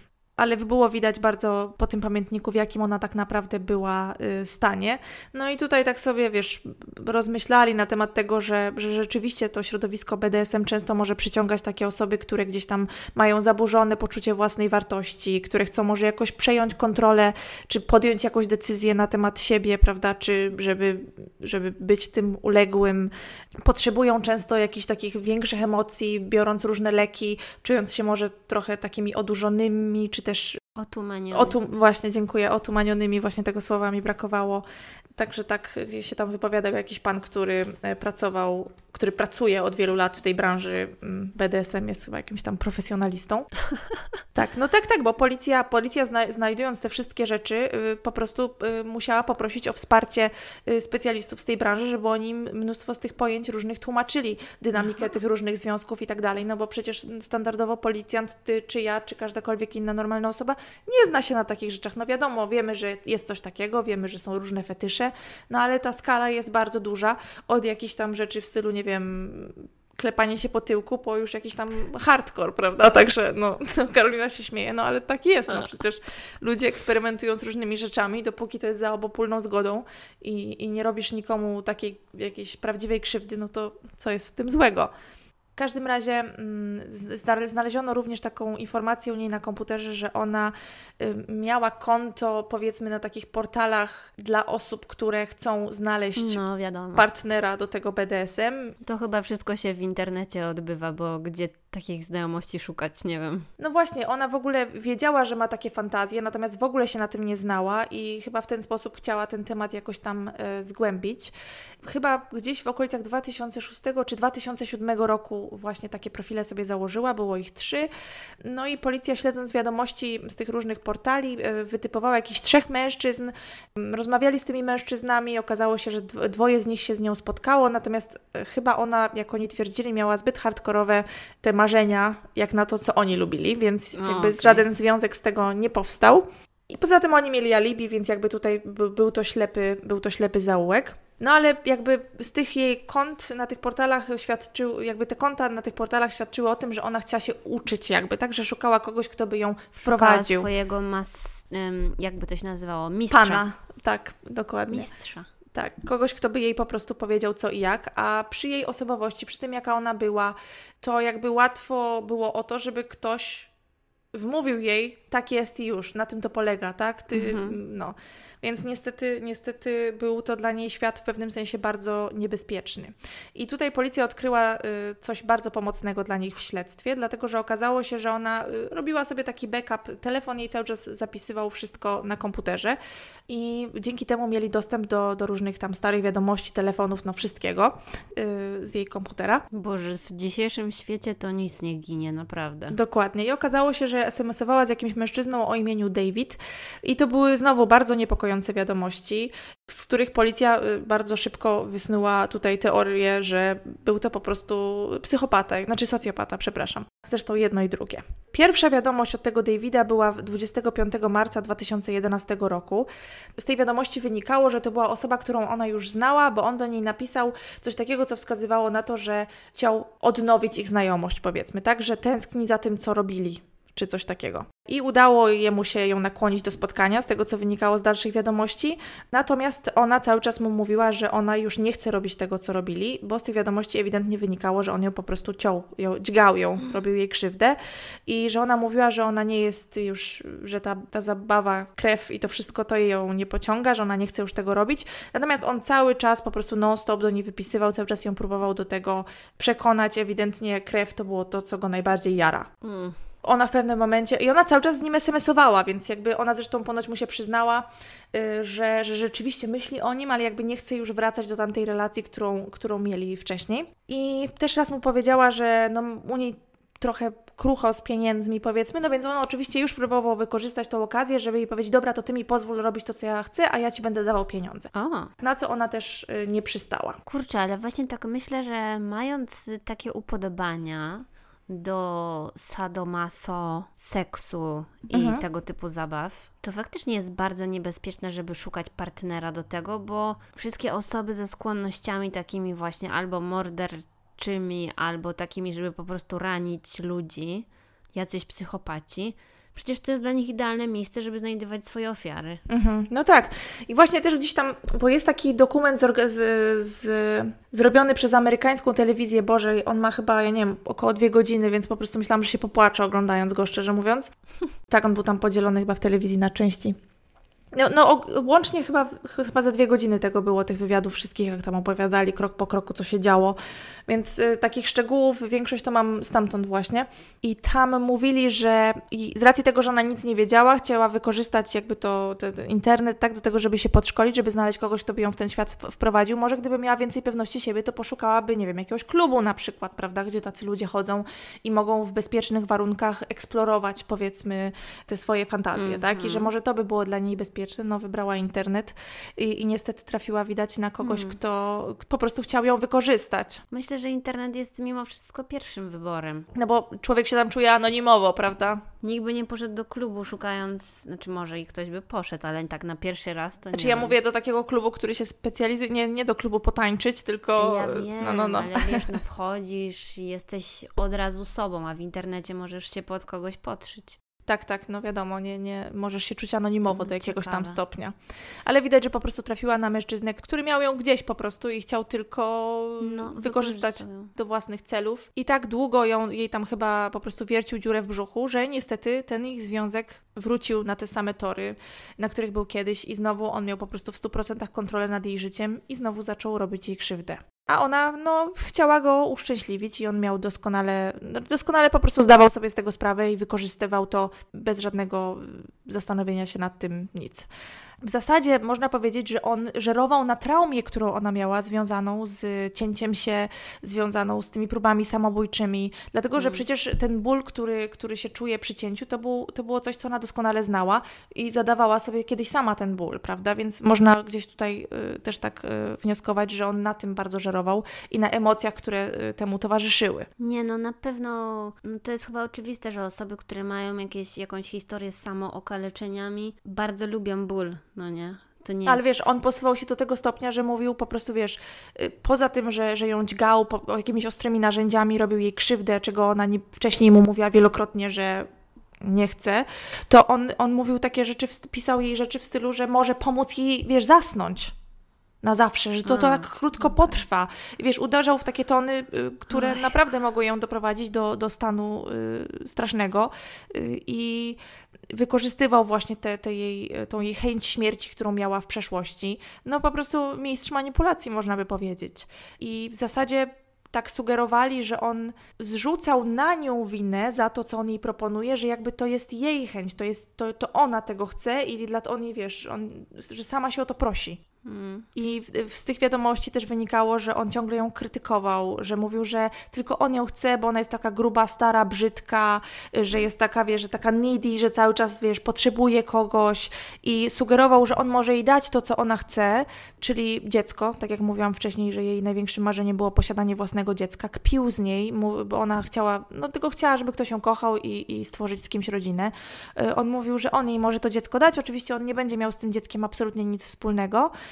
ale było widać bardzo po tym pamiętniku, w jakim ona tak naprawdę była y, stanie. No i tutaj tak sobie, wiesz, rozmyślali na temat tego, że, że rzeczywiście to środowisko B D S M często może przyciągać takie osoby, które gdzieś tam mają zaburzone poczucie własnej wartości, które chcą może jakoś przejąć kontrolę, czy podjąć jakąś decyzję na temat siebie, prawda, czy żeby, żeby być tym uległym. Potrzebują często jakichś takich większych emocji, biorąc różne leki, czując się może trochę takimi odurzonymi, czy też Otumaniony. Otum, właśnie, dziękuję. Otumanionymi, właśnie tego słowa mi brakowało. Także tak się tam wypowiadał jakiś pan, który pracował, który pracuje od wielu lat w tej branży B D S M, jest chyba jakimś tam profesjonalistą. Tak, no tak, tak, bo policja, policja zna, znajdując te wszystkie rzeczy, y, po prostu y, musiała poprosić o wsparcie y, specjalistów z tej branży, żeby oni mnóstwo z tych pojęć różnych tłumaczyli, dynamikę Aha. tych różnych związków i tak dalej, no bo przecież standardowo policjant, ty, czy ja, czy każdakolwiek inna normalna osoba nie zna się na takich rzeczach. No wiadomo, wiemy, że jest coś takiego, wiemy, że są różne fetysze, no ale ta skala jest bardzo duża, od jakichś tam rzeczy w stylu, nie wiem, klepanie się po tyłku, po już jakiś tam hardcore, prawda? Także, no, Karolina się śmieje, no ale tak jest, no przecież ludzie eksperymentują z różnymi rzeczami, dopóki to jest za obopólną zgodą i, i nie robisz nikomu takiej jakiejś prawdziwej krzywdy, no to co jest w tym złego? W każdym razie mm, znaleziono również taką informację u niej na komputerze, że ona y, miała konto, powiedzmy, na takich portalach dla osób, które chcą znaleźć no, wiadomo. partnera do tego B D S M. To chyba wszystko się w internecie odbywa, bo gdzie takich znajomości szukać, nie wiem. No właśnie, ona w ogóle wiedziała, że ma takie fantazje, natomiast w ogóle się na tym nie znała i chyba w ten sposób chciała ten temat jakoś tam y, zgłębić. Chyba gdzieś w okolicach dwa tysiące szóstego czy dwa tysiące siódmego roku właśnie takie profile sobie założyła, było ich trzy. No i policja, śledząc wiadomości z tych różnych portali, wytypowała jakichś trzech mężczyzn. Rozmawiali z tymi mężczyznami, okazało się, że dwoje z nich się z nią spotkało, natomiast chyba ona, jak oni twierdzili, miała zbyt hardkorowe te marzenia, jak na to, co oni lubili, więc jakby okay. żaden związek z tego nie powstał. I poza tym oni mieli alibi, więc jakby tutaj był to ślepy, był to ślepy zaułek. No ale jakby z tych jej kont na tych portalach świadczyły, jakby te konta na tych portalach świadczyły o tym, że ona chciała się uczyć jakby, tak? Że szukała kogoś, kto by ją wprowadził. Szukała swojego mas... jakby to się nazywało? Mistrza. Pana, tak, dokładnie. Mistrza. Tak, kogoś, kto by jej po prostu powiedział co i jak, a przy jej osobowości, przy tym jaka ona była, to jakby łatwo było o to, żeby ktoś wmówił jej, tak jest i już, na tym to polega, tak? Ty, mhm. no. Więc niestety, niestety był to dla niej świat w pewnym sensie bardzo niebezpieczny. I tutaj policja odkryła y, coś bardzo pomocnego dla nich w śledztwie, dlatego że okazało się, że ona y, robiła sobie taki backup, telefon jej cały czas zapisywał wszystko na komputerze i dzięki temu mieli dostęp do, do różnych tam starych wiadomości, telefonów, no wszystkiego y, z jej komputera. Boże, w dzisiejszym świecie to nic nie ginie, naprawdę. Dokładnie. I okazało się, że es em esowała z jakimś mężczyzną o imieniu David i to były znowu bardzo niepokojące wiadomości, z których policja bardzo szybko wysnuła tutaj teorię, że był to po prostu psychopata, znaczy socjopata, przepraszam. Zresztą jedno i drugie. Pierwsza wiadomość od tego Davida była dwudziestego piątego marca dwa tysiące jedenastego roku. Z tej wiadomości wynikało, że to była osoba, którą ona już znała, bo on do niej napisał coś takiego, co wskazywało na to, że chciał odnowić ich znajomość, powiedzmy, tak, że tęskni za tym, co robili, czy coś takiego. i udało jemu się ją nakłonić do spotkania, z tego co wynikało z dalszych wiadomości. Natomiast ona cały czas mu mówiła, że ona już nie chce robić tego, co robili, bo z tych wiadomości ewidentnie wynikało, że on ją po prostu ciął, ją, dźgał ją, robił jej krzywdę i że ona mówiła, że ona nie jest już, że ta, ta zabawa, krew i to wszystko to ją nie pociąga, że ona nie chce już tego robić. Natomiast on cały czas po prostu non-stop do niej wypisywał, cały czas ją próbował do tego przekonać. Ewidentnie krew to było to, co go najbardziej jara. Mm. Ona w pewnym momencie, i ona cały czas z nim es em esowała, więc jakby ona zresztą ponoć mu się przyznała, yy, że, że rzeczywiście myśli o nim, ale jakby nie chce już wracać do tamtej relacji, którą, którą mieli wcześniej. I też raz mu powiedziała, że no, u niej trochę krucho z pieniędzmi, powiedzmy, no więc on oczywiście już próbował wykorzystać tą okazję, żeby jej powiedzieć, dobra, to ty mi pozwól robić to, co ja chcę, a ja ci będę dawał pieniądze. O. Na co ona też y, nie przystała. Kurczę, ale właśnie tak myślę, że mając takie upodobania do sadomaso, seksu i mhm. tego typu zabaw, to faktycznie jest bardzo niebezpieczne, żeby szukać partnera do tego, bo wszystkie osoby ze skłonnościami takimi właśnie albo morderczymi, albo takimi, żeby po prostu ranić ludzi, jacyś psychopaci, przecież to jest dla nich idealne miejsce, żeby znajdować swoje ofiary. Mhm, no tak. I właśnie też gdzieś tam, bo jest taki dokument z, z, z, zrobiony przez amerykańską telewizję, Boże, on ma chyba, ja nie wiem, około dwie godziny, więc po prostu myślałam, że się popłaczę oglądając go, szczerze mówiąc. Tak, on był tam podzielony chyba w telewizji na części. No, no łącznie chyba, chyba za dwie godziny tego było, tych wywiadów wszystkich, jak tam opowiadali krok po kroku, co się działo. Więc y, takich szczegółów większość to mam stamtąd właśnie. I tam mówili, że i z racji tego, że ona nic nie wiedziała, chciała wykorzystać jakby to, to, to internet tak do tego, żeby się podszkolić, żeby znaleźć kogoś, kto by ją w ten świat wprowadził. Może gdyby miała więcej pewności siebie, to poszukałaby, nie wiem, jakiegoś klubu na przykład, prawda, gdzie tacy ludzie chodzą i mogą w bezpiecznych warunkach eksplorować, powiedzmy, te swoje fantazje, mm-hmm. tak? I że może to by było dla niej bezpieczne. No, wybrała internet i, i niestety trafiła, widać, na kogoś, hmm. kto po prostu chciał ją wykorzystać. Myślę, że internet jest mimo wszystko pierwszym wyborem. No bo człowiek się tam czuje anonimowo, prawda? Nikt by nie poszedł do klubu szukając, znaczy może i ktoś by poszedł, ale tak na pierwszy raz to nie. Znaczy ja mówię do takiego klubu, który się specjalizuje, nie, nie do klubu potańczyć, tylko... Ja wiem, no, no, no. ale wiesz, no wchodzisz i jesteś od razu sobą, a w internecie możesz się pod kogoś podszyć. Tak, tak, no wiadomo, nie, nie możesz się czuć anonimowo do jakiegoś Ciekawe. tam stopnia. Ale widać, że po prostu trafiła na mężczyznę, który miał ją gdzieś po prostu i chciał tylko no, wykorzystać do własnych celów. I tak długo ją, jej tam chyba po prostu wiercił dziurę w brzuchu, że niestety ten ich związek wrócił na te same tory, na których był kiedyś i znowu on miał po prostu w stu procentach kontrolę nad jej życiem i znowu zaczął robić jej krzywdę. A ona, no, chciała go uszczęśliwić i on miał doskonale, no, doskonale po prostu zdawał sobie z tego sprawę i wykorzystywał to bez żadnego zastanowienia się nad tym nic. W zasadzie można powiedzieć, że on żerował na traumie, którą ona miała, związaną z cięciem się, związaną z tymi próbami samobójczymi, dlatego, że mm. przecież ten ból, który, który się czuje przy cięciu, to, był, to było coś, co ona doskonale znała i zadawała sobie kiedyś sama ten ból, prawda? Więc można gdzieś tutaj y, też tak y, wnioskować, że on na tym bardzo żerował i na emocjach, które y, temu towarzyszyły. Nie, no na pewno no to jest chyba oczywiste, że osoby, które mają jakieś, jakąś historię z samookaleczeniami, bardzo lubią ból. No nie, to nie Ale jest... wiesz, on posuwał się do tego stopnia, że mówił po prostu, wiesz, poza tym, że, że ją dźgał po, jakimiś ostrymi narzędziami, robił jej krzywdę, czego ona nie, wcześniej mu mówiła wielokrotnie, że nie chce, to on, on mówił takie rzeczy, pisał jej rzeczy w stylu, że może pomóc jej, wiesz, zasnąć. Na zawsze, że to, to tak krótko potrwa. I wiesz, uderzał w takie tony, y, które Ach. naprawdę mogły ją doprowadzić do, do stanu y, strasznego y, i wykorzystywał właśnie te, te jej, tą jej chęć śmierci, którą miała w przeszłości. No po prostu mistrz manipulacji, można by powiedzieć. I w zasadzie tak sugerowali, że on zrzucał na nią winę za to, co on jej proponuje, że jakby to jest jej chęć, to, jest, to, to ona tego chce i dla on jej, wiesz, on, że sama się o to prosi. Hmm. I w, z tych wiadomości też wynikało, że on ciągle ją krytykował, że mówił, że tylko on ją chce, bo ona jest taka gruba, stara, brzydka, że jest taka, wiesz, że taka needy, że cały czas, wiesz, potrzebuje kogoś i sugerował, że on może jej dać to, co ona chce, czyli dziecko, tak jak mówiłam wcześniej, że jej największym marzeniem było posiadanie własnego dziecka, kpił z niej, bo ona chciała, no tylko chciała, żeby ktoś ją kochał i, i stworzyć z kimś rodzinę. On mówił, że on jej może to dziecko dać, oczywiście on nie będzie miał z tym dzieckiem absolutnie nic wspólnego,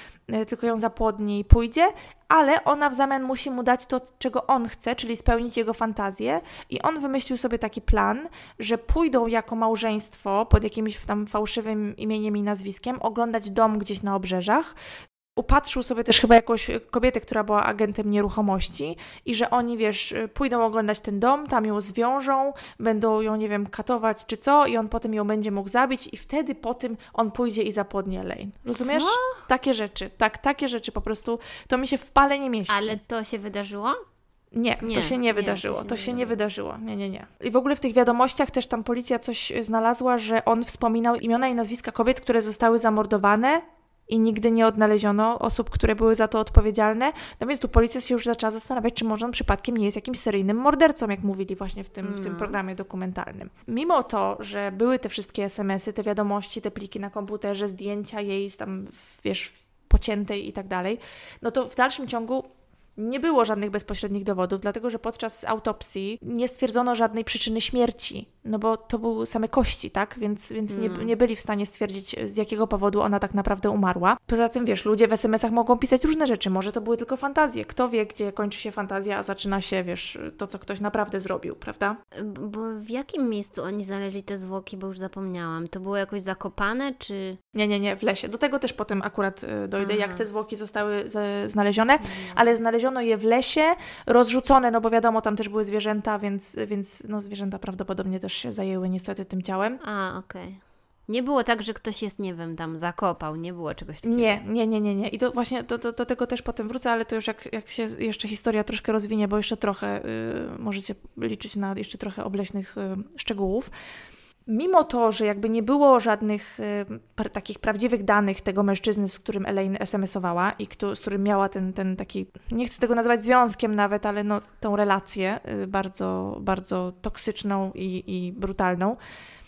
tylko ją zapłodni i pójdzie, ale ona w zamian musi mu dać to, czego on chce, czyli spełnić jego fantazję i on wymyślił sobie taki plan, że pójdą jako małżeństwo pod jakimś tam fałszywym imieniem i nazwiskiem oglądać dom gdzieś na obrzeżach. Upatrzył sobie też chyba jakąś kobietę, która była agentem nieruchomości i że oni, wiesz, pójdą oglądać ten dom, tam ją zwiążą, będą ją, nie wiem, katować czy co i on potem ją będzie mógł zabić i wtedy po tym on pójdzie i zapłodni Elaine. Rozumiesz? Co? Takie rzeczy. Tak, takie rzeczy po prostu. To mi się w pale nie mieści. Ale to się wydarzyło? Nie, Nie, to się nie, nie wydarzyło. to się To nie się nie wydarzyło. Nie, nie, nie. I w ogóle w tych wiadomościach też tam policja coś znalazła, że on wspominał imiona i nazwiska kobiet, które zostały zamordowane i nigdy nie odnaleziono osób, które były za to odpowiedzialne. No więc tu policja się już zaczęła zastanawiać, czy może on przypadkiem nie jest jakimś seryjnym mordercą, jak mówili właśnie w tym, mm. w tym programie dokumentalnym. Mimo to, że były te wszystkie es em esy, te wiadomości, te pliki na komputerze, zdjęcia jej tam, wiesz, pociętej i tak dalej, no to w dalszym ciągu nie było żadnych bezpośrednich dowodów, dlatego że podczas autopsji nie stwierdzono żadnej przyczyny śmierci, no bo to były same kości, tak? Więc, więc nie, nie byli w stanie stwierdzić, z jakiego powodu ona tak naprawdę umarła. Poza tym, wiesz, ludzie w es em esach mogą pisać różne rzeczy, może to były tylko fantazje. Kto wie, gdzie kończy się fantazja, a zaczyna się, wiesz, to, co ktoś naprawdę zrobił, prawda? Bo w jakim miejscu oni znaleźli te zwłoki, bo już zapomniałam. To było jakoś zakopane, czy... Nie, nie, nie, w lesie. Do tego też potem akurat y, dojdę, Aha. jak te zwłoki zostały z, znalezione, mhm. ale znaleziono je w lesie, rozrzucone, no bo wiadomo, tam też były zwierzęta, więc, więc no zwierzęta prawdopodobnie też się zajęły niestety tym ciałem. A, okej. Okay. Nie było tak, że ktoś jest, nie wiem, tam zakopał, nie było czegoś takiego. Nie, nie, nie, nie, nie. I to właśnie do, do, do tego też potem wrócę, ale to już jak, jak się jeszcze historia troszkę rozwinie, bo jeszcze trochę y, możecie liczyć na jeszcze trochę obleśnych y, szczegółów. Mimo to, że jakby nie było żadnych y, takich prawdziwych danych tego mężczyzny, z którym Elaine es em esowała i kto, z którym miała ten, ten taki, nie chcę tego nazywać związkiem nawet, ale no tą relację y, bardzo, bardzo toksyczną i, i brutalną,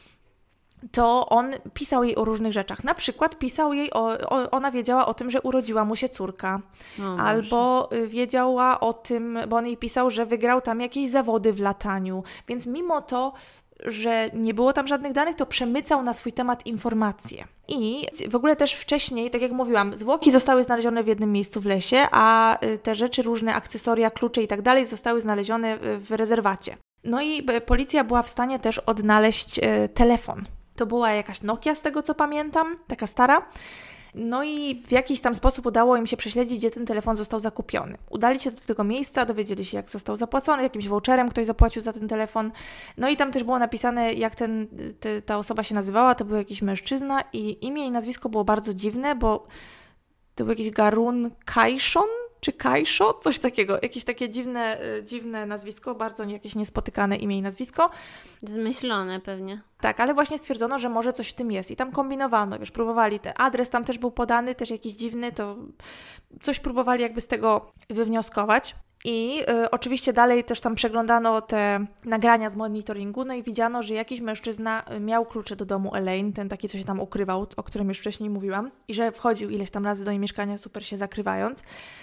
to on pisał jej o różnych rzeczach. Na przykład pisał jej, o, o, ona wiedziała o tym, że urodziła mu się córka. O, albo Boże. Wiedziała o tym, bo on jej pisał, że wygrał tam jakieś zawody w lataniu. Więc mimo to, że nie było tam żadnych danych, to przemycał na swój temat informacje. I w ogóle też wcześniej, tak jak mówiłam, zwłoki zostały znalezione w jednym miejscu w lesie, a te rzeczy, różne akcesoria, klucze i tak dalej zostały znalezione w rezerwacie. No i policja była w stanie też odnaleźć telefon. To była jakaś Nokia, z tego co pamiętam, taka stara. No i w jakiś tam sposób udało im się prześledzić, gdzie ten telefon został zakupiony. Udali się do tego miejsca, dowiedzieli się, jak został zapłacony, jakimś voucherem ktoś zapłacił za ten telefon. No i tam też było napisane, jak ten, te, ta osoba się nazywała, to był jakiś mężczyzna i imię i nazwisko było bardzo dziwne, bo to był jakiś Garun Kajszon, czy Kajszo, coś takiego, jakieś takie dziwne, dziwne nazwisko, bardzo jakieś niespotykane imię i nazwisko. Zmyślone pewnie. Tak, ale właśnie stwierdzono, że może coś w tym jest i tam kombinowano, wiesz, próbowali, ten adres tam też był podany, też jakiś dziwny, to coś próbowali jakby z tego wywnioskować. I y, oczywiście dalej też tam przeglądano te nagrania z monitoringu, no i widziano, że jakiś mężczyzna miał klucze do domu Elaine, ten taki, co się tam ukrywał, o którym już wcześniej mówiłam, i że wchodził ileś tam razy do jej mieszkania, super się zakrywając.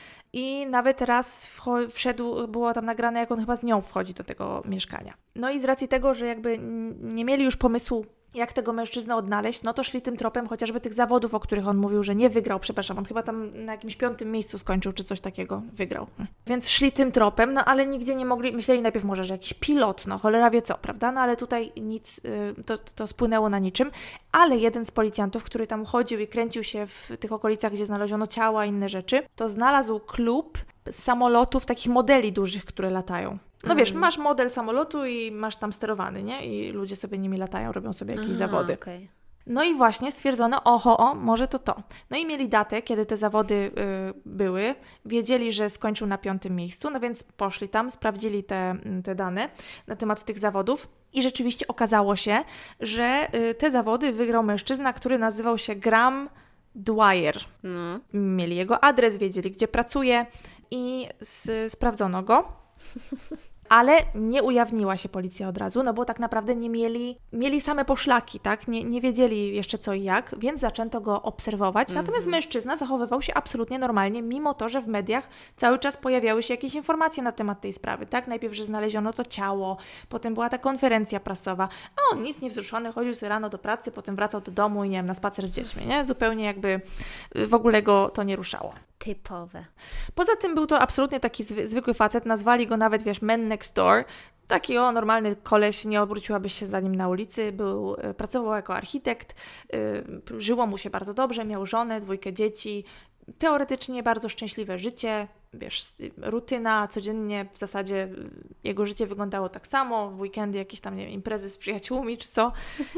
I nawet raz wcho- wszedł, było tam nagrane, jak on chyba z nią wchodzi do tego mieszkania. No i z racji tego, że jakby nie mieli już pomysłu, jak tego mężczyznę odnaleźć, no to szli tym tropem chociażby tych zawodów, o których on mówił, że nie wygrał, przepraszam, on chyba tam na jakimś piątym miejscu skończył, czy coś takiego, wygrał. Więc szli tym tropem, no ale nigdzie nie mogli, myśleli najpierw może, że jakiś pilot, no cholera wie co, prawda, no ale tutaj nic, to, to spłynęło na niczym, ale jeden z policjantów, który tam chodził i kręcił się w tych okolicach, gdzie znaleziono ciała i inne rzeczy, to znalazł klub samolotów, takich modeli dużych, które latają. No wiesz, masz model samolotu i masz tam sterowany, nie? I ludzie sobie nimi latają, robią sobie jakieś Aha, zawody. Okay. No i właśnie stwierdzono, oho, o, może to to. No i mieli datę, kiedy te zawody y, były, wiedzieli, że skończył na piątym miejscu, no więc poszli tam, sprawdzili te, te dane na temat tych zawodów i rzeczywiście okazało się, że y, te zawody wygrał mężczyzna, który nazywał się Graham Dwyer. No. Mieli jego adres, wiedzieli, gdzie pracuje i s- sprawdzono go. Ale nie ujawniła się policja od razu, no bo tak naprawdę nie mieli, mieli same poszlaki, tak? Nie, nie wiedzieli jeszcze co i jak, więc zaczęto go obserwować. Mm-hmm. Natomiast mężczyzna zachowywał się absolutnie normalnie, mimo to, że w mediach cały czas pojawiały się jakieś informacje na temat tej sprawy, tak? Najpierw, że znaleziono to ciało, potem była ta konferencja prasowa, a on nic niewzruszony, chodził sobie rano do pracy, potem wracał do domu i nie wiem, na spacer z dziećmi, nie? Zupełnie jakby w ogóle go to nie ruszało. Typowe. Poza tym był to absolutnie taki zwy, zwykły facet, nazwali go nawet, wiesz, man next door. Taki o, normalny koleś, nie obróciłabyś się za nim na ulicy, był, pracował jako architekt, yy, żyło mu się bardzo dobrze, miał żonę, dwójkę dzieci, teoretycznie bardzo szczęśliwe życie, wiesz, rutyna, codziennie w zasadzie jego życie wyglądało tak samo, w weekendy jakieś tam, nie wiem, imprezy z przyjaciółmi czy co.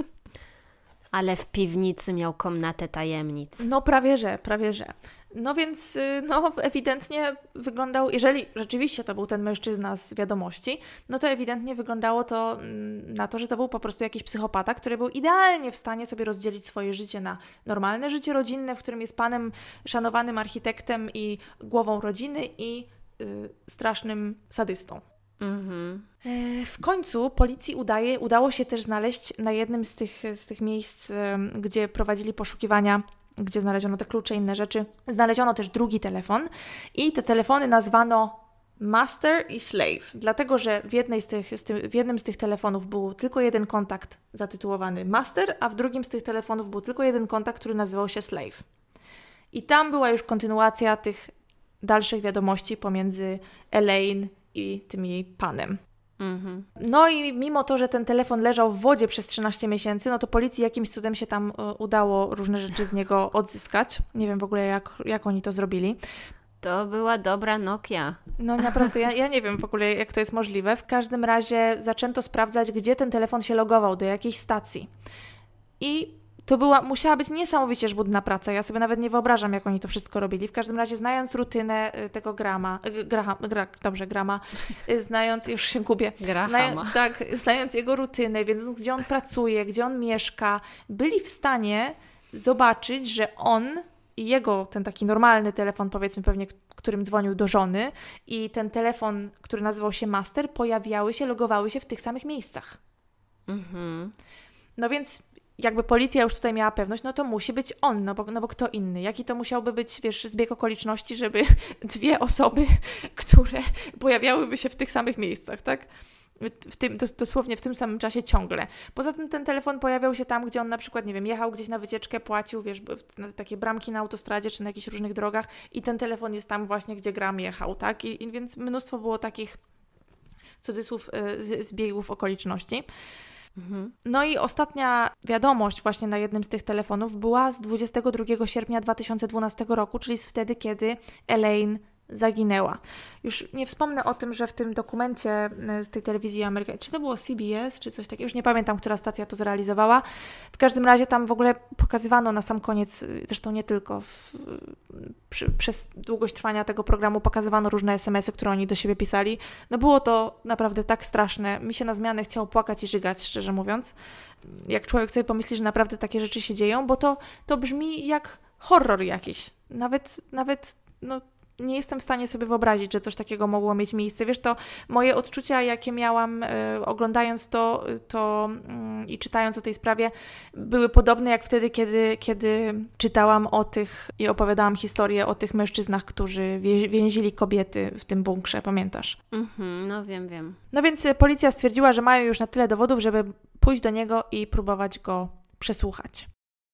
Ale w piwnicy miał komnatę tajemnic. No prawie że, prawie że. No więc no ewidentnie wyglądał, jeżeli rzeczywiście to był ten mężczyzna z wiadomości, no to ewidentnie wyglądało to na to, że to był po prostu jakiś psychopata, który był idealnie w stanie sobie rozdzielić swoje życie na normalne życie rodzinne, w którym jest panem szanowanym architektem i głową rodziny i y, strasznym sadystą. Mm-hmm. W końcu policji udaje, udało się też znaleźć na jednym z tych, z tych miejsc, gdzie prowadzili poszukiwania, gdzie znaleziono te klucze i inne rzeczy, znaleziono też drugi telefon i te telefony nazwano Master i Slave, dlatego że w, jednej z tych, z tym, w jednym z tych telefonów był tylko jeden kontakt zatytułowany Master, a w drugim z tych telefonów był tylko jeden kontakt, który nazywał się Slave. I tam była już kontynuacja tych dalszych wiadomości pomiędzy Elaine i tym jej panem. Mm-hmm. No i mimo to, że ten telefon leżał w wodzie przez trzynaście miesięcy, no to policji jakimś cudem się tam y, udało różne rzeczy z niego odzyskać. Nie wiem w ogóle, jak, jak oni to zrobili. To była dobra Nokia. No naprawdę, ja, ja nie wiem w ogóle, jak to jest możliwe. W każdym razie zaczęto sprawdzać, gdzie ten telefon się logował, do jakiej stacji. I to była, musiała być niesamowicie żmudna praca. Ja sobie nawet nie wyobrażam, jak oni to wszystko robili. W każdym razie, znając rutynę tego Grama, Graham, gra, dobrze, Grama, znając, już się gubię, Grahama. Zna, tak, znając jego rutynę, wiedząc, gdzie on pracuje, gdzie on mieszka, byli w stanie zobaczyć, że on i jego, ten taki normalny telefon, powiedzmy pewnie, którym dzwonił do żony, i ten telefon, który nazywał się Master, pojawiały się, logowały się w tych samych miejscach. Mhm. No więc jakby policja już tutaj miała pewność, no to musi być on, no bo, no bo kto inny? Jaki to musiałby być, wiesz, zbieg okoliczności, żeby dwie osoby, które pojawiałyby się w tych samych miejscach, tak? W tym, dosłownie w tym samym czasie ciągle. Poza tym ten telefon pojawiał się tam, gdzie on na przykład, nie wiem, jechał gdzieś na wycieczkę, płacił, wiesz, takie bramki na autostradzie czy na jakichś różnych drogach i ten telefon jest tam właśnie, gdzie Graham jechał, tak? I, i więc mnóstwo było takich, cudzysłów, z, zbiegów okoliczności. Mhm. No i ostatnia wiadomość właśnie na jednym z tych telefonów była z dwudziestego drugiego sierpnia dwa tysiące dwunastego roku, czyli z wtedy, kiedy Elaine zaginęła. Już nie wspomnę o tym, że w tym dokumencie z tej telewizji amerykańskiej, czy to było C B S, czy coś takiego, już nie pamiętam, która stacja to zrealizowała. W każdym razie tam w ogóle pokazywano na sam koniec, zresztą nie tylko, w, przy, przez długość trwania tego programu pokazywano różne es em esy, które oni do siebie pisali. No było to naprawdę tak straszne. Mi się na zmianę chciało płakać i żygać, szczerze mówiąc. Jak człowiek sobie pomyśli, że naprawdę takie rzeczy się dzieją, bo to, to brzmi jak horror jakiś. Nawet, nawet, no nie jestem w stanie sobie wyobrazić, że coś takiego mogło mieć miejsce. Wiesz, to moje odczucia, jakie miałam y, oglądając to, to y, i czytając o tej sprawie, były podobne jak wtedy, kiedy, kiedy czytałam o tych i opowiadałam historię o tych mężczyznach, którzy wie, więzili kobiety w tym bunkrze, pamiętasz? Mhm, no wiem, wiem. No więc policja stwierdziła, że mają już na tyle dowodów, żeby pójść do niego i próbować go przesłuchać.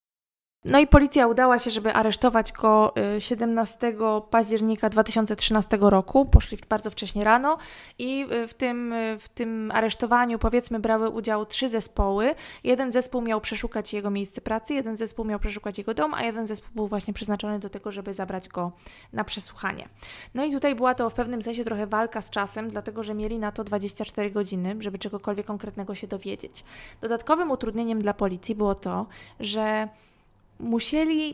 No i policja udała się, żeby aresztować go siedemnastego października dwa tysiące trzynastego roku. Poszli bardzo wcześnie rano i w tym, w tym aresztowaniu, powiedzmy, brały udział trzy zespoły. Jeden zespół miał przeszukać jego miejsce pracy, jeden zespół miał przeszukać jego dom, a jeden zespół był właśnie przeznaczony do tego, żeby zabrać go na przesłuchanie. No i tutaj była to w pewnym sensie trochę walka z czasem, dlatego że mieli na to dwadzieścia cztery godziny, żeby czegokolwiek konkretnego się dowiedzieć. Dodatkowym utrudnieniem dla policji było to, że musieli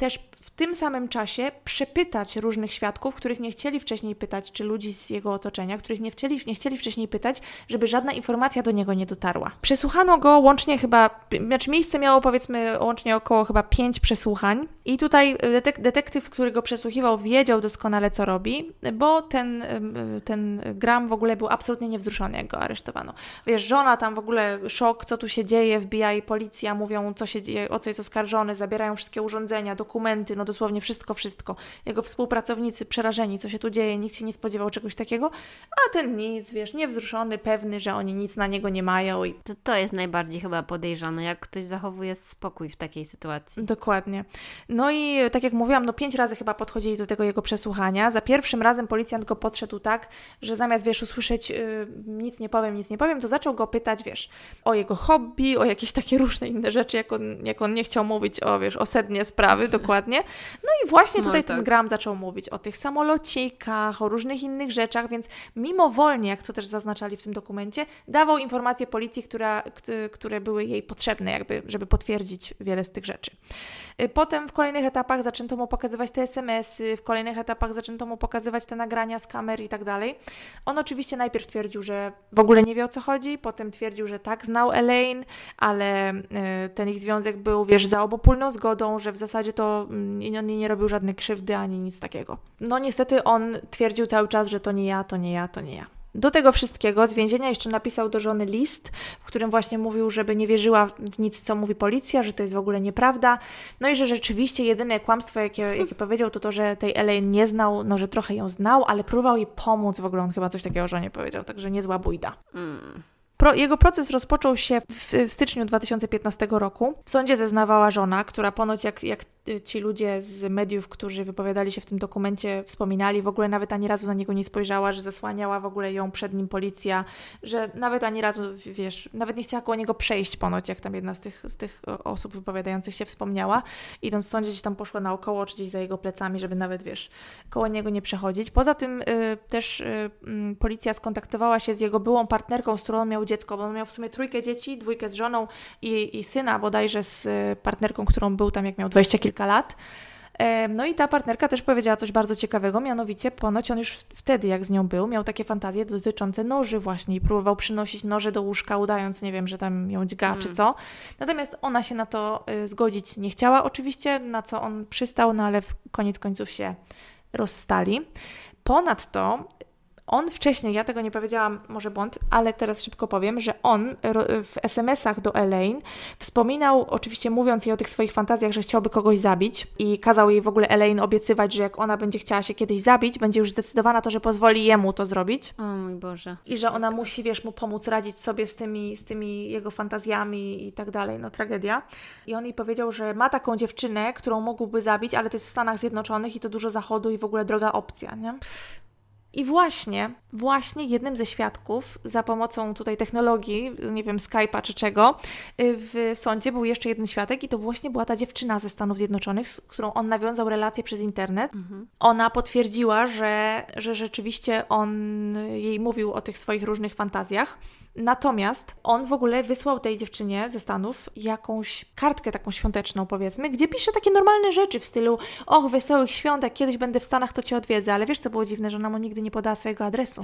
też w tym samym czasie przepytać różnych świadków, których nie chcieli wcześniej pytać, czy ludzi z jego otoczenia, których nie chcieli, nie chcieli wcześniej pytać, żeby żadna informacja do niego nie dotarła. Przesłuchano go łącznie chyba, znaczy miejsce miało powiedzmy łącznie około chyba pięć przesłuchań i tutaj detek- detektyw, który go przesłuchiwał, wiedział doskonale, co robi, bo ten, ten Graham w ogóle był absolutnie niewzruszony, jak go aresztowano. Wiesz, żona tam w ogóle szok, co tu się dzieje, F B I, policja, mówią, co się dzieje, o co jest oskarżony, zabierają wszystkie urządzenia, dokumenty, no dosłownie wszystko, wszystko. Jego współpracownicy przerażeni, co się tu dzieje, nikt się nie spodziewał czegoś takiego, a ten nic, wiesz, niewzruszony, pewny, że oni nic na niego nie mają. I... To, to jest najbardziej chyba podejrzane, jak ktoś zachowuje spokój w takiej sytuacji. Dokładnie. No i tak jak mówiłam, no pięć razy chyba podchodzili do tego jego przesłuchania. Za pierwszym razem policjant go podszedł tak, że zamiast, wiesz, usłyszeć yy, nic nie powiem, nic nie powiem, to zaczął go pytać, wiesz, o jego hobby, o jakieś takie różne inne rzeczy, jak on, jak on nie chciał mówić o, wiesz, o sednie sprawy, dokładnie. No i właśnie tutaj ten Graham zaczął mówić o tych samolocikach, o różnych innych rzeczach, więc mimowolnie, jak to też zaznaczali w tym dokumencie, dawał informacje policji, która, które były jej potrzebne, jakby, żeby potwierdzić wiele z tych rzeczy. Potem w kolejnych etapach zaczęto mu pokazywać te es em esy, w kolejnych etapach zaczęto mu pokazywać te nagrania z kamer i tak dalej. On oczywiście najpierw twierdził, że w ogóle nie wie, o co chodzi, potem twierdził, że tak, znał Elaine, ale ten ich związek był, wiesz, za obopólną zgodą, że w zasadzie to on nie robił żadnej krzywdy ani nic takiego. No niestety on twierdził cały czas, że to nie ja, to nie ja, to nie ja. Do tego wszystkiego z więzienia jeszcze napisał do żony list, w którym właśnie mówił, żeby nie wierzyła w nic, co mówi policja, że to jest w ogóle nieprawda. No i że rzeczywiście jedyne kłamstwo, jakie, jakie powiedział, to to, że tej Elaine nie znał, no że trochę ją znał, ale próbował jej pomóc. W ogóle on chyba coś takiego żonie powiedział, także niezła bójda. Mm. Pro, jego proces rozpoczął się w, w styczniu dwa tysiące piętnastego roku. W sądzie zeznawała żona, która ponoć jak, jak ci ludzie z mediów, którzy wypowiadali się w tym dokumencie, wspominali, w ogóle nawet ani razu na niego nie spojrzała, że zasłaniała w ogóle ją przed nim policja, że nawet ani razu, wiesz, nawet nie chciała koło niego przejść ponoć, jak tam jedna z tych, z tych osób wypowiadających się wspomniała. Idąc w sądzie gdzieś tam poszła naokoło, czy gdzieś za jego plecami, żeby nawet, wiesz, koło niego nie przechodzić. Poza tym y, też y, y, policja skontaktowała się z jego byłą partnerką, z którą on miał dziecko, bo on miał w sumie trójkę dzieci, dwójkę z żoną i, i syna bodajże z y, partnerką, którą był tam, jak miał dwadzieścia kilka lat. No i ta partnerka też powiedziała coś bardzo ciekawego, mianowicie ponoć on już wtedy, jak z nią był, miał takie fantazje dotyczące noży właśnie i próbował przynosić noże do łóżka, udając, nie wiem, że tam ją dźga hmm. czy co. Natomiast ona się na to y, zgodzić nie chciała oczywiście, na co on przystał, no ale w koniec końców się rozstali. Ponadto on wcześniej, ja tego nie powiedziałam, może błąd, ale teraz szybko powiem, że on w es em esach do Elaine wspominał, oczywiście mówiąc jej o tych swoich fantazjach, że chciałby kogoś zabić i kazał jej w ogóle Elaine obiecywać, że jak ona będzie chciała się kiedyś zabić, będzie już zdecydowana na to, że pozwoli jemu to zrobić. O mój Boże. I że ona musi, wiesz, mu pomóc radzić sobie z tymi, z tymi jego fantazjami i tak dalej, no tragedia. I on jej powiedział, że ma taką dziewczynę, którą mógłby zabić, ale to jest w Stanach Zjednoczonych i to dużo zachodu i w ogóle droga opcja, nie? I właśnie, właśnie jednym ze świadków za pomocą tutaj technologii, nie wiem, Skype'a czy czego, w sądzie był jeszcze jeden świadek i to właśnie była ta dziewczyna ze Stanów Zjednoczonych, z którą on nawiązał relację przez internet. Mhm. Ona potwierdziła, że, że rzeczywiście on jej mówił o tych swoich różnych fantazjach. Natomiast on w ogóle wysłał tej dziewczynie ze Stanów jakąś kartkę taką świąteczną, powiedzmy, gdzie pisze takie normalne rzeczy w stylu: och, wesołych świąt, jak kiedyś będę w Stanach, to Cię odwiedzę. Ale wiesz, co było dziwne, że ona mu nigdy nie podała swojego adresu.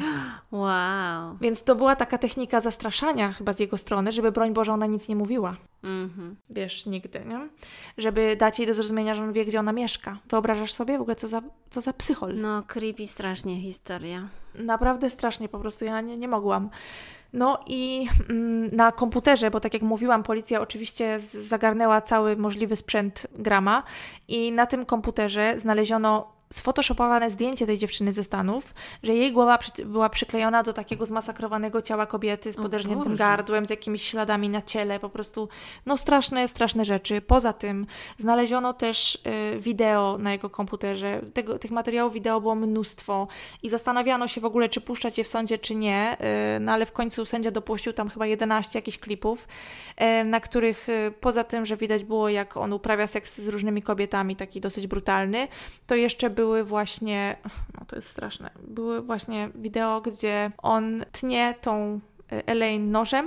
Wow. Więc to była taka technika zastraszania chyba z jego strony, żeby broń Boże ona nic nie mówiła. Mm-hmm. Wiesz, nigdy, nie? Żeby dać jej do zrozumienia, że on wie, gdzie ona mieszka. Wyobrażasz sobie w ogóle, co za, co za psychol? No, creepy strasznie historia. Naprawdę strasznie, po prostu ja nie, nie mogłam. No i mm, na komputerze, bo tak jak mówiłam, policja oczywiście z, zagarnęła cały możliwy sprzęt Grahama i na tym komputerze znaleziono sfotoshopowane zdjęcie tej dziewczyny ze Stanów, że jej głowa przy, była przyklejona do takiego zmasakrowanego ciała kobiety z poderżniętym gardłem, z jakimiś śladami na ciele, po prostu no straszne, straszne rzeczy. Poza tym znaleziono też y, wideo na jego komputerze. Tego, tych materiałów wideo było mnóstwo i zastanawiano się w ogóle, czy puszczać je w sądzie, czy nie, y, no ale w końcu sędzia dopuścił tam chyba jedenaście jakichś klipów, y, na których y, poza tym, że widać było, jak on uprawia seks z różnymi kobietami, taki dosyć brutalny, to jeszcze były właśnie, no to jest straszne, były właśnie wideo, gdzie on tnie tą Elaine nożem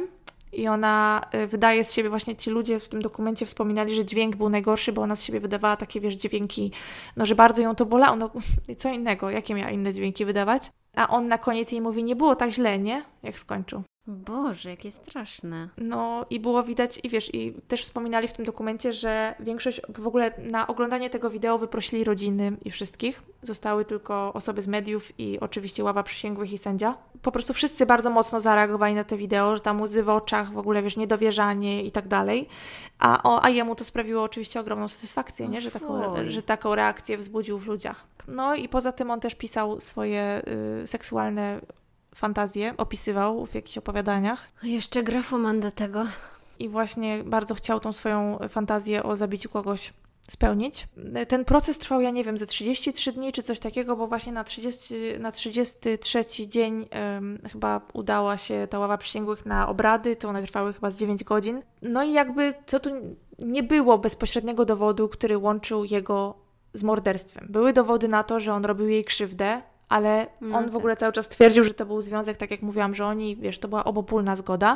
I ona y, wydaje z siebie, właśnie ci ludzie w tym dokumencie wspominali, że dźwięk był najgorszy, bo ona z siebie wydawała takie, wiesz, dźwięki, no, że bardzo ją to bolało. No, co innego, jakie miała inne dźwięki wydawać? A on na koniec jej mówi, nie było tak źle, nie? Jak skończył. Boże, jakie straszne. No i było widać, i wiesz, i też wspominali w tym dokumencie, że większość, w ogóle na oglądanie tego wideo wyprosili rodziny i wszystkich. Zostały tylko osoby z mediów i oczywiście ława przysięgłych i sędzia. Po prostu wszyscy bardzo mocno zareagowali na te wideo, że tam łzy w oczach, w ogóle, wiesz, niedowierzanie i tak dalej. A, o, a jemu to sprawiło oczywiście ogromną satysfakcję, nie? Że, taką, że taką reakcję wzbudził w ludziach. No i poza tym on też pisał swoje y, seksualne fantazje, opisywał w jakichś opowiadaniach. A jeszcze grafoman do tego. I właśnie bardzo chciał tą swoją fantazję o zabiciu kogoś spełnić. Ten proces trwał, ja nie wiem, ze trzydzieści trzy dni czy coś takiego, bo właśnie na, trzydziesty, na trzydziesty trzeci dzień um, chyba udała się ta ława przysięgłych na obrady, to one trwały chyba z dziewięć godzin. No i jakby co tu nie było bezpośredniego dowodu, który łączył jego z morderstwem. Były dowody na to, że on robił jej krzywdę, ale no on tak. w ogóle cały czas twierdził, że to był związek, tak jak mówiłam, że oni, wiesz, to była obopólna zgoda.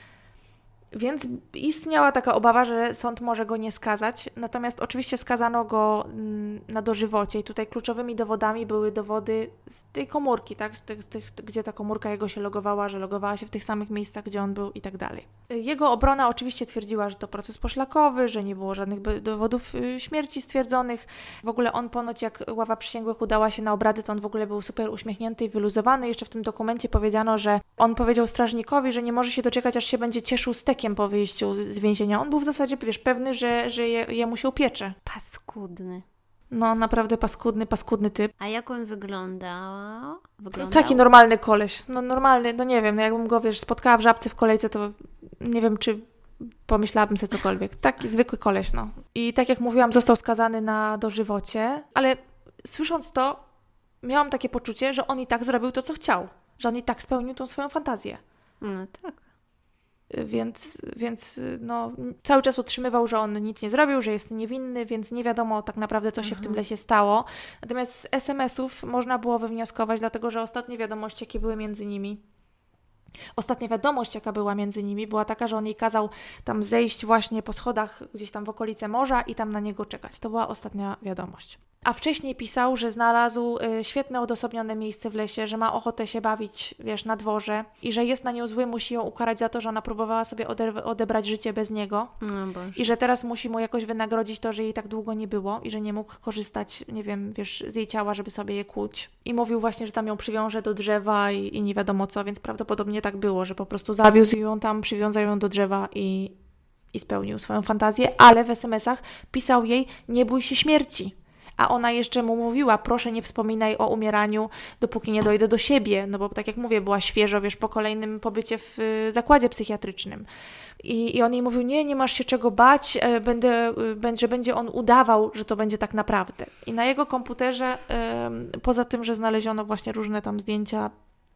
Więc istniała taka obawa, że sąd może go nie skazać, natomiast oczywiście skazano go na dożywocie i tutaj kluczowymi dowodami były dowody z tej komórki, tak, z tych, z tych, gdzie ta komórka jego się logowała, że logowała się w tych samych miejscach, gdzie on był i tak dalej. Jego obrona oczywiście twierdziła, że to proces poszlakowy, że nie było żadnych dowodów śmierci stwierdzonych. W ogóle on ponoć, jak ława przysięgłych udała się na obrady, to on w ogóle był super uśmiechnięty i wyluzowany. Jeszcze w tym dokumencie powiedziano, że on powiedział strażnikowi, że nie może się doczekać, aż się będzie cieszył stekiem po wyjściu z więzienia. On był w zasadzie, wiesz, pewny, że, że je, jemu się upiecze. Paskudny. No, naprawdę paskudny, paskudny typ. A jak on wyglądał? Wyglądał? Taki normalny koleś. No normalny, no nie wiem, no jakbym go, wiesz, spotkała w Żabce w kolejce, to nie wiem, czy pomyślałabym sobie cokolwiek. Taki zwykły koleś, no. I tak jak mówiłam, został skazany na dożywocie, ale słysząc to, miałam takie poczucie, że on i tak zrobił to, co chciał. Że on i tak spełnił tą swoją fantazję. No tak. Więc, więc no, cały czas utrzymywał, że on nic nie zrobił, że jest niewinny, więc nie wiadomo tak naprawdę, co się mhm. w tym lesie stało. Natomiast z es em esów można było wywnioskować, dlatego że ostatnie wiadomości, jakie były między nimi, ostatnia wiadomość, jaka była między nimi, była taka, że on jej kazał tam zejść właśnie po schodach gdzieś tam w okolice morza i tam na niego czekać. To była ostatnia wiadomość. A wcześniej pisał, że znalazł y, świetne odosobnione miejsce w lesie, że ma ochotę się bawić, wiesz, na dworze i że jest na nią zły, musi ją ukarać za to, że ona próbowała sobie ode- odebrać życie bez niego. No Boże. I że teraz musi mu jakoś wynagrodzić to, że jej tak długo nie było i że nie mógł korzystać, nie wiem, wiesz, z jej ciała, żeby sobie je kłuć. I mówił właśnie, że tam ją przywiąże do drzewa i, i nie wiadomo co, więc prawdopodobnie tak było, że po prostu zawiózł ją tam, przywiązał ją do drzewa i, i spełnił swoją fantazję, ale w es em esach pisał jej: nie bój się śmierci. A ona jeszcze mu mówiła: proszę, nie wspominaj o umieraniu, dopóki nie dojdę do siebie, no bo tak jak mówię, była świeżo, wiesz, po kolejnym pobycie w y, zakładzie psychiatrycznym. I, I on jej mówił: nie, nie masz się czego bać, e, będę, y, że będzie on udawał, że to będzie tak naprawdę. I na jego komputerze, y, poza tym, że znaleziono właśnie różne tam zdjęcia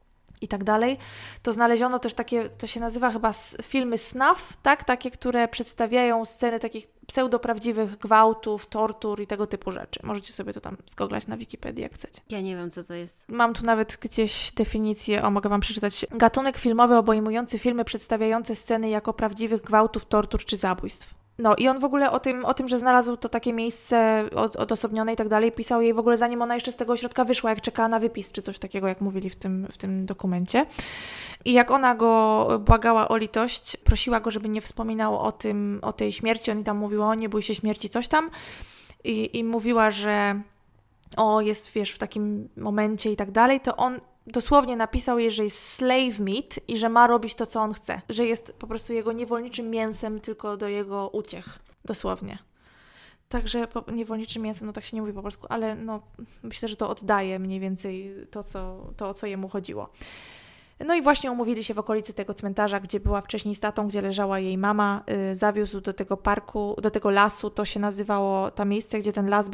i tak dalej, to znaleziono też takie, to się nazywa chyba filmy snuff, tak? Takie, które przedstawiają sceny takich pseudoprawdziwych gwałtów, tortur i tego typu rzeczy. Możecie sobie to tam zgooglać na Wikipedii, jak chcecie. Ja nie wiem, co to jest. Mam tu nawet gdzieś definicję, o, mogę Wam przeczytać. Gatunek filmowy obejmujący filmy przedstawiające sceny jako prawdziwych gwałtów, tortur czy zabójstw. No i on w ogóle o tym, o tym, że znalazł to takie miejsce od, odosobnione i tak dalej, pisał jej w ogóle zanim ona jeszcze z tego ośrodka wyszła, jak czekała na wypis, czy coś takiego, jak mówili w tym, w tym dokumencie. I jak ona go błagała o litość, prosiła go, żeby nie wspominał o tym, o tej śmierci, on i tam mówił: o, nie bój się śmierci, coś tam. I, i mówiła, że o, jest, wiesz, w takim momencie i tak dalej, to on dosłownie napisał jej, że jest slave meat i że ma robić to, co on chce. Że jest po prostu jego niewolniczym mięsem tylko do jego uciech. Dosłownie. Także po, niewolniczym mięsem, no tak się nie mówi po polsku, ale no myślę, że to oddaje mniej więcej to, co, to o co jemu chodziło. No i właśnie umówili się w okolicy tego cmentarza, gdzie była wcześniej z tatą, gdzie leżała jej mama. Yy, zawiózł do tego parku, do tego lasu, to się nazywało, to miejsce, gdzie ten las był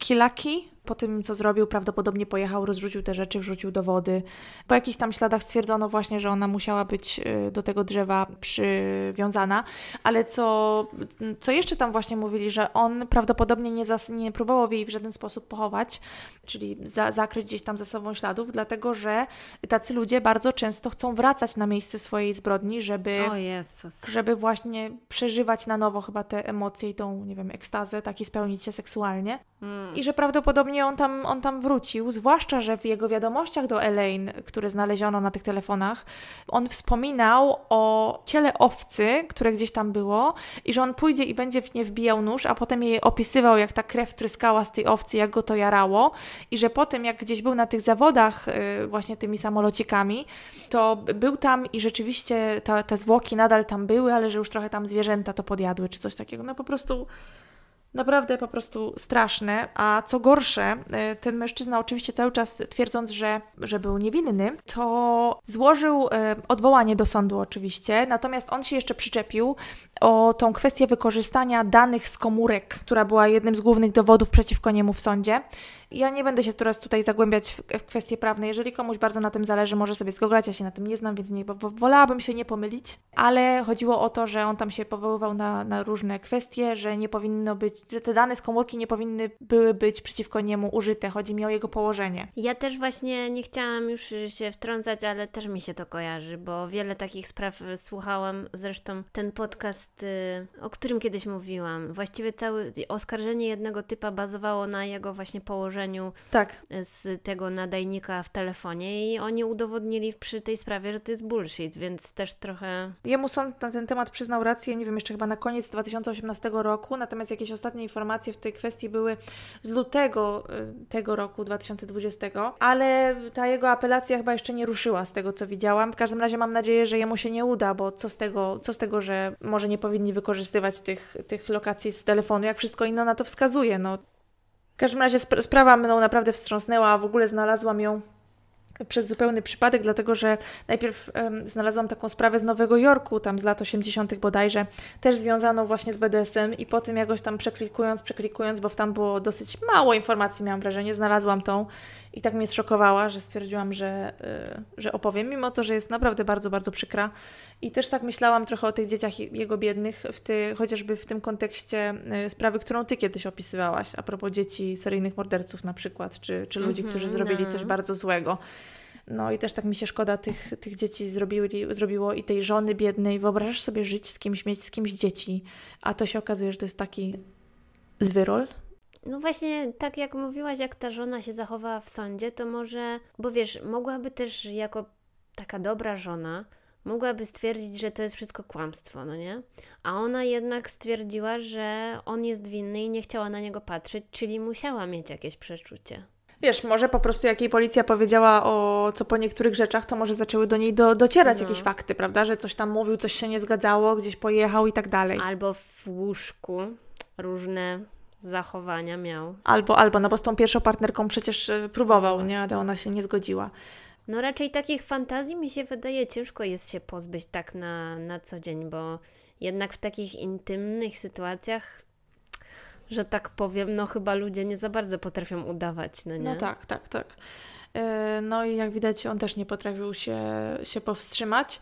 Kilaki. Po tym, co zrobił, prawdopodobnie pojechał, rozrzucił te rzeczy, wrzucił do wody. Po jakichś tam śladach stwierdzono właśnie, że ona musiała być do tego drzewa przywiązana, ale co, co jeszcze tam właśnie mówili, że on prawdopodobnie nie, zas- nie próbował jej w żaden sposób pochować, czyli za- zakryć gdzieś tam za sobą śladów, dlatego że tacy ludzie bardzo często chcą wracać na miejsce swojej zbrodni, żeby, O Jezus. żeby właśnie przeżywać na nowo chyba te emocje i tą, nie wiem, ekstazę, tak i spełnić się seksualnie. Mm. I że prawdopodobnie on tam, on tam wrócił, zwłaszcza, że w jego wiadomościach do Elaine, które znaleziono na tych telefonach, on wspominał o ciele owcy, które gdzieś tam było i że on pójdzie i będzie w nie wbijał nóż, a potem jej opisywał, jak ta krew tryskała z tej owcy, jak go to jarało i że potem, jak gdzieś był na tych zawodach yy, właśnie tymi samolocikami, to był tam i rzeczywiście ta, te zwłoki nadal tam były, ale że już trochę tam zwierzęta to podjadły, czy coś takiego. No po prostu... Naprawdę po prostu straszne, a co gorsze, ten mężczyzna oczywiście cały czas twierdząc, że, że był niewinny, to złożył e, odwołanie do sądu oczywiście, natomiast on się jeszcze przyczepił o tą kwestię wykorzystania danych z komórek, która była jednym z głównych dowodów przeciwko niemu w sądzie. Ja nie będę się teraz tutaj zagłębiać w, w kwestie prawne. Jeżeli komuś bardzo na tym zależy, może sobie zgooglać, ja się na tym nie znam, więc nie, bo wolałabym się nie pomylić, ale chodziło o to, że on tam się powoływał na, na różne kwestie, że nie powinno być, że te dane z komórki nie powinny były być przeciwko niemu użyte. Chodzi mi o jego położenie. Ja też właśnie nie chciałam już się wtrącać, ale też mi się to kojarzy, bo wiele takich spraw słuchałam. Zresztą ten podcast, o którym kiedyś mówiłam, właściwie całe oskarżenie jednego typa bazowało na jego właśnie położeniu tak. z tego nadajnika w telefonie i oni udowodnili przy tej sprawie, że to jest bullshit, więc też trochę... Jemu sąd na ten temat przyznał rację, nie wiem, jeszcze chyba na koniec dwa tysiące osiemnastego roku, natomiast jakieś ostatnie informacje w tej kwestii były z lutego tego roku, dwa tysiące dwudziestego, ale ta jego apelacja chyba jeszcze nie ruszyła z tego, co widziałam. W każdym razie mam nadzieję, że jemu się nie uda, bo co z tego, co z tego, że może nie powinni wykorzystywać tych, tych lokacji z telefonu, jak wszystko inne na to wskazuje, no. W każdym razie sp- sprawa mną naprawdę wstrząsnęła, a w ogóle znalazłam ją przez zupełny przypadek, dlatego że najpierw um, znalazłam taką sprawę z Nowego Jorku, tam z lat osiemdziesiątych bodajże, też związaną właśnie z B D S M i potem jakoś tam przeklikując, przeklikując, bo tam było dosyć mało informacji, miałam wrażenie, znalazłam tą i tak mnie zszokowała, że stwierdziłam, że, yy, że opowiem, mimo to, że jest naprawdę bardzo, bardzo przykra. I też tak myślałam trochę o tych dzieciach jego biednych, w ty, chociażby w tym kontekście yy, sprawy, którą Ty kiedyś opisywałaś, a propos dzieci seryjnych morderców na przykład, czy, czy ludzi, mm-hmm, którzy zrobili no. coś bardzo złego. No i też tak mi się szkoda tych, tych dzieci zrobili, zrobiło i tej żony biednej. Wyobrażasz sobie żyć z kimś, mieć z kimś dzieci, a to się okazuje, że to jest taki zwyrol. No właśnie, tak jak mówiłaś, jak ta żona się zachowała w sądzie, to może, bo wiesz, mogłaby też jako taka dobra żona, mogłaby stwierdzić, że to jest wszystko kłamstwo, no nie? A ona jednak stwierdziła, że on jest winny i nie chciała na niego patrzeć, czyli musiała mieć jakieś przeczucie. Wiesz, może po prostu jak jej policja powiedziała o co po niektórych rzeczach, to może zaczęły do niej do, docierać no. jakieś fakty, prawda? Że coś tam mówił, coś się nie zgadzało, gdzieś pojechał i tak dalej. Albo w łóżku różne zachowania miał. Albo, albo, no bo z tą pierwszą partnerką przecież próbował, no nie? Ale ona się nie zgodziła. No raczej takich fantazji mi się wydaje ciężko jest się pozbyć tak na, na co dzień, bo jednak w takich intymnych sytuacjach, że tak powiem, no chyba ludzie nie za bardzo potrafią udawać, no nie? No tak, tak, tak. Yy, no i jak widać on też nie potrafił się, się powstrzymać.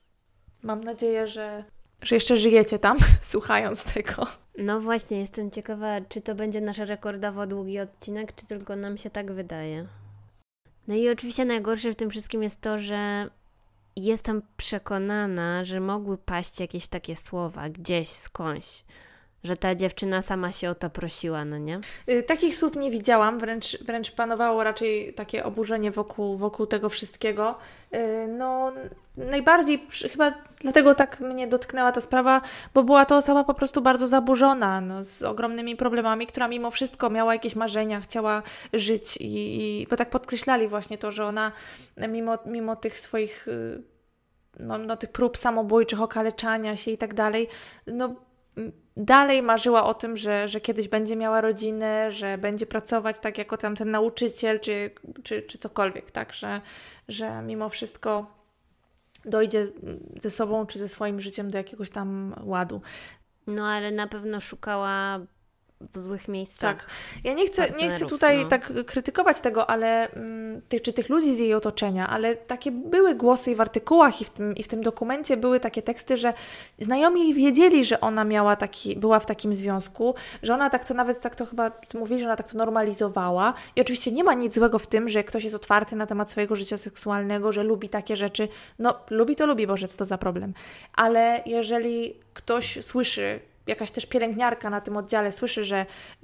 Mam nadzieję, że, że jeszcze żyjecie tam, słuchając tego. No właśnie, jestem ciekawa, czy to będzie nasz rekordowo długi odcinek, czy tylko nam się tak wydaje. No i oczywiście najgorsze w tym wszystkim jest to, że jestem przekonana, że mogły paść jakieś takie słowa gdzieś skądś, że ta dziewczyna sama się o to prosiła, no nie? Yy, takich słów nie widziałam, wręcz, wręcz panowało raczej takie oburzenie wokół, wokół tego wszystkiego. Yy, no najbardziej chyba dlatego tak mnie dotknęła ta sprawa, bo była to osoba po prostu bardzo zaburzona, no, z ogromnymi problemami, która mimo wszystko miała jakieś marzenia, chciała żyć i, i bo tak podkreślali właśnie to, że ona mimo, mimo tych swoich no, no, tych prób samobójczych, okaleczania się i tak dalej, no dalej marzyła o tym, że, że kiedyś będzie miała rodzinę, że będzie pracować tak jako tam ten nauczyciel, czy, czy, czy cokolwiek, tak, że, że mimo wszystko dojdzie ze sobą, czy ze swoim życiem do jakiegoś tam ładu. No ale na pewno szukała w złych miejscach. Tak. Ja nie chcę, nie chcę tutaj no. tak krytykować tego, ale mm, ty, czy tych ludzi z jej otoczenia, ale takie były głosy i w artykułach i w tym, i w tym dokumencie były takie teksty, że znajomi jej wiedzieli, że ona miała taki, była w takim związku, że ona tak to nawet tak to chyba mówili, że ona tak to normalizowała i oczywiście nie ma nic złego w tym, że ktoś jest otwarty na temat swojego życia seksualnego, że lubi takie rzeczy. No, lubi to lubi, Boże, co to za problem. Ale jeżeli ktoś słyszy, jakaś też pielęgniarka na tym oddziale słyszy, że,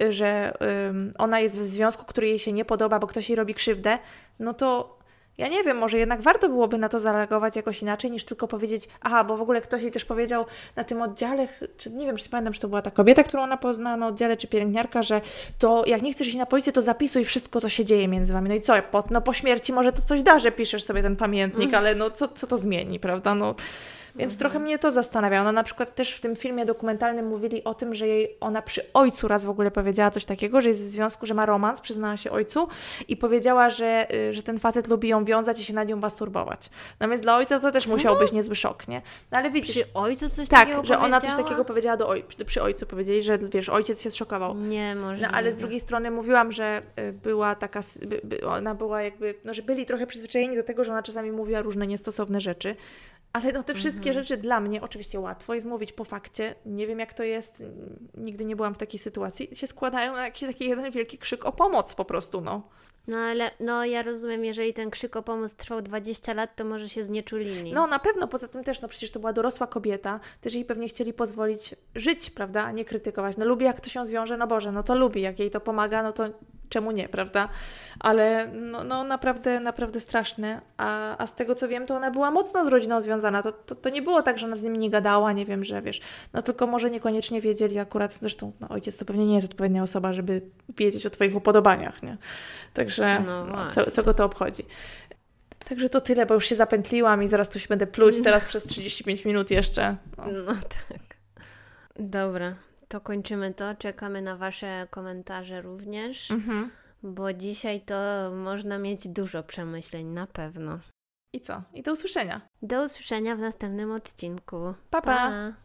że um, ona jest w związku, który jej się nie podoba, bo ktoś jej robi krzywdę, no to ja nie wiem, może jednak warto byłoby na to zareagować jakoś inaczej, niż tylko powiedzieć, aha, bo w ogóle ktoś jej też powiedział na tym oddziale, czy nie wiem, czy pamiętam, czy to była ta kobieta, którą ona poznała na oddziale, czy pielęgniarka, że to jak nie chcesz iść na policję, to zapisuj wszystko, co się dzieje między wami. No i co, po, no po śmierci może to coś da, że piszesz sobie ten pamiętnik, mm. ale no co, co to zmieni, prawda? No. Więc mhm. trochę mnie to zastanawia. Ona na przykład też w tym filmie dokumentalnym mówili o tym, że jej ona przy ojcu raz w ogóle powiedziała coś takiego, że jest w związku, że ma romans, przyznała się ojcu i powiedziała, że, że ten facet lubi ją wiązać i się nad nią masturbować. No więc dla ojca to też Co? musiał być niezły szok, nie? No ale widzisz... Przy ojcu coś tak, takiego że powiedziała? ona coś takiego powiedziała do oj... przy ojcu. Powiedzieli, że wiesz, ojciec się zszokował. Nie, może. No ale z drugiej strony mówiłam, że była taka... By, by, ona była jakby... No, że byli trochę przyzwyczajeni do tego, że ona czasami mówiła różne niestosowne rzeczy. Ale no te wszystkie mhm. rzeczy dla mnie, oczywiście łatwo jest mówić po fakcie, nie wiem jak to jest, nigdy nie byłam w takiej sytuacji, się składają na jakiś taki jeden wielki krzyk o pomoc po prostu, no. No ale no ja rozumiem, jeżeli ten krzyk o pomoc trwał dwadzieścia lat, to może się znieczulili. No na pewno, poza tym też, no przecież to była dorosła kobieta, też jej pewnie chcieli pozwolić żyć, prawda, a nie krytykować. No lubi jak to się zwiąże, no Boże, no to lubi, jak jej to pomaga, no to czemu nie, prawda? Ale no, no naprawdę, naprawdę straszne. A, a z tego co wiem, to ona była mocno z rodziną związana. To, to, to nie było tak, że ona z nimi nie gadała, nie wiem, że wiesz, no tylko może niekoniecznie wiedzieli akurat, zresztą no, ojciec to pewnie nie jest odpowiednia osoba, żeby wiedzieć o twoich upodobaniach, nie? Także no no, co, co go to obchodzi. Także to tyle, bo już się zapętliłam i zaraz tu się będę pluć teraz przez trzydzieści pięć minut jeszcze. No, no tak. Dobra. To kończymy to, czekamy na Wasze komentarze również, mhm. bo dzisiaj to można mieć dużo przemyśleń, na pewno. I co? I do usłyszenia. Do usłyszenia w następnym odcinku. Pa, pa! pa.